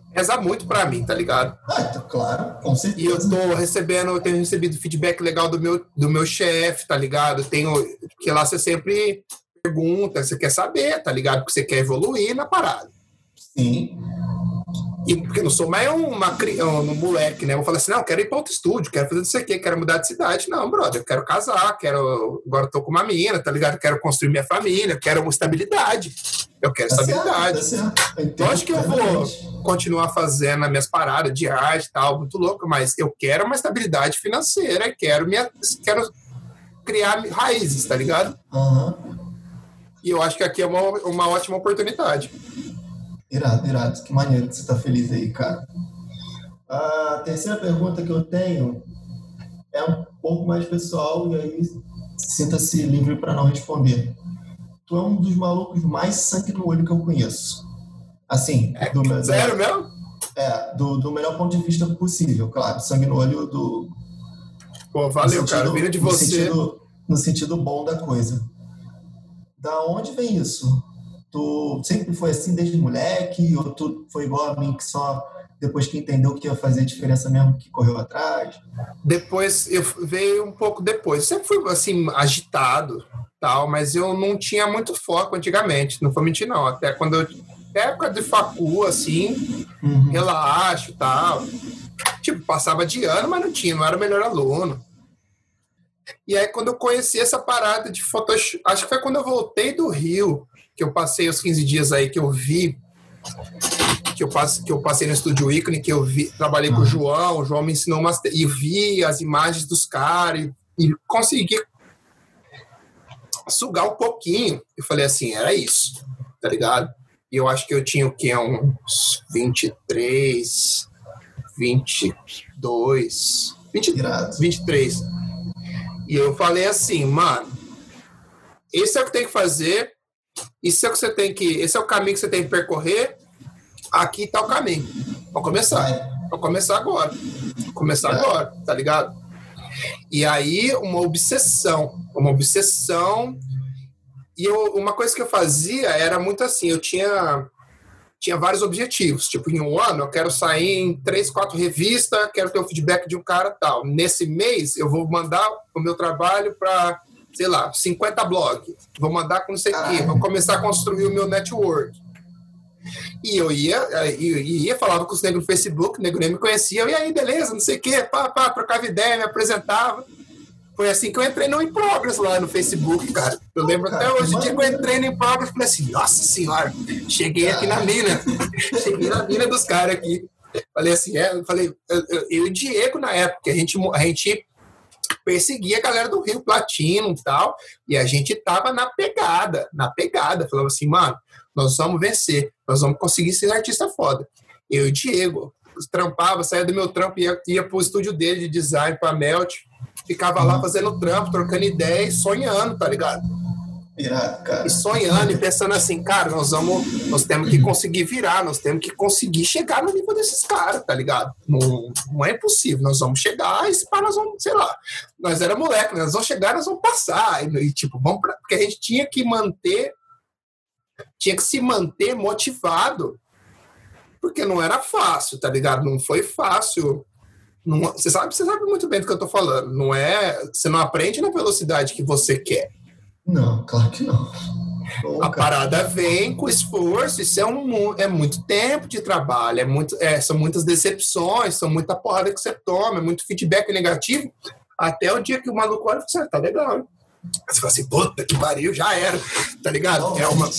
Pesa muito pra mim, tá ligado? Ah, então, claro, com certeza. E eu tô recebendo, eu tenho recebido feedback legal do meu, do meu chefe, tá ligado? Tenho, porque lá você sempre pergunta, você quer saber, tá ligado? Porque você quer evoluir na parada. Sim. E porque eu não sou mais uma, um, um moleque, né? Eu vou falar assim, não, eu quero ir para outro estúdio, quero fazer isso aqui, quero mudar de cidade. Não, brother, eu quero casar, quero... Agora eu tô com uma menina, tá ligado? Eu quero construir minha família, eu quero uma estabilidade. Eu quero tá estabilidade. Certo, tá certo. Lógico que eu vou continuar fazendo as minhas paradas de arte e tal, muito louco, mas eu quero uma estabilidade financeira, quero, minha, quero criar raízes, tá ligado? Uhum. E eu acho que aqui é uma, uma ótima oportunidade. Irado, irado. Que maneiro que você tá feliz aí, cara. A terceira pergunta que eu tenho é um pouco mais pessoal e aí sinta-se livre para não responder. Tu é um dos malucos mais sangue no olho que eu conheço. Assim, é, do meu, sério do, mesmo? É, do, do melhor ponto de vista possível, claro. Sangue no olho do... Pô, valeu, sentido, cara. Vindo de no você. Sentido, no sentido bom da coisa. Da onde vem isso? Tu sempre foi assim desde moleque? Ou tu foi igual a mim que só depois que entendeu que ia fazer diferença mesmo que correu atrás? Depois, eu veio um pouco depois. Eu sempre fui, assim, agitado, tal, mas eu não tinha muito foco antigamente. Não vou mentir, não. Até quando eu... época de facu, assim, uhum. relaxo e tal. Tipo, passava de ano, mas não tinha, não era o melhor aluno. E aí, quando eu conheci essa parada de Photoshop, acho que foi quando eu voltei do Rio, que eu passei os quinze dias aí, que eu vi, que eu passei, que eu passei no Estúdio Ícone, que eu vi, trabalhei uhum. com o João, o João me ensinou umas, e vi as imagens dos caras, e, e consegui sugar um pouquinho. Eu falei assim, era isso, tá ligado? E eu acho que eu tinha o quê? Uns vinte e três, vinte e dois, vinte, vinte e três. E eu falei assim, mano, esse é o que tem que fazer, isso é o que você tem que, esse é o caminho que você tem que percorrer, aqui tá o caminho. Vamos começar. Vamos começar agora. Vamos começar agora, tá ligado? E aí, uma obsessão, uma obsessão. E eu, uma coisa que eu fazia era muito assim, eu tinha, tinha vários objetivos. Tipo, em um ano eu quero sair em três, quatro revistas, quero ter o feedback de um cara e tal. Nesse mês eu vou mandar o meu trabalho para, sei lá, cinquenta blogs. Vou mandar com não sei o quê, vou começar a construir o meu network. E eu ia, eu ia, falava com os negros no Facebook, o negro nem me conhecia, e aí, beleza, não sei o quê, pá, pá, trocava ideia, me apresentava. Foi assim que eu entrei no In Progress lá no Facebook, cara. Eu lembro cara, até hoje, o dia que eu entrei no In Progress, falei assim, nossa senhora, cheguei aqui na mina. Cheguei na mina dos caras aqui. Falei assim, é, eu falei, eu, eu, eu e o Diego na época, a gente, a gente perseguia a galera do Rio Platino e tal, e a gente tava na pegada, na pegada. Falava assim, mano, nós vamos vencer, nós vamos conseguir ser artista foda. Eu e o Diego trampava, saía do meu trampo, ia, ia pro estúdio dele de design, pra Melt, ficava lá fazendo trampo, trocando ideia e sonhando, tá ligado? Irado, cara. E sonhando e pensando assim, cara, nós vamos, nós temos que conseguir virar, nós temos que conseguir chegar no nível desses caras, tá ligado? Não, não é impossível, nós vamos chegar e pá, nós vamos, sei lá, nós era moleque, nós vamos chegar, nós vamos passar, e, e tipo, vamos pra, porque a gente tinha que manter, tinha que se manter motivado, porque não era fácil, tá ligado? Não foi fácil. Não, você, sabe, você sabe muito bem do que eu tô falando. Não é, você não aprende na velocidade que você quer. Não, claro que não. Bom, a parada vem com esforço, isso é, um, é muito tempo de trabalho, é muito, é, são muitas decepções, são muita porrada que você toma, é muito feedback negativo, até o dia que o maluco olha e fala, tá legal, hein? Você fala assim, puta que pariu, já era, tá ligado? É uma,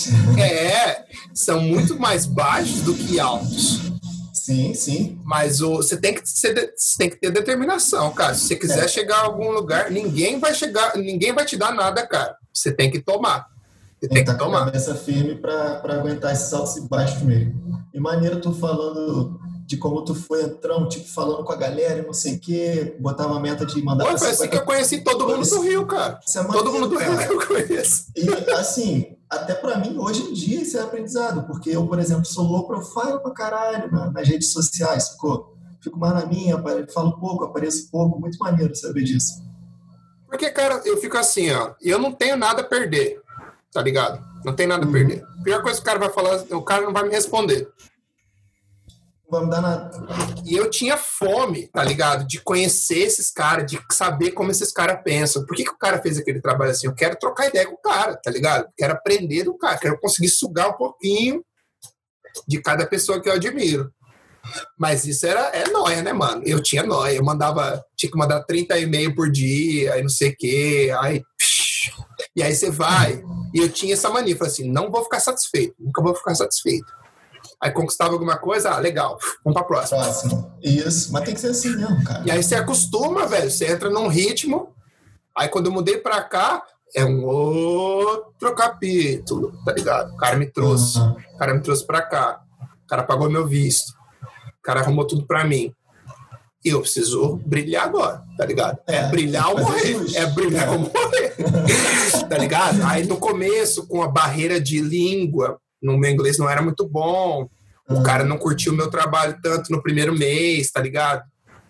é, são muito mais baixos do que altos. Sim, sim. Mas o, você, tem que, você tem que ter determinação, cara. Se você quiser é. chegar a algum lugar, ninguém vai chegar, ninguém vai te dar nada, cara. Você tem que tomar. Você tem, tem que tá tomar. Com a cabeça firme pra, pra aguentar esses altos e baixos mesmo. E maneiro tu falando de como tu foi entrando, tipo, falando com a galera e não sei o quê, botava a meta de mandar... Pô, foi assim que eu conheci todo mundo do Rio, cara. É todo mundo do Rio que eu conheço. E, assim, até pra mim, hoje em dia, isso é aprendizado, porque eu, por exemplo, sou low profile pra caralho na, nas redes sociais, sacou? Fico mais na minha, falo pouco, apareço pouco, muito maneiro saber disso. Porque, cara, eu fico assim, ó, eu não tenho nada a perder, tá ligado? Não tem nada a perder. A pior coisa que o cara vai falar, o cara não vai me responder. vai mudar nada. E eu tinha fome, tá ligado? De conhecer esses caras, de saber como esses caras pensam. Por que, que o cara fez aquele trabalho assim? Eu quero trocar ideia com o cara, tá ligado? Quero aprender do cara, quero conseguir sugar um pouquinho de cada pessoa que eu admiro. Mas isso era é nóia, né, mano? Eu tinha nóia, eu mandava, tinha que mandar trinta e-mails por dia, aí não sei o quê, aí... Psh, e aí você vai, e eu tinha essa mania, falei assim, não vou ficar satisfeito, nunca vou ficar satisfeito. Aí conquistava alguma coisa, ah, legal, vamos pra próxima. Próximo. Isso, mas tem que ser assim mesmo, cara. E aí você acostuma, velho, você entra num ritmo, aí quando eu mudei pra cá, é um outro capítulo, tá ligado? O cara me trouxe, uhum. o cara me trouxe pra cá, o cara pagou meu visto, o cara arrumou tudo pra mim. E eu preciso brilhar agora, tá ligado? É, é brilhar ou morrer. É brilhar ou morrer. Tá ligado? Aí no começo, com a barreira de língua, no meu inglês não era muito bom. O uhum. cara não curtiu o meu trabalho tanto no primeiro mês, tá ligado?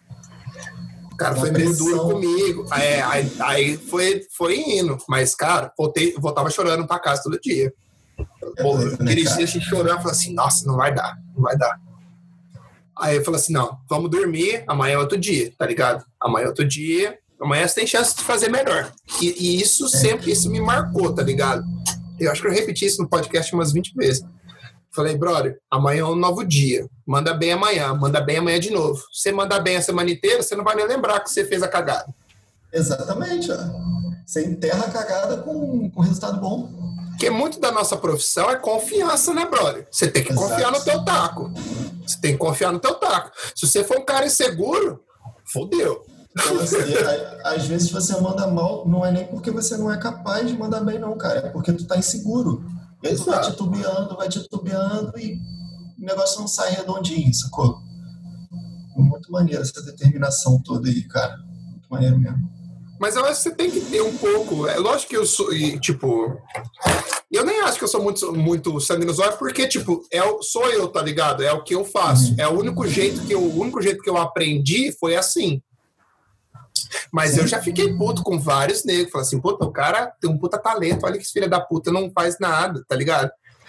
O cara foi meio duro comigo. Aí, aí, aí foi, foi indo. Mas, cara, voltei, voltava chorando pra casa todo dia. É Pô, doido, aquele né, dia a gente chorando e falou assim, nossa, não vai dar, não vai dar. Aí eu falei assim, não, vamos dormir, amanhã é outro dia, tá ligado? Amanhã é outro dia, amanhã você tem chance de fazer melhor. E, e isso sempre, isso me marcou, tá ligado? Eu acho que eu repeti isso no podcast umas vinte vezes. Falei, brother, amanhã é um novo dia, manda bem amanhã, manda bem amanhã de novo. Se você mandar bem a semana inteira, você não vai nem lembrar que você fez a cagada. Exatamente, ó. Você enterra a cagada com, com resultado bom. Porque muito da nossa profissão é confiança, né, brother? Você tem que Exato. confiar no teu taco. Você tem que confiar no teu taco. Se você for um cara inseguro, fodeu. Então, assim, às vezes você manda mal, não é nem porque você não é capaz de mandar bem, não, cara. É porque tu tá inseguro. E aí tu vai titubeando, vai titubeando e o negócio não sai redondinho, sacou? Muito maneiro essa determinação toda aí, cara. Muito maneiro mesmo. Mas eu acho que você tem que ter um pouco... É lógico que eu sou... E, tipo... Eu nem acho que eu sou muito, muito sangue nos olhos, porque, tipo, é, sou eu, tá ligado? É o que eu faço. Uhum. É o único jeito que eu, o único jeito que eu aprendi foi assim. Mas Sim. eu já fiquei puto com vários negros. Falei assim, puta, o cara tem um puta talento. Olha que esse filho da puta não faz nada, tá ligado?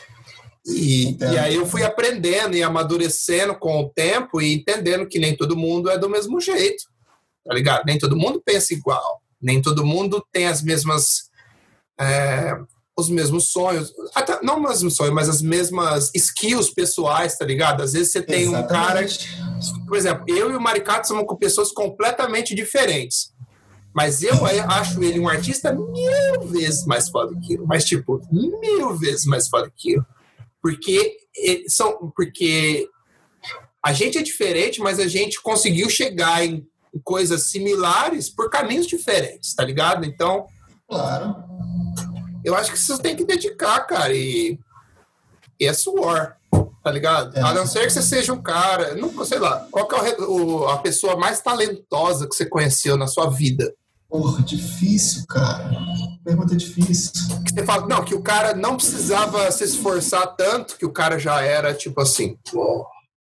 E, e aí eu fui aprendendo e amadurecendo com o tempo e entendendo que nem todo mundo é do mesmo jeito, tá ligado? Nem todo mundo pensa igual. Nem todo mundo tem as mesmas... É, os mesmos sonhos, até, não os mesmos sonhos, mas as mesmas skills pessoais, tá ligado? Às vezes você tem Exatamente. um cara... Por exemplo, eu e o Maricato somos com pessoas completamente diferentes. Mas eu acho ele um artista mil vezes mais foda que eu. Mas, tipo, mil vezes mais foda que eu. Porque, são, porque a gente é diferente, mas a gente conseguiu chegar em coisas similares por caminhos diferentes, tá ligado? Então... Claro. Eu acho que você tem que dedicar, cara, e, e é suor, tá ligado? É. A não ser que você seja um cara, não sei lá, qual que é o, a pessoa mais talentosa que você conheceu na sua vida? Porra, difícil, cara. Pergunta difícil. Que você fala, não, que o cara não precisava se esforçar tanto, que o cara já era, tipo assim, oh.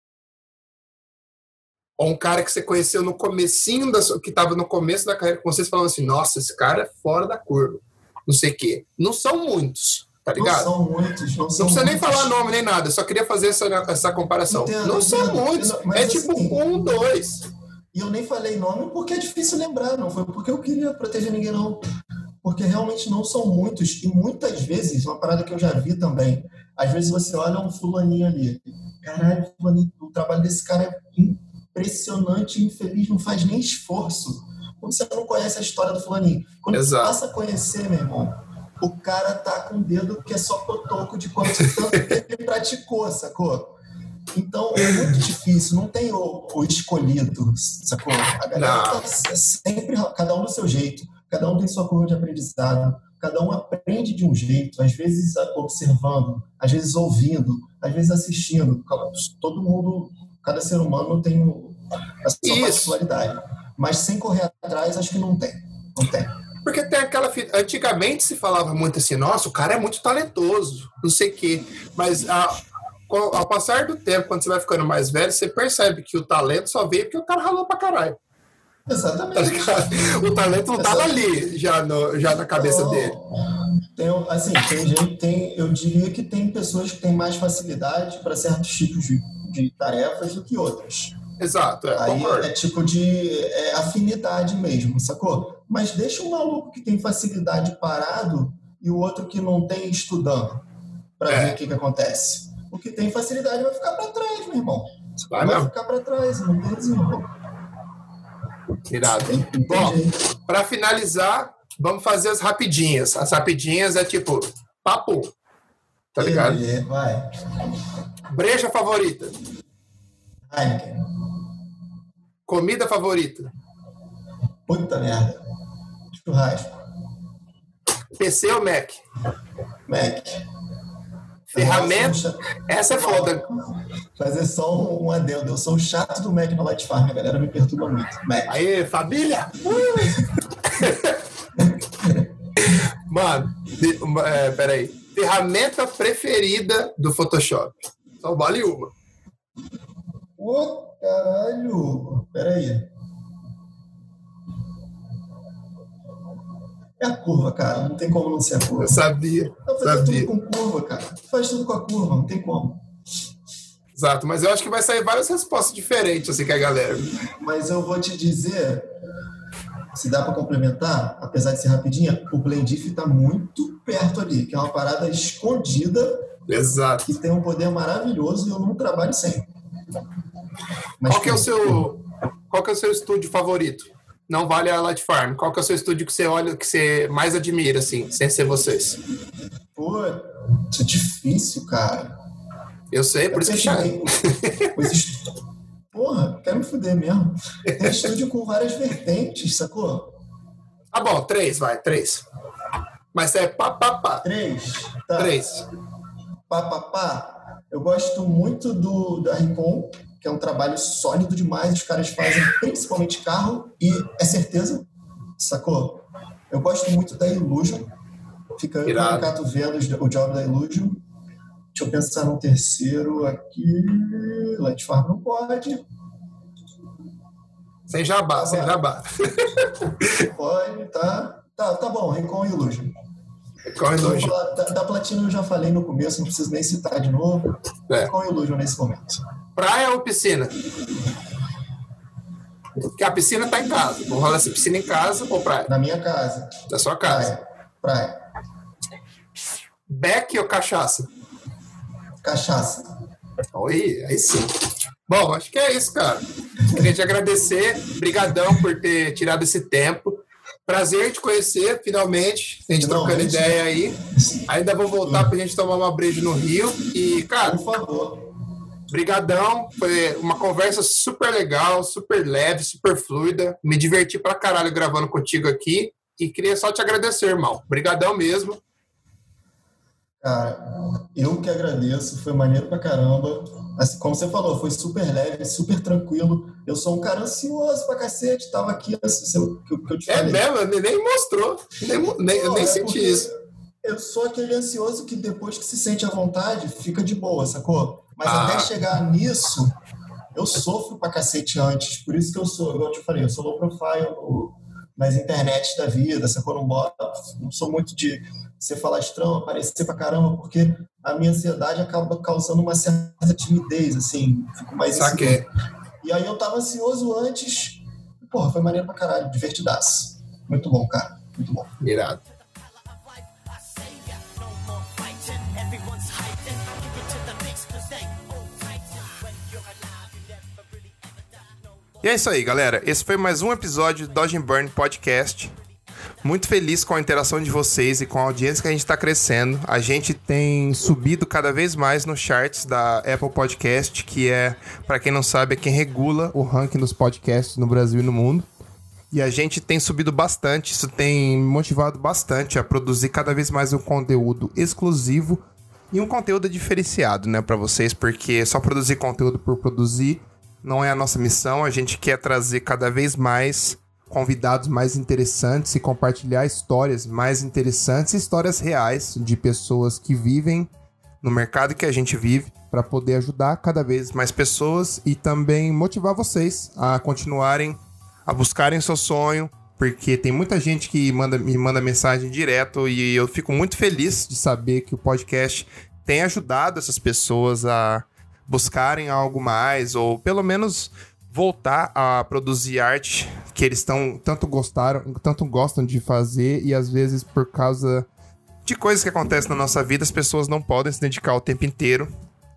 Ou um cara que você conheceu no comecinho, da sua, que tava no começo da carreira com vocês, falando assim, nossa, esse cara é fora da curva. Não sei o quê. Não são muitos, tá ligado? Não são muitos. Não, não são precisa muitos. nem falar nome nem nada, só queria fazer essa, essa comparação. Entendo, não são entendo, muitos, entendo, é assim, tipo um, dois. E eu nem falei nome porque é difícil lembrar, não foi porque eu queria proteger ninguém, não. Porque realmente não são muitos. E muitas vezes, uma parada que eu já vi também, às vezes você olha um fulaninho ali, caralho, fulaninho, o trabalho desse cara é impressionante, infeliz, não faz nem esforço. Quando você não conhece a história do fulaninho. Quando Exato. você passa a conhecer, meu irmão, o cara tá com o dedo que é só cotoco de quanto tanto que ele praticou, sacou? Então é muito difícil, não tem o, o escolhido, sacou? A galera tá sempre, cada um do seu jeito, cada um tem sua curva de aprendizado, cada um aprende de um jeito, às vezes observando, às vezes ouvindo, às vezes assistindo. Todo mundo, cada ser humano tem a sua Isso. particularidade. Mas sem correr atrás, acho que não tem. Não tem. Porque tem aquela... Antigamente se falava muito assim, nossa, o cara é muito talentoso, não sei o quê. Mas a, ao passar do tempo, quando você vai ficando mais velho, você percebe que o talento só veio porque o cara ralou pra caralho. Exatamente. O talento não estava ali, já, no, já na cabeça não, dele. Tem, assim, tem gente, tem, eu diria que tem pessoas que têm mais facilidade para certos tipos de, de tarefas do que outras. Exato, é, Aí concordo. é tipo de é, afinidade mesmo, sacou? Mas deixa um maluco que tem facilidade parado e o outro que não tem estudando para É. ver o que, que acontece. O que tem facilidade vai ficar para trás, meu irmão. Vai Vai mesmo. ficar para trás, não tem desenrolo. Irado. Tem- tem Bom, jeito. para finalizar, vamos fazer as rapidinhas. As rapidinhas é tipo, papo, tá ligado? É, vai. Breja favorita, Heineken. comida favorita, Puta merda. Churrasco. P C ou Mac, Mac. ferramenta, Eu sou um cha- essa é foda. Fazer só um, um adendo. Eu sou o chato do Mac na Light Farm. A galera me perturba muito. Mac. Aí, família! Mano, de- é, peraí. Ferramenta preferida do Photoshop. Só vale uma. Ô, caralho. Pera aí. É a curva, cara. Não tem como não ser a curva. Eu sabia, Dá pra fazer sabia. tudo com curva, cara. Tu faz tudo com a curva. Não tem como. Exato, mas eu acho que vai sair várias respostas diferentes, assim, que a galera. Mas eu vou te dizer... Se dá pra complementar, apesar de ser rapidinha, o Blendif tá muito perto ali, que é uma parada escondida Exato. que tem um poder maravilhoso e eu não trabalho sem. Mas Qual que é o tem. seu, qual que é o seu estúdio favorito? Não vale a Light Farm. Qual que é o seu estúdio que você olha, que você mais admira, assim, sem ser vocês? Pô, isso é difícil, cara. Eu sei, por isso que pensei, chama. pois est- Porra, quero me fuder mesmo. Tem estúdio com várias vertentes, sacou? Tá bom, três, vai, três. Mas é pá, pá, pá. Três. Tá. Três. Pá, pá, pá. Eu gosto muito do da Ricon, que é um trabalho sólido demais. Os caras fazem principalmente carro e é certeza, sacou? Eu gosto muito da Illusion. Fica eu e o Irado. Cato vendo os- o job da Illusion. Deixa eu pensar num terceiro aqui. Light Farm não pode. Sem jabá, Tá sem bom. jabá. Pode, tá. Tá, tá bom, Ricon e Illusion. Corre Eu vou longe. falar- Da, da Platina eu já falei no começo, não preciso nem citar de novo. É. Ricon e Illusion nesse momento. Praia ou piscina? Porque a piscina tá em casa. Vou rolar essa piscina em casa ou praia? Na minha casa. Da sua casa. Praia. Praia. Beck ou cachaça? Cachaça. Oi, aí sim. Bom, acho que é isso, cara. Queria te agradecer. Brigadão por ter tirado esse tempo. Prazer te conhecer, finalmente. A gente trocando Finalmente. ideia aí. Ainda vou voltar pra gente tomar uma breja no Rio. E, cara, Por favor. brigadão. Foi uma conversa super legal, super leve, super fluida. Me diverti pra caralho gravando contigo aqui. E queria só te agradecer, irmão. Brigadão mesmo. Cara, eu que agradeço, foi maneiro pra caramba. Assim, como você falou, foi super leve, super tranquilo. Eu sou um cara ansioso pra cacete, tava aqui, assim, o que eu te É falei. mesmo, nem mostrou. Nem, nem, eu Não, nem é senti porque isso. Eu sou aquele ansioso que depois que se sente à vontade, fica de boa, sacou? Mas Ah. até chegar nisso, eu sofro pra cacete antes. Por isso que eu sou, igual eu te falei, eu sou low profile no, nas internets da vida, sacou? Não, boto, não sou muito de ser falastrão, aparecer pra caramba, porque a minha ansiedade acaba causando uma certa timidez, assim, fico mais Saquei. inseguro. E aí eu tava ansioso antes, porra, foi maneiro pra caralho, divertidaço. Muito bom, cara, muito bom. Irado. E é isso aí, galera. Esse foi mais um episódio do Dodge and Burn Podcast. Muito feliz com a interação de vocês e com a audiência que a gente está crescendo. A gente tem subido cada vez mais nos charts da Apple Podcast, que é, para quem não sabe, é quem regula o ranking dos podcasts no Brasil e no mundo. E a gente tem subido bastante, isso tem me motivado bastante a produzir cada vez mais um conteúdo exclusivo e um conteúdo diferenciado, né, para vocês, porque só produzir conteúdo por produzir não é a nossa missão. A gente quer trazer cada vez mais convidados mais interessantes e compartilhar histórias mais interessantes, histórias reais de pessoas que vivem no mercado que a gente vive, para poder ajudar cada vez mais pessoas e também motivar vocês a continuarem a buscarem seu sonho, porque tem muita gente que manda, me manda mensagem direto e eu fico muito feliz de saber que o podcast tem ajudado essas pessoas a buscarem algo mais, ou pelo menos voltar a produzir arte que eles tão, tanto gostaram, tanto gostam de fazer, e às vezes por causa de coisas que acontecem na nossa vida, as pessoas não podem se dedicar o tempo inteiro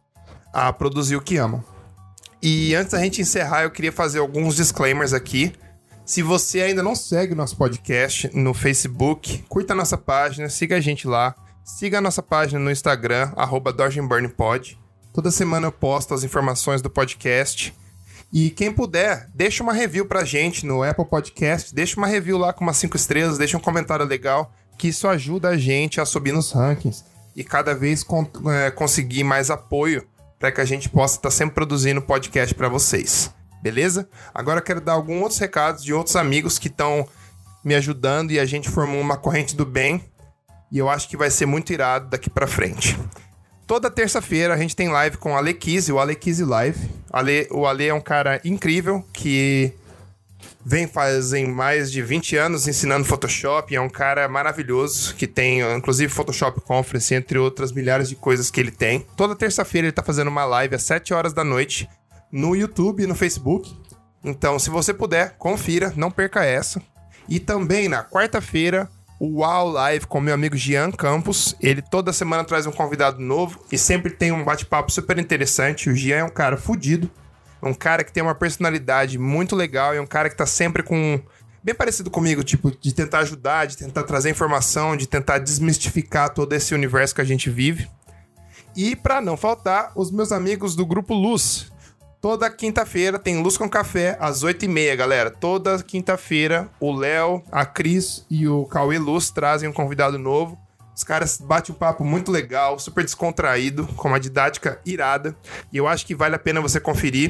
a produzir o que amam. E antes da gente encerrar, eu queria fazer alguns disclaimers aqui. Se você ainda não segue o nosso podcast no Facebook, curta a nossa página, siga a gente lá. Siga a nossa página no Instagram, arroba DodgeandBurnPod. Toda semana eu posto as informações do podcast. E quem puder, deixa uma review pra gente no Apple Podcast. Deixa uma review lá com umas cinco estrelas, deixa um comentário legal, que isso ajuda a gente a subir nos rankings e cada vez con- é, conseguir mais apoio para que a gente possa estar tá sempre produzindo podcast para vocês. Beleza? Agora eu quero dar alguns outros recados de outros amigos que estão me ajudando e a gente formou uma corrente do bem e eu acho que vai ser muito irado daqui para frente. Toda terça-feira a gente tem live com o Ale Kizzy, o Ale Kizzy Live. Ale, o Ale é um cara incrível que vem fazem mais de vinte anos ensinando Photoshop. É um cara maravilhoso que tem, inclusive, Photoshop Conference, entre outras milhares de coisas que ele tem. Toda terça-feira ele tá fazendo uma live às sete horas da noite no YouTube e no Facebook. Então, se você puder, confira, não perca essa. E também na quarta-feira, o Uau Live com meu amigo Gian Campos. Ele toda semana traz um convidado novo e sempre tem um bate-papo super interessante. O Gian é um cara fudido, um cara que tem uma personalidade muito legal e um cara que tá sempre com... bem parecido comigo, tipo, de tentar ajudar, de tentar trazer informação, de tentar desmistificar todo esse universo que a gente vive. E pra não faltar, os meus amigos do Grupo Luz. Toda quinta-feira tem Luz com Café, às oito e meia, galera. Toda quinta-feira, o Léo, a Cris e o Cauê Luz trazem um convidado novo. Os caras batem um papo muito legal, super descontraído, com uma didática irada. E eu acho que vale a pena você conferir,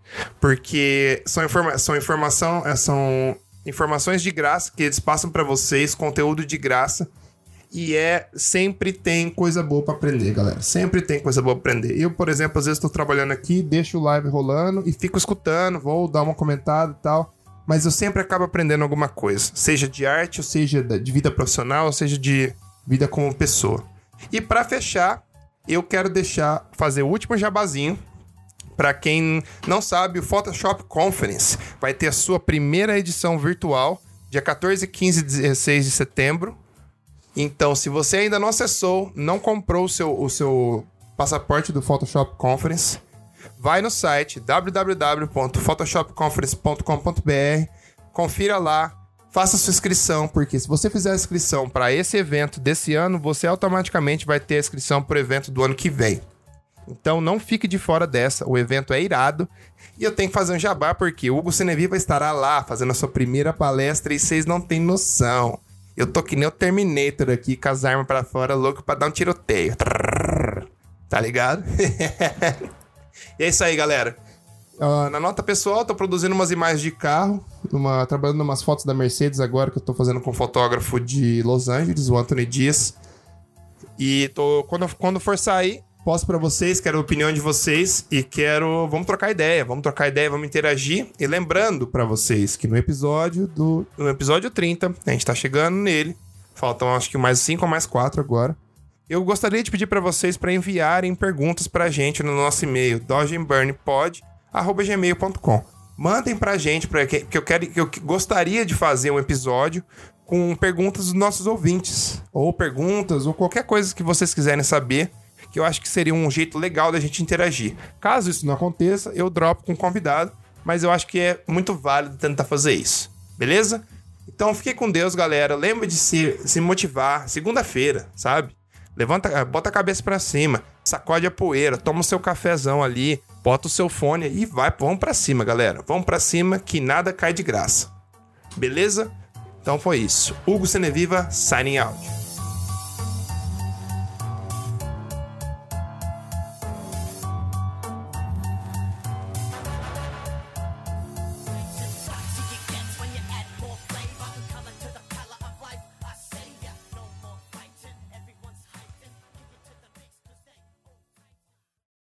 porque são, informa- são, informação, são informações de graça que eles passam para vocês, conteúdo de graça. E é, sempre tem coisa boa pra aprender, galera. Sempre tem coisa boa pra aprender. Eu, por exemplo, às vezes tô trabalhando aqui, deixo o live rolando e fico escutando, vou dar uma comentada e tal. Mas eu sempre acabo aprendendo alguma coisa. Seja de arte, ou seja de vida profissional, ou seja de vida como pessoa. E pra fechar, eu quero deixar, fazer o último jabazinho. Pra quem não sabe, o Photoshop Conference vai ter a sua primeira edição virtual, dia quatorze, quinze e dezesseis de setembro. Então, se você ainda não acessou, não comprou o seu, o seu passaporte do Photoshop Conference, vai no site w w w ponto photoshop conference ponto com ponto b r, confira lá, faça sua inscrição, porque se você fizer a inscrição para esse evento desse ano, você automaticamente vai ter a inscrição para o evento do ano que vem. Então, não fique de fora dessa, o evento é irado. E eu tenho que fazer um jabá, porque o Hugo Seneviva estará lá, fazendo a sua primeira palestra, e vocês não têm noção. Eu tô que nem o Terminator aqui, com as armas pra fora, louco pra dar um tiroteio. Tá ligado? E é isso aí, galera. Uh, na nota pessoal, tô produzindo umas imagens de carro, numa, trabalhando umas fotos da Mercedes agora, que eu tô fazendo com um fotógrafo de Los Angeles, o Anthony Dias. E tô, quando, quando for sair, posto pra vocês, quero a opinião de vocês e quero... Vamos trocar ideia, vamos trocar ideia, vamos interagir. E lembrando pra vocês que no episódio do... No episódio trinta, a gente tá chegando nele. Faltam acho que mais cinco ou mais quatro agora. Eu gostaria de pedir pra vocês pra enviarem perguntas pra gente no nosso e-mail, dodgeandburnpod arroba gmail ponto com. Mandem pra gente, pra que, que, eu quero, que eu gostaria de fazer um episódio com perguntas dos nossos ouvintes. Ou perguntas, ou qualquer coisa que vocês quiserem saber, que eu acho que seria um jeito legal da gente interagir. Caso isso não aconteça, eu dropo com o convidado, mas eu acho que é muito válido tentar fazer isso. Beleza? Então fique com Deus, galera. Lembra de se, se motivar. Segunda-feira, sabe? Levanta, bota a cabeça pra cima, sacode a poeira, toma o seu cafezão ali, bota o seu fone e vai, vamos pra cima, galera. Vamos pra cima que nada cai de graça. Beleza? Então foi isso. Hugo Seneviva, signing out.